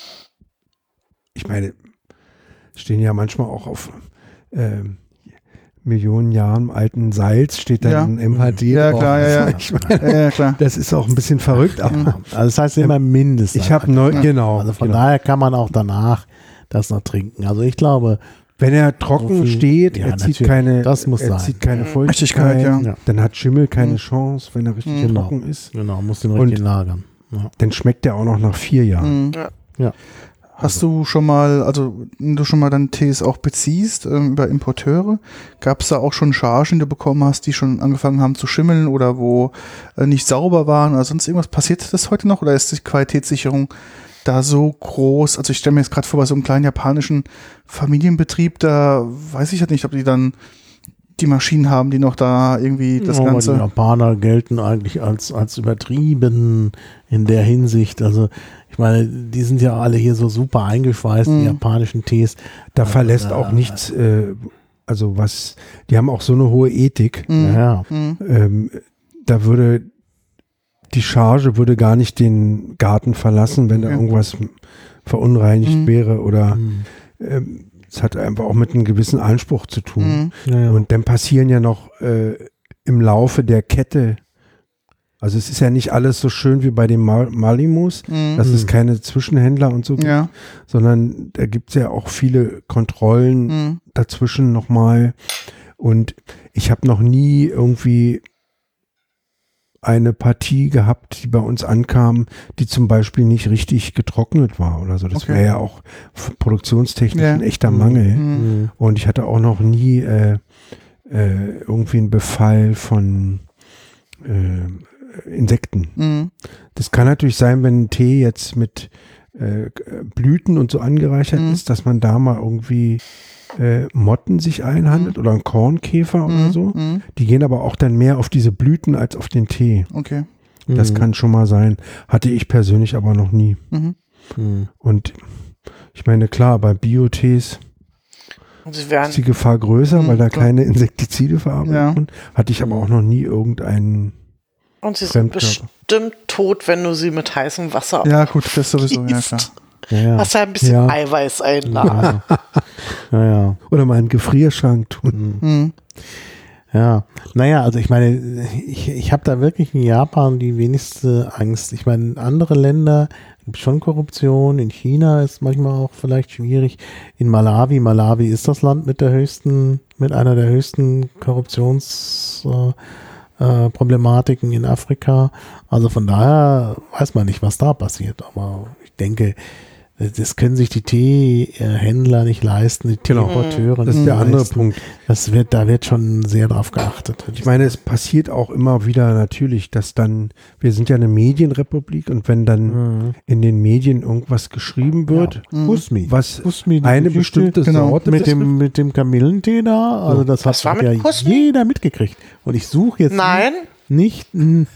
ich meine, stehen ja manchmal auch auf ähm, Millionen Jahren alten Salz steht dann Ja. ein M H D Ja, drauf. klar, ja, ja. Ich meine, Ja, ja, klar. das ist auch ein bisschen verrückt, aber Also das heißt immer mindestens. ich habe neu, genau, Also von genau. daher kann man auch danach das noch trinken. Also ich glaube, Wenn er trocken So viel- steht, ja, er zieht natürlich. keine, Das muss er sein. zieht keine Richtigkeit, Feuchtigkeit, ja. dann hat Schimmel keine Chance, wenn er richtig Genau. trocken ist. genau, muss den Und- richtig lagern. Ja. Dann schmeckt er auch noch nach vier Jahren. Mhm. Ja. Ja. Hast du schon mal, also wenn du schon mal dann Tees auch beziehst ähm, über Importeure, gab es da auch schon Chargen, die du bekommen hast, die schon angefangen haben zu schimmeln oder wo äh, nicht sauber waren oder sonst irgendwas? Passiert das heute noch oder ist die Qualitätssicherung da so groß? Also ich stelle mir jetzt gerade vor, bei so einem kleinen japanischen Familienbetrieb, da weiß ich halt nicht, ob die dann die Maschinen haben, die noch da irgendwie das Ja, aber Ganze... Die Japaner gelten eigentlich als, als übertrieben in der Hinsicht. Also ich meine, die sind ja alle hier so super eingeschweißt, Mhm. die japanischen Tees. Da Äh, verlässt äh, auch nichts, äh, also was, die haben auch so eine hohe Ethik. Mhm. Ja, Mhm. Ähm, da würde die Charge würde gar nicht den Garten verlassen, wenn da Ja. irgendwas verunreinigt Mhm. wäre oder Mhm. ähm, es hat einfach auch mit einem gewissen Anspruch zu tun. Mhm. ja, ja. Und dann passieren ja noch äh, im Laufe der Kette, also es ist ja nicht alles so schön wie bei den Mal Malimus, Mhm. dass es Mhm. keine Zwischenhändler und so gibt, Ja. sondern da gibt es ja auch viele Kontrollen Mhm. dazwischen nochmal. Und ich habe noch nie irgendwie eine Partie gehabt, die bei uns ankam, die zum Beispiel nicht richtig getrocknet war oder so. Das Okay. wäre ja auch f- produktionstechnisch Ja. ein echter Mhm. Mangel. Mhm. Mhm. Und ich hatte auch noch nie äh, äh, irgendwie einen Befall von äh, Insekten. Mhm. Das kann natürlich sein, wenn ein Tee jetzt mit äh, Blüten und so angereichert Mhm. ist, dass man da mal irgendwie äh, Motten sich einhandelt oder ein Kornkäfer oder Mhm. so. Mhm. Die gehen aber auch dann mehr auf diese Blüten als auf den Tee. Okay. Das Mhm. kann schon mal sein. Hatte ich persönlich aber noch nie. Mhm. Mhm. Und ich meine, klar, bei Biotees Und sie werden ist die Gefahr größer, Mhm, weil da klar. keine Insektizide verarbeitet Ja. wurden. Hatte ich aber auch noch nie irgendeinen. Und sie sind Fremdkörper. bestimmt tot, wenn du sie mit heißem Wasser Ja, gut, das sowieso, ja gießt. klar. Ja, ja. Hast ja ein bisschen Ja. Eiweiß einladen. Ja. ja, ja. Oder mal einen Gefrierschrank tun. Mhm. Mhm. Ja, naja, also ich meine, ich, ich habe da wirklich in Japan die wenigste Angst. Ich meine, in andere Länder gibt es schon Korruption. In China ist manchmal auch vielleicht schwierig. In Malawi, Malawi ist das Land mit der höchsten, mit einer der höchsten Korruptionsproblematiken äh, äh, Problematiken in Afrika. Also von daher weiß man nicht, was da passiert. Aber ich denke, das können sich die Teehändler nicht leisten, die Genau. Teeimporteure Das ist nicht der andere leisten. Punkt. Das wird, da wird schon sehr drauf geachtet. Ich meine, es passiert auch immer wieder natürlich, dass dann, wir sind ja eine Medienrepublik und wenn dann Mhm. in den Medien irgendwas geschrieben wird, Mhm. Kusmi. was Kusmi, die eine Geschichte bestimmte genau, Sorte mit betrifft, dem, mit dem Kamillentee da, also das, Das war hat mit ja Kusmi? jeder mitgekriegt. Und ich suche jetzt Nein, nicht,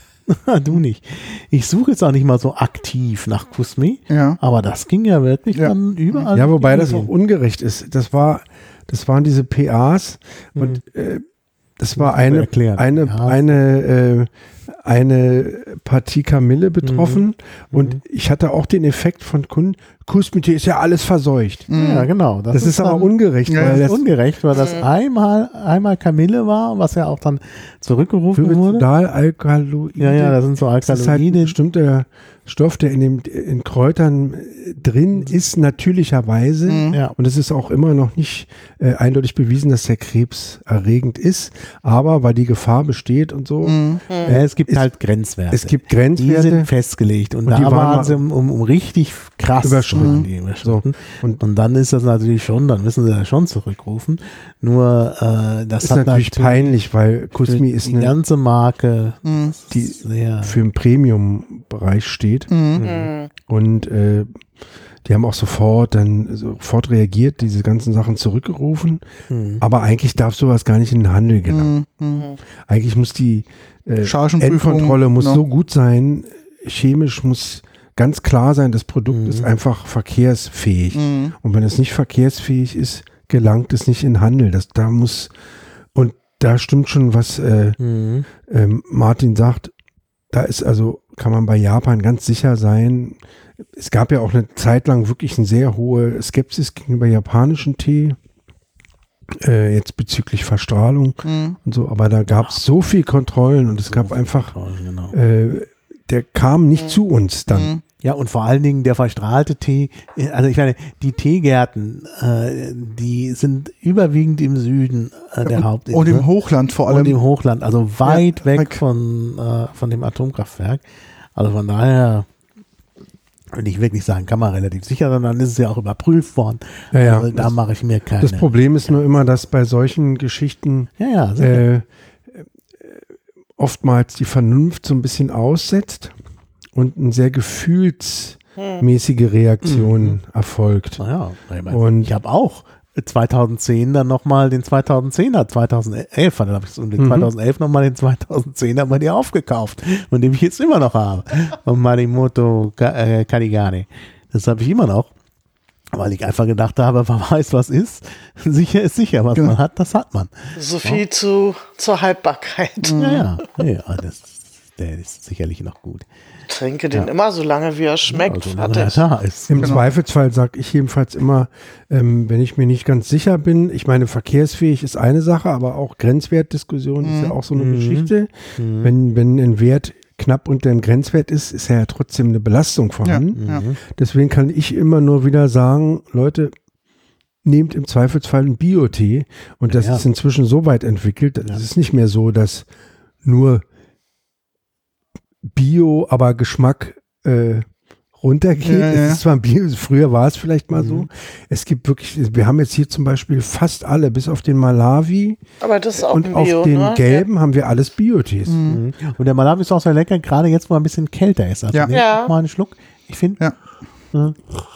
du nicht, ich suche jetzt auch nicht mal so aktiv nach Kusmi, Ja. aber das ging ja wirklich Ja. dann überall. ja, wobei in die das auch Medien. ungerecht ist. Das war, das waren diese P As und äh, das war eine, erklären. eine, Ja. eine, äh, eine Partie Kamille betroffen und ich hatte auch den Effekt von Kunden, Kusmi-Tee ist ja alles verseucht. Ja, genau. Das, ist aber dann- ungerecht, Ja, weil Das das ist ungerecht, weil das einmal, einmal Kamille war, was ja auch dann zurückgerufen wurde. Pyridolalkaloide. Ja, ja, das sind so Das ist halt ein Alkaloide. bestimmter Stoff, der in, dem, in Kräutern äh, drin ist, natürlicherweise. Mhm. Ja. Und es ist auch immer noch nicht äh, eindeutig bewiesen, dass der krebserregend ist. Aber weil die Gefahr besteht und so, Mhm. Ja, es gibt Es- halt Grenzwerte. es gibt die Grenzwerte. sind festgelegt und, Und da die waren waren mal sie um, um, um richtig krass überschritten. die überschritten. Und Und dann ist das natürlich schon, dann müssen sie das schon zurückrufen. Nur äh, das ist hat natürlich peinlich, weil Kusmi für ist die eine, ganze Marke Mhm. die sehr. für den Premium-Bereich steht. Mhm. Und äh, die haben auch sofort dann sofort reagiert, diese ganzen Sachen zurückgerufen. Hm. Aber eigentlich darf sowas gar nicht in den Handel gelangen. Mhm. Mhm. Eigentlich muss die äh, Chargenprüfung, Endkontrolle muss genau. so gut sein, chemisch muss ganz klar sein, das Produkt Mhm. ist einfach verkehrsfähig. Mhm. Und wenn es nicht verkehrsfähig ist, gelangt es nicht in den Handel. Das, da muss, und da stimmt schon, was äh, Mhm. ähm, Martin sagt, da ist also, kann man bei Japan ganz sicher sein, es gab ja auch eine Zeit lang wirklich eine sehr hohe Skepsis gegenüber japanischen Tee. äh, jetzt bezüglich Verstrahlung Mhm. und so, aber da gab es so viel Kontrollen und es So gab viel einfach, Kontrollen, genau. äh, der kam nicht zu uns dann. Mhm. Ja, und vor allen Dingen der verstrahlte Tee, äh, also ich meine, die Teegärten, äh, die sind überwiegend im Süden äh, der Und, Hauptinsel. und im Hochland vor Und allem. im Hochland, also weit Ja, weg, weg. Von, äh, von dem Atomkraftwerk. Also von daher würde ich wirklich sagen, kann man relativ sicher sein, dann ist es ja auch überprüft worden. Ja, ja. Also da mache ich mir keine. Das Problem ist nur immer, dass bei solchen Geschichten Ja, ja, sicher. äh, oftmals die Vernunft so ein bisschen aussetzt und eine sehr gefühlsmäßige Reaktion Mhm. erfolgt. Naja, ich, meine, Und- ich habe auch zweitausendzehn dann nochmal den zweitausendzehner, zweitausendelf, dann habe ich so den Mhm. zweitausendelf nochmal den zweitausendzehner bei dir aufgekauft und den ich jetzt immer noch habe. Und Marimoto Ka- äh, Kanigane. Das habe ich immer noch, weil ich einfach gedacht habe, man weiß, was ist. Sicher ist sicher, was Genau. man hat, das hat man. So viel zu, zur Haltbarkeit. Ja, ja, ja das, der ist sicherlich noch gut. Ich trinke den immer so lange, wie er schmeckt. Also, Fertig. wenn er da ist. Im Genau. Zweifelsfall sage ich jedenfalls immer, ähm, wenn ich mir nicht ganz sicher bin, ich meine, verkehrsfähig ist eine Sache, aber auch Grenzwertdiskussion ist ja auch so eine Mhm. Geschichte. Mhm. Wenn, wenn ein Wert knapp unter dem Grenzwert ist, ist ja trotzdem eine Belastung Ja, vorhanden. ja. Deswegen kann ich immer nur wieder sagen, Leute, nehmt im Zweifelsfall einen Bio-Tee und das Ja. ist inzwischen so weit entwickelt, es Ja. ist nicht mehr so, dass nur Bio, aber Geschmack äh, runtergeht. Ja, ja. Es ist zwar ein Bio, früher war es vielleicht mal Mhm. so. Es gibt wirklich, wir haben jetzt hier zum Beispiel fast alle, bis auf den Malawi Aber das ist auch und ein auf Bio, den ne? gelben haben wir alles Bio-Tees. Mhm. Und der Malawi ist auch sehr lecker, gerade jetzt, wo er ein bisschen kälter ist. Also Ja. nehmt Ja. noch mal einen Schluck. Ich finde, Ja. äh,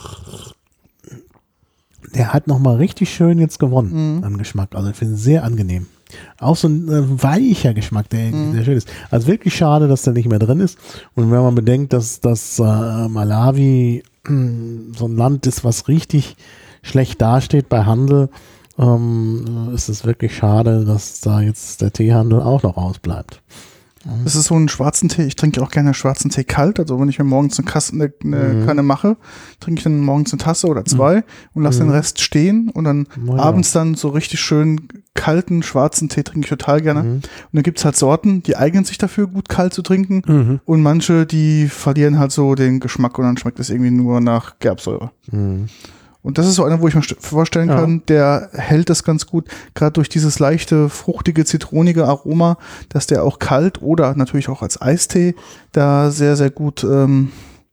der hat noch mal richtig schön jetzt gewonnen Mhm. an Geschmack. Also ich finde es sehr angenehm. Auch so ein äh, weicher Geschmack, der Mhm. sehr schön ist. Also wirklich schade, dass der nicht mehr drin ist. Und wenn man bedenkt, dass das äh, Malawi äh, so ein Land ist, was richtig schlecht dasteht bei Handel, ähm, ist es wirklich schade, dass da jetzt der Teehandel auch noch ausbleibt. Das ist so ein schwarzen Tee. Ich trinke auch gerne schwarzen Tee kalt. Also wenn ich mir morgens eine, Kasse, eine, eine Mhm. Kanne mache, trinke ich dann morgens eine Tasse oder zwei und lasse Mhm. den Rest stehen. Und dann Ja. abends dann so richtig schön kalten schwarzen Tee trinke ich total gerne. Mhm. Und dann gibt es halt Sorten, die eignen sich dafür, gut kalt zu trinken. Mhm. Und manche, die verlieren halt so den Geschmack und dann schmeckt es irgendwie nur nach Gerbsäure. Mhm. Und das ist so einer, wo ich mir st- vorstellen Ja. kann, der hält das ganz gut, gerade durch dieses leichte, fruchtige, zitronige Aroma, dass der auch kalt oder natürlich auch als Eistee da sehr, sehr gut ähm,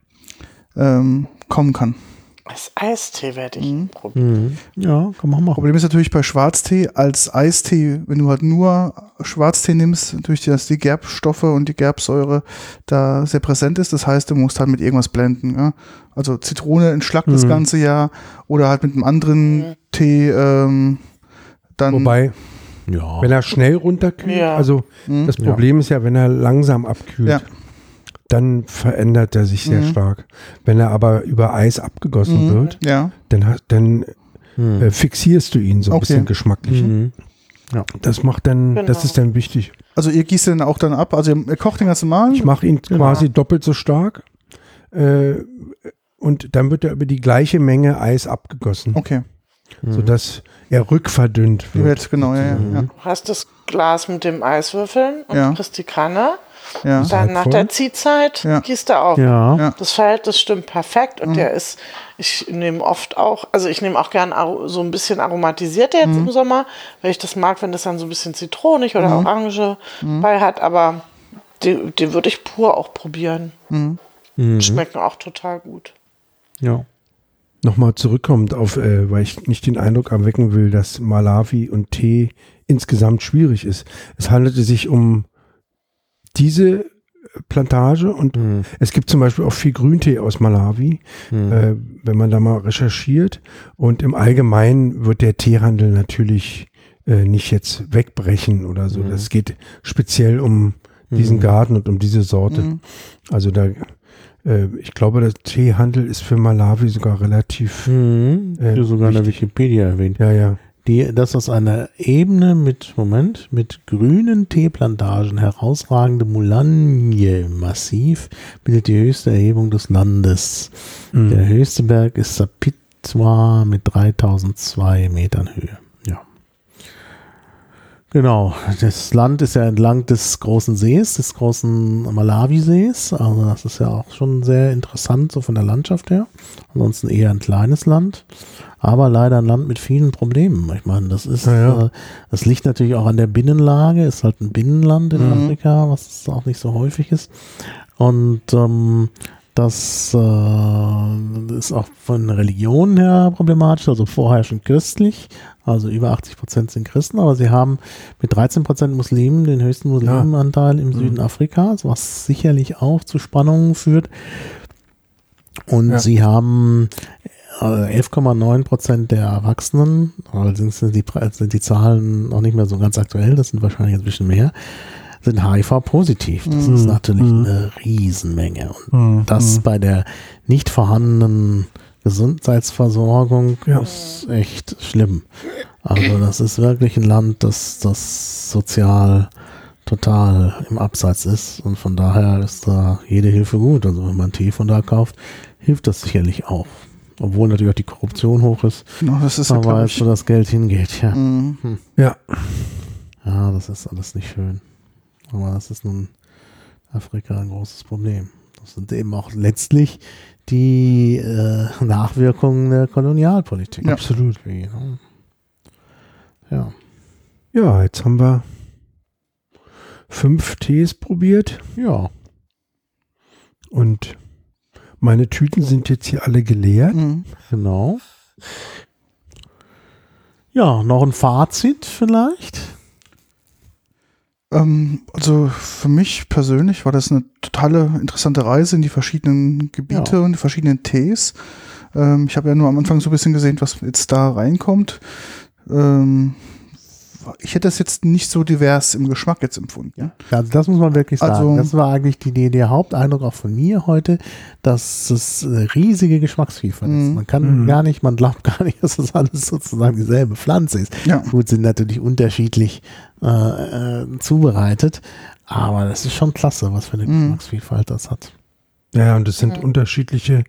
ähm, kommen kann. Als Eistee werde ich Mhm. probieren. Mhm. Ja, kann man machen. Problem ist natürlich bei Schwarztee als Eistee, wenn du halt nur Schwarztee nimmst, natürlich, dass die Gerbstoffe und die Gerbsäure da sehr präsent ist. Das heißt, du musst halt mit irgendwas blenden. Ja? Also Zitrone entschlackt das Mhm. ganze Jahr oder halt mit einem anderen Mhm. Tee ähm, dann. Wobei, Ja. wenn er schnell runterkühlt, Ja. also Mhm. das Problem ist ja, wenn er langsam abkühlt, Ja. dann verändert er sich sehr Mhm. stark. Wenn er aber über Eis abgegossen Mhm. wird, Ja, dann, hast- dann Mhm. äh, fixierst du ihn so ein Okay. bisschen geschmacklich. Mhm. Das macht dann, Genau. das ist dann wichtig. also ihr gießt den auch dann ab, also ihr, ihr kocht den ganz normal. Ich mache ihn Genau. quasi doppelt so stark äh, und dann wird er über die gleiche Menge Eis abgegossen, Okay, sodass er rückverdünnt ihr wird. werdet, genau, ja, ja, ja. Du hast das Glas mit dem Eiswürfeln und Ja. kriegst die Kanne. ja. Dann nach voll. der Ziehzeit Ja. gießt du auf. Ja. Ja. Das Verhältnis stimmt perfekt und Mhm. der ist, ich nehme oft auch, also ich nehme auch gern aro- so ein bisschen aromatisiert jetzt Mhm. im Sommer, weil ich das mag, wenn das dann so ein bisschen zitronig oder Mhm. Orange bei hat, aber den, den würde ich pur auch probieren. Mhm. Mhm. Schmecken auch total gut. Ja. Nochmal zurückkommend auf, äh, weil ich nicht den Eindruck erwecken will, dass Malawi und Tee insgesamt schwierig ist. Es handelte sich um diese Plantage und Mhm. es gibt zum Beispiel auch viel Grüntee aus Malawi, Mhm. äh, wenn man da mal recherchiert. Und im Allgemeinen wird der Teehandel natürlich äh, nicht jetzt wegbrechen oder so. Mhm. Das geht speziell um diesen Mhm. Garten und um diese Sorte. Mhm. Also da, äh, ich glaube, der Teehandel ist für Malawi sogar relativ, Mhm. Äh, Hier sogar in der wichtig. Wikipedia erwähnt. ja, ja. Die, das aus einer Ebene mit, Moment, mit grünen Teeplantagen herausragende Moulagne-Massiv bildet die höchste Erhebung des Landes. Mhm. Der höchste Berg ist Sapitwa mit dreitausendzwei Metern Höhe. Ja. Genau, das Land ist ja entlang des großen Sees, des großen Malawi-Sees, also das ist ja auch schon sehr interessant, so von der Landschaft her. Ansonsten eher ein kleines Land, aber leider ein Land mit vielen Problemen. Ich meine, das ist, ja, ja. Äh, das liegt natürlich auch an der Binnenlage, ist halt ein Binnenland in mhm. Afrika, was auch nicht so häufig ist. Und ähm, das äh, ist auch von Religion her problematisch, also vorherrschend christlich. Also über achtzig Prozent sind Christen, aber sie haben mit dreizehn Prozent Muslimen den höchsten Muslimenanteil im Süden mhm. Afrikas, was sicherlich auch zu Spannungen führt. Und ja. sie haben elf Komma neun Prozent der Erwachsenen, allerdings sind die, sind die Zahlen noch nicht mehr so ganz aktuell, das sind wahrscheinlich ein bisschen mehr, sind H I V-positiv. Das mhm. ist natürlich mhm. eine Riesenmenge. Und mhm. das bei der nicht vorhandenen Gesundheitsversorgung ja. ist echt schlimm. Also das ist wirklich ein Land, das, das sozial total im Abseits ist und von daher ist da jede Hilfe gut. Also wenn man Tee von da kauft, hilft das sicherlich auch. Obwohl natürlich auch die Korruption hoch ist. No, das ist aber ja, wo das Geld hingeht. Ja. Mhm. Hm. ja. Ja, das ist alles nicht schön. Aber das ist nun Afrika ein großes Problem. Das sind eben auch letztlich die äh, Nachwirkungen der Kolonialpolitik. Ja. Absolut. Ja. Ja, jetzt haben wir fünf Tees probiert. Ja. Und meine Tüten sind jetzt hier alle geleert. Mhm. Genau. Ja, noch ein Fazit vielleicht? Also für mich persönlich war das eine totale interessante Reise in die verschiedenen Gebiete ja. und die verschiedenen Tees. Ähm, ich habe ja nur am Anfang so ein bisschen gesehen, was jetzt da reinkommt. Ähm, ich hätte das jetzt nicht so divers im Geschmack jetzt empfunden. Ja, also das muss man wirklich sagen. Also, das war eigentlich die, die, der Haupteindruck auch von mir heute, dass es eine riesige Geschmacksvielfalt ist. Man kann mhm. gar nicht, man glaubt gar nicht, dass das alles sozusagen dieselbe Pflanze ist. Ja. Gut, sind natürlich unterschiedlich äh, äh, zubereitet, aber das ist schon klasse, was für eine mhm. Geschmacksvielfalt das hat. Ja, und es sind mhm. unterschiedliche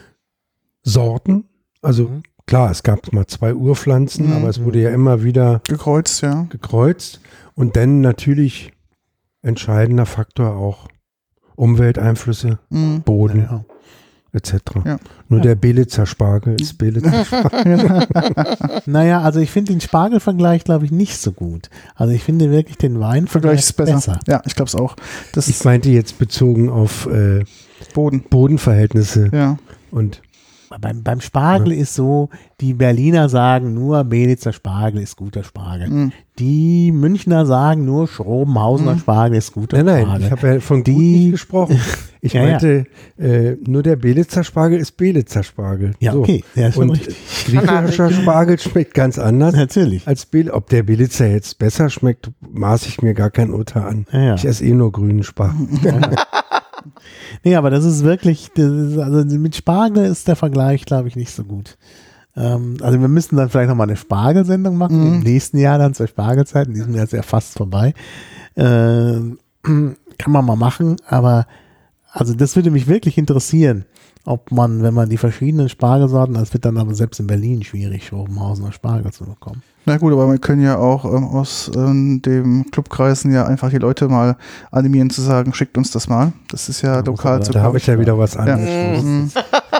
Sorten. Also mhm. klar, es gab mal zwei Urpflanzen, mhm. aber es wurde ja immer wieder gekreuzt, ja. gekreuzt. Und dann natürlich entscheidender Faktor auch Umwelteinflüsse, mhm. Boden ja. et cetera. Ja. Nur ja. der Belitzer Spargel ist Belitzer Spargel. Naja, also ich finde den Spargelvergleich, glaube ich, nicht so gut. Also ich finde wirklich den Weinvergleich ist besser. besser. Ja, ich glaube es auch. Das ich meinte jetzt bezogen auf äh, Boden. Bodenverhältnisse. Ja. Und Beim, beim Spargel ja. ist so, die Berliner sagen nur, Belitzer Spargel ist guter Spargel. Mhm. Die Münchner sagen nur, Schrobenhausener mhm. Spargel ist guter nein, Spargel. Nein, ich habe ja von die, gut nicht gesprochen. Ich ja, meinte, ja. Äh, nur der Belitzer Spargel ist Belitzer Spargel. Ja, so. okay. Ja, schon und richtig. Griechischer Spargel schmeckt ganz anders. Natürlich. Als Bel ob der Belitzer jetzt besser schmeckt, maße ich mir gar kein Urteil an. Ja, ja. Ich esse eh nur grünen Spargel. Ja. Nee, aber das ist wirklich, das ist, also mit Spargel ist der Vergleich, glaube ich, nicht so gut. Ähm, also wir müssten dann vielleicht nochmal eine Spargelsendung machen, mhm. im nächsten Jahr dann zur Spargelzeit, in diesem Jahr ist ja fast vorbei. Äh, kann man mal machen, aber also das würde mich wirklich interessieren, ob man, wenn man die verschiedenen Spargelsorten, das wird dann aber selbst in Berlin schwierig, Schrobenhausener Spargel zu bekommen. Na gut, aber wir können ja auch ähm, aus ähm, dem Clubkreisen ja einfach die Leute mal animieren zu sagen, schickt uns das mal. Das ist ja da lokal zu. Da habe ich ja wieder was anderes. Ja. Mhm.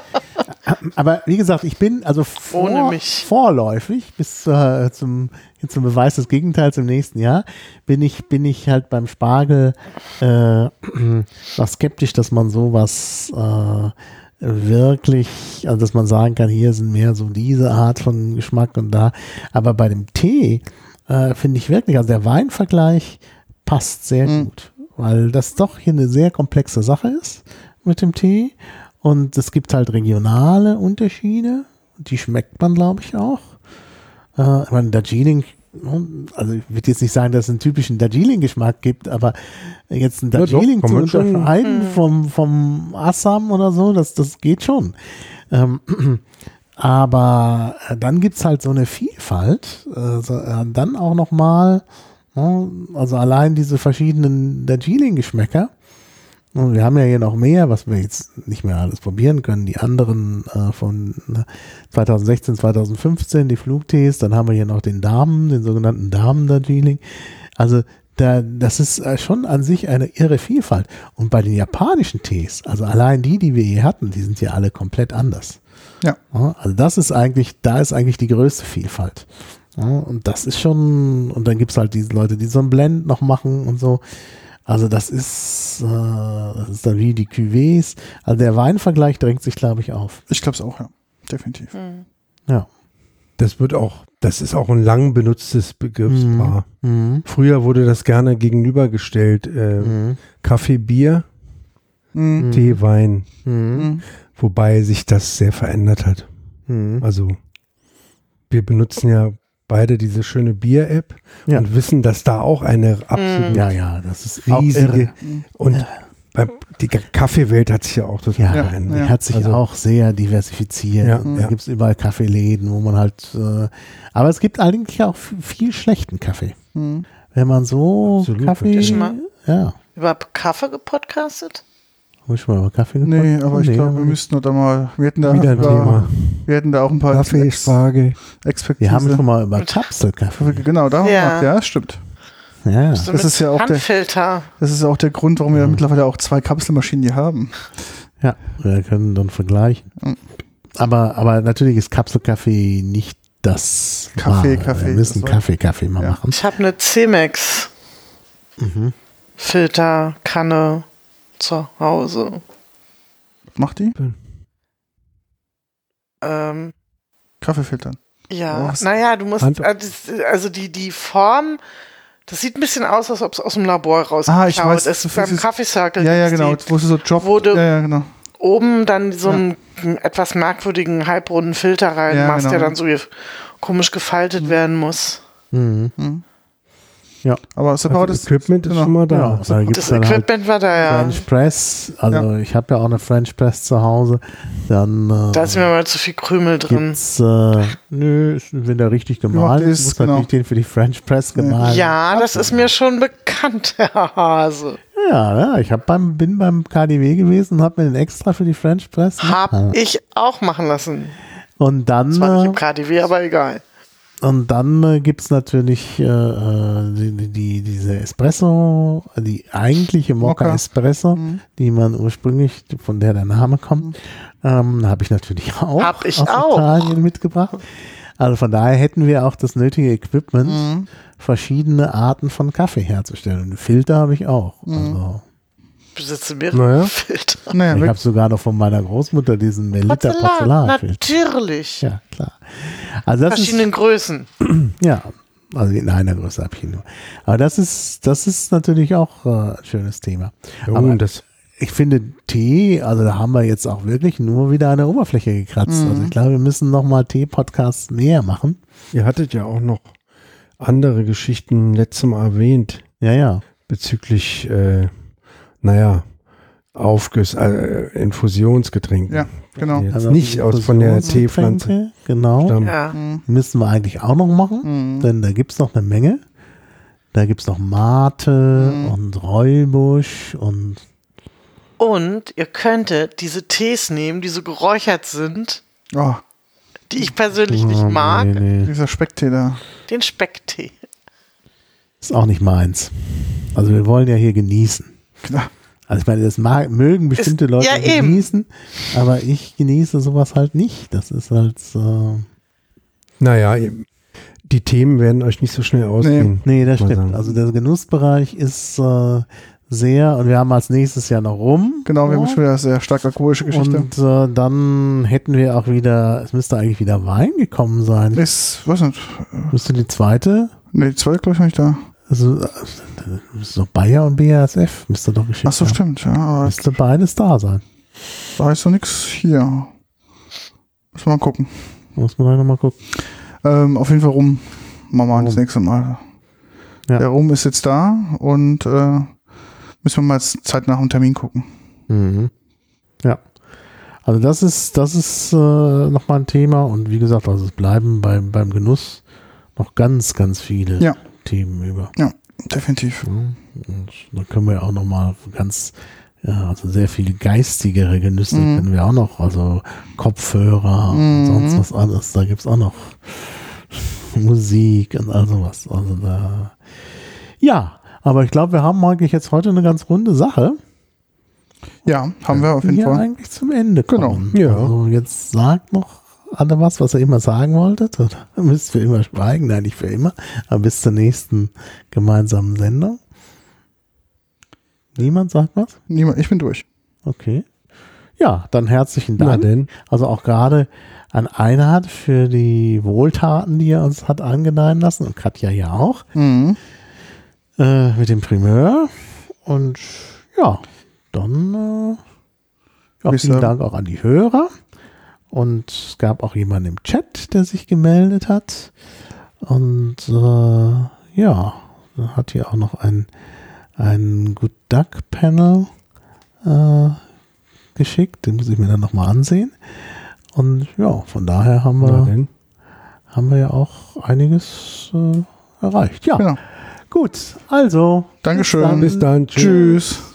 Aber wie gesagt, ich bin also vor, vorläufig bis äh, zum, zum Beweis des Gegenteils im nächsten Jahr, bin ich, bin ich halt beim Spargel äh, war skeptisch, dass man sowas äh, wirklich, also dass man sagen kann, hier sind mehr so diese Art von Geschmack und da, aber bei dem Tee äh, finde ich wirklich, also der Weinvergleich passt sehr mhm. gut, weil das doch hier eine sehr komplexe Sache ist mit dem Tee und es gibt halt regionale Unterschiede, die schmeckt man, glaube ich, auch. Äh, ich meine, Darjeeling, also ich würde jetzt nicht sagen, dass es einen typischen Darjeeling-Geschmack gibt, aber jetzt ein Darjeeling ja, doch, zu unterscheiden vom, vom Assam oder so, das, das geht schon. Ähm, aber dann gibt es halt so eine Vielfalt, äh, so, äh, dann auch nochmal, äh, also allein diese verschiedenen Darjeeling-Geschmäcker, Und wir haben ja hier noch mehr, was wir jetzt nicht mehr alles probieren können. Die anderen äh, von zwanzig sechzehn, zwanzig fünfzehn, die Flugtees. Dann haben wir hier noch den Damen, den sogenannten Damen-Darjeeling. Also da, das ist schon an sich eine irre Vielfalt. Und bei den japanischen Tees, also allein die, die wir hier hatten, die sind ja alle komplett anders. Ja. Ja, also das ist eigentlich, da ist eigentlich die größte Vielfalt. Ja, und das ist schon, und dann gibt es halt diese Leute, die so einen Blend noch machen und so. Also das ist, äh, das ist dann wie die Cuvées. Also der Weinvergleich drängt sich, glaube ich, auf. Ich glaube es auch, ja. Definitiv. Mhm. Ja. Das wird auch, das ist auch ein lang benutztes Begriffspaar. Mhm. Früher wurde das gerne gegenübergestellt. Äh, Mhm. Kaffee, Bier, Mhm. Tee, Wein. Mhm. Mhm. Wobei sich das sehr verändert hat. Mhm. Also wir benutzen ja beide diese schöne Bier-App Ja. und wissen, dass da auch eine absolut Ja, ja, das ist auch riesige irre. und beim, die Kaffeewelt hat sich ja auch total Ja, verändert. die hat sich Also- auch sehr diversifiziert. Ja, Und ja. da gibt es überall Kaffeeläden, wo man halt, äh, aber es gibt eigentlich auch f- viel schlechten Kaffee. Mhm. Wenn man so Absolut. Kaffee, Hast du schon mal ja, Über Kaffee gepodcastet? habe ich schon mal über Kaffee getrunken? Nee, aber ich Nee, glaube, wir aber- müssten da mal, wir hätten da, Wieder ein über- Thema. wir hätten da auch ein paar Kaffee, Ex- Spargel. Expertise. Wir haben schon mal über Kapselkaffee. Genau, da haben wir Ja. gemacht. Ja, stimmt. Ja, So Das mit ist ja auch der- Handfilter. Das ist auch der Grund, warum wir Mhm. mittlerweile auch zwei Kapselmaschinen hier haben. ja, wir können dann vergleichen. Mhm. Aber, aber natürlich ist Kapselkaffee nicht das Kaffee, Wahre. Kaffee, Wir müssen das war- Kaffee, Kaffee mal Ja. machen. Ich habe eine C-Mex Mhm. Filterkanne zu Hause. Was macht die? Ähm, Kaffee filtern. ja, Was? naja, du musst, Hand- äh, das- also die, die Form, das sieht ein bisschen aus, als ob es aus dem Labor rausgeschaut Ah, ich weiß, ist. du Beim fühlst- Kaffee Circle. Ja, ja, gibt's genau. die, Wo es so Job. Wo du- ja, ja, genau. oben dann so Ja. einen etwas merkwürdigen halbrunden Filter reinmachst, genau. der dann so ge- komisch gefaltet werden muss. Mhm. Mhm. Ja. Aber Also separates Equipment ist genau. schon mal da. Ja, da gibt's Das dann halt Equipment war da ja. French Press, also ich habe ja auch eine French Press zu Hause, dann äh, Da ist mir mal zu viel Krümel drin. gibt's, äh, nö, ist, wenn der richtig gemahlen Gemacht ist, ist, muss genau. natürlich den für die French Press gemahlen. Ja, das ist mir schon bekannt, Herr Hase. Ja, ja, ich hab beim, bin beim K D W gewesen und habe mir den extra für die French Press Hab gemacht. ich auch machen lassen. Und dann, Zwar nicht äh, im K D W, aber egal. und dann äh, gibt es natürlich äh, äh, die, die, diese Espresso, die eigentliche Mokka Mokka. Espresso, Mhm. die man ursprünglich, von der der Name kommt, ähm, habe ich natürlich auch Hab ich aus auch. Italien mitgebracht. Also von daher hätten wir auch das nötige Equipment, Mhm. verschiedene Arten von Kaffee herzustellen. Einen Filter habe ich auch. Also, Ich besitze mehrere Naja. Filter. Naja, ich wir- habe sogar noch von meiner Großmutter diesen Melita Porzellan, Porzellanfilter. natürlich. Ja, klar. Also das ist, Verschiedenen Größen. ja, also in einer Größe habe ich ihn nur. Aber das ist, das ist natürlich auch äh, ein schönes Thema. Oh, Aber das, ich finde Tee, also da haben wir jetzt auch wirklich nur wieder eine Oberfläche gekratzt. Mhm. Also ich glaube, wir müssen nochmal Tee-Podcasts mehr machen. ihr hattet ja auch noch andere Geschichten letztes Mal erwähnt Ja, ja. bezüglich, äh, naja, Aufguss, äh, Infusionsgetränken. Ja, genau. Die Jetzt Also nicht aus von der Infusionsgetränke, Teepflanze Genau. stammen. Ja. Mhm. Müssen wir eigentlich auch noch machen, Mhm. denn da gibt es noch eine Menge. Da gibt es noch Mate Mhm. und Räubusch und Und ihr könntet diese Tees nehmen, die so geräuchert sind, Oh, die ich persönlich nicht Oh, mag. nee, nee. dieser Specktee da. Den Specktee. Ist auch nicht meins. Also wir wollen ja hier genießen. Klar. Also ich meine, das mag, mögen bestimmte Ist- Leute ja, eben. genießen, aber ich genieße sowas halt nicht. Das ist halt so. Naja, ihr- die Themen werden euch nicht so schnell ausgehen. Nee, das Mal stimmt. sagen. Also der Genussbereich ist äh, sehr, und wir haben als nächstes Jahr noch rum. Genau, wir haben Ja. schon wieder eine sehr stark alkoholische Geschichte. Und äh, dann hätten wir auch wieder, es müsste eigentlich wieder Wein gekommen sein. Ist, weiß nicht. Müsste die zweite, Nee, die zweite glaube ich noch nicht da. also äh, so Bayer und B A S F müsste doch geschickt Ach so, haben. stimmt. Ja, aber Müsste beides da sein. da ist noch nichts hier. Müssen wir mal gucken. Muss man da nochmal gucken. Ähm, auf jeden Fall rum. Machen wir das Rum. nächste Mal. Ja. Der Rum ist jetzt da und äh, müssen wir mal jetzt Zeit nach dem Termin gucken. Mhm. Ja. Also das ist, das ist äh, nochmal ein Thema und wie gesagt, also es bleiben beim, beim Genuss noch ganz, ganz viele Ja. Themen über. Definitiv. Ja. Und dann können wir auch nochmal ganz ja, also sehr viele geistigere Genüsse Mhm. können wir auch noch, also Kopfhörer Mhm. und sonst was alles. Da gibt es auch noch Musik und all sowas. Also da, ja, aber ich glaube, wir haben eigentlich jetzt heute eine ganz runde Sache. Ja, haben wir auf jeden Hier Fall. eigentlich zum Ende kommen. Genau, ja. Also jetzt sagt noch alle was, was ihr immer sagen wolltet. Oder müsst ihr immer schweigen? Nein, nicht für immer. Aber bis zur nächsten gemeinsamen Sendung. Niemand sagt was? Niemand, ich bin durch. Okay. Ja, dann herzlichen Na Dank. denn. Also auch gerade an Einhard für die Wohltaten, die er uns hat angedeihen lassen. Und Katja ja auch. Mhm. Äh, mit dem Primeur. Und ja, dann äh, ja, Bis vielen dann. Dank auch an die Hörer. Und es gab auch jemanden im Chat, der sich gemeldet hat. Und äh, ja, dann hat hier auch noch ein, ein Good Duck Panel äh, geschickt. Den muss ich mir dann nochmal ansehen. Und ja, von daher haben Na wir, denn. haben wir ja auch einiges äh, erreicht. Ja, Genau. gut. Also, Dankeschön. Bis dann. Tschüss.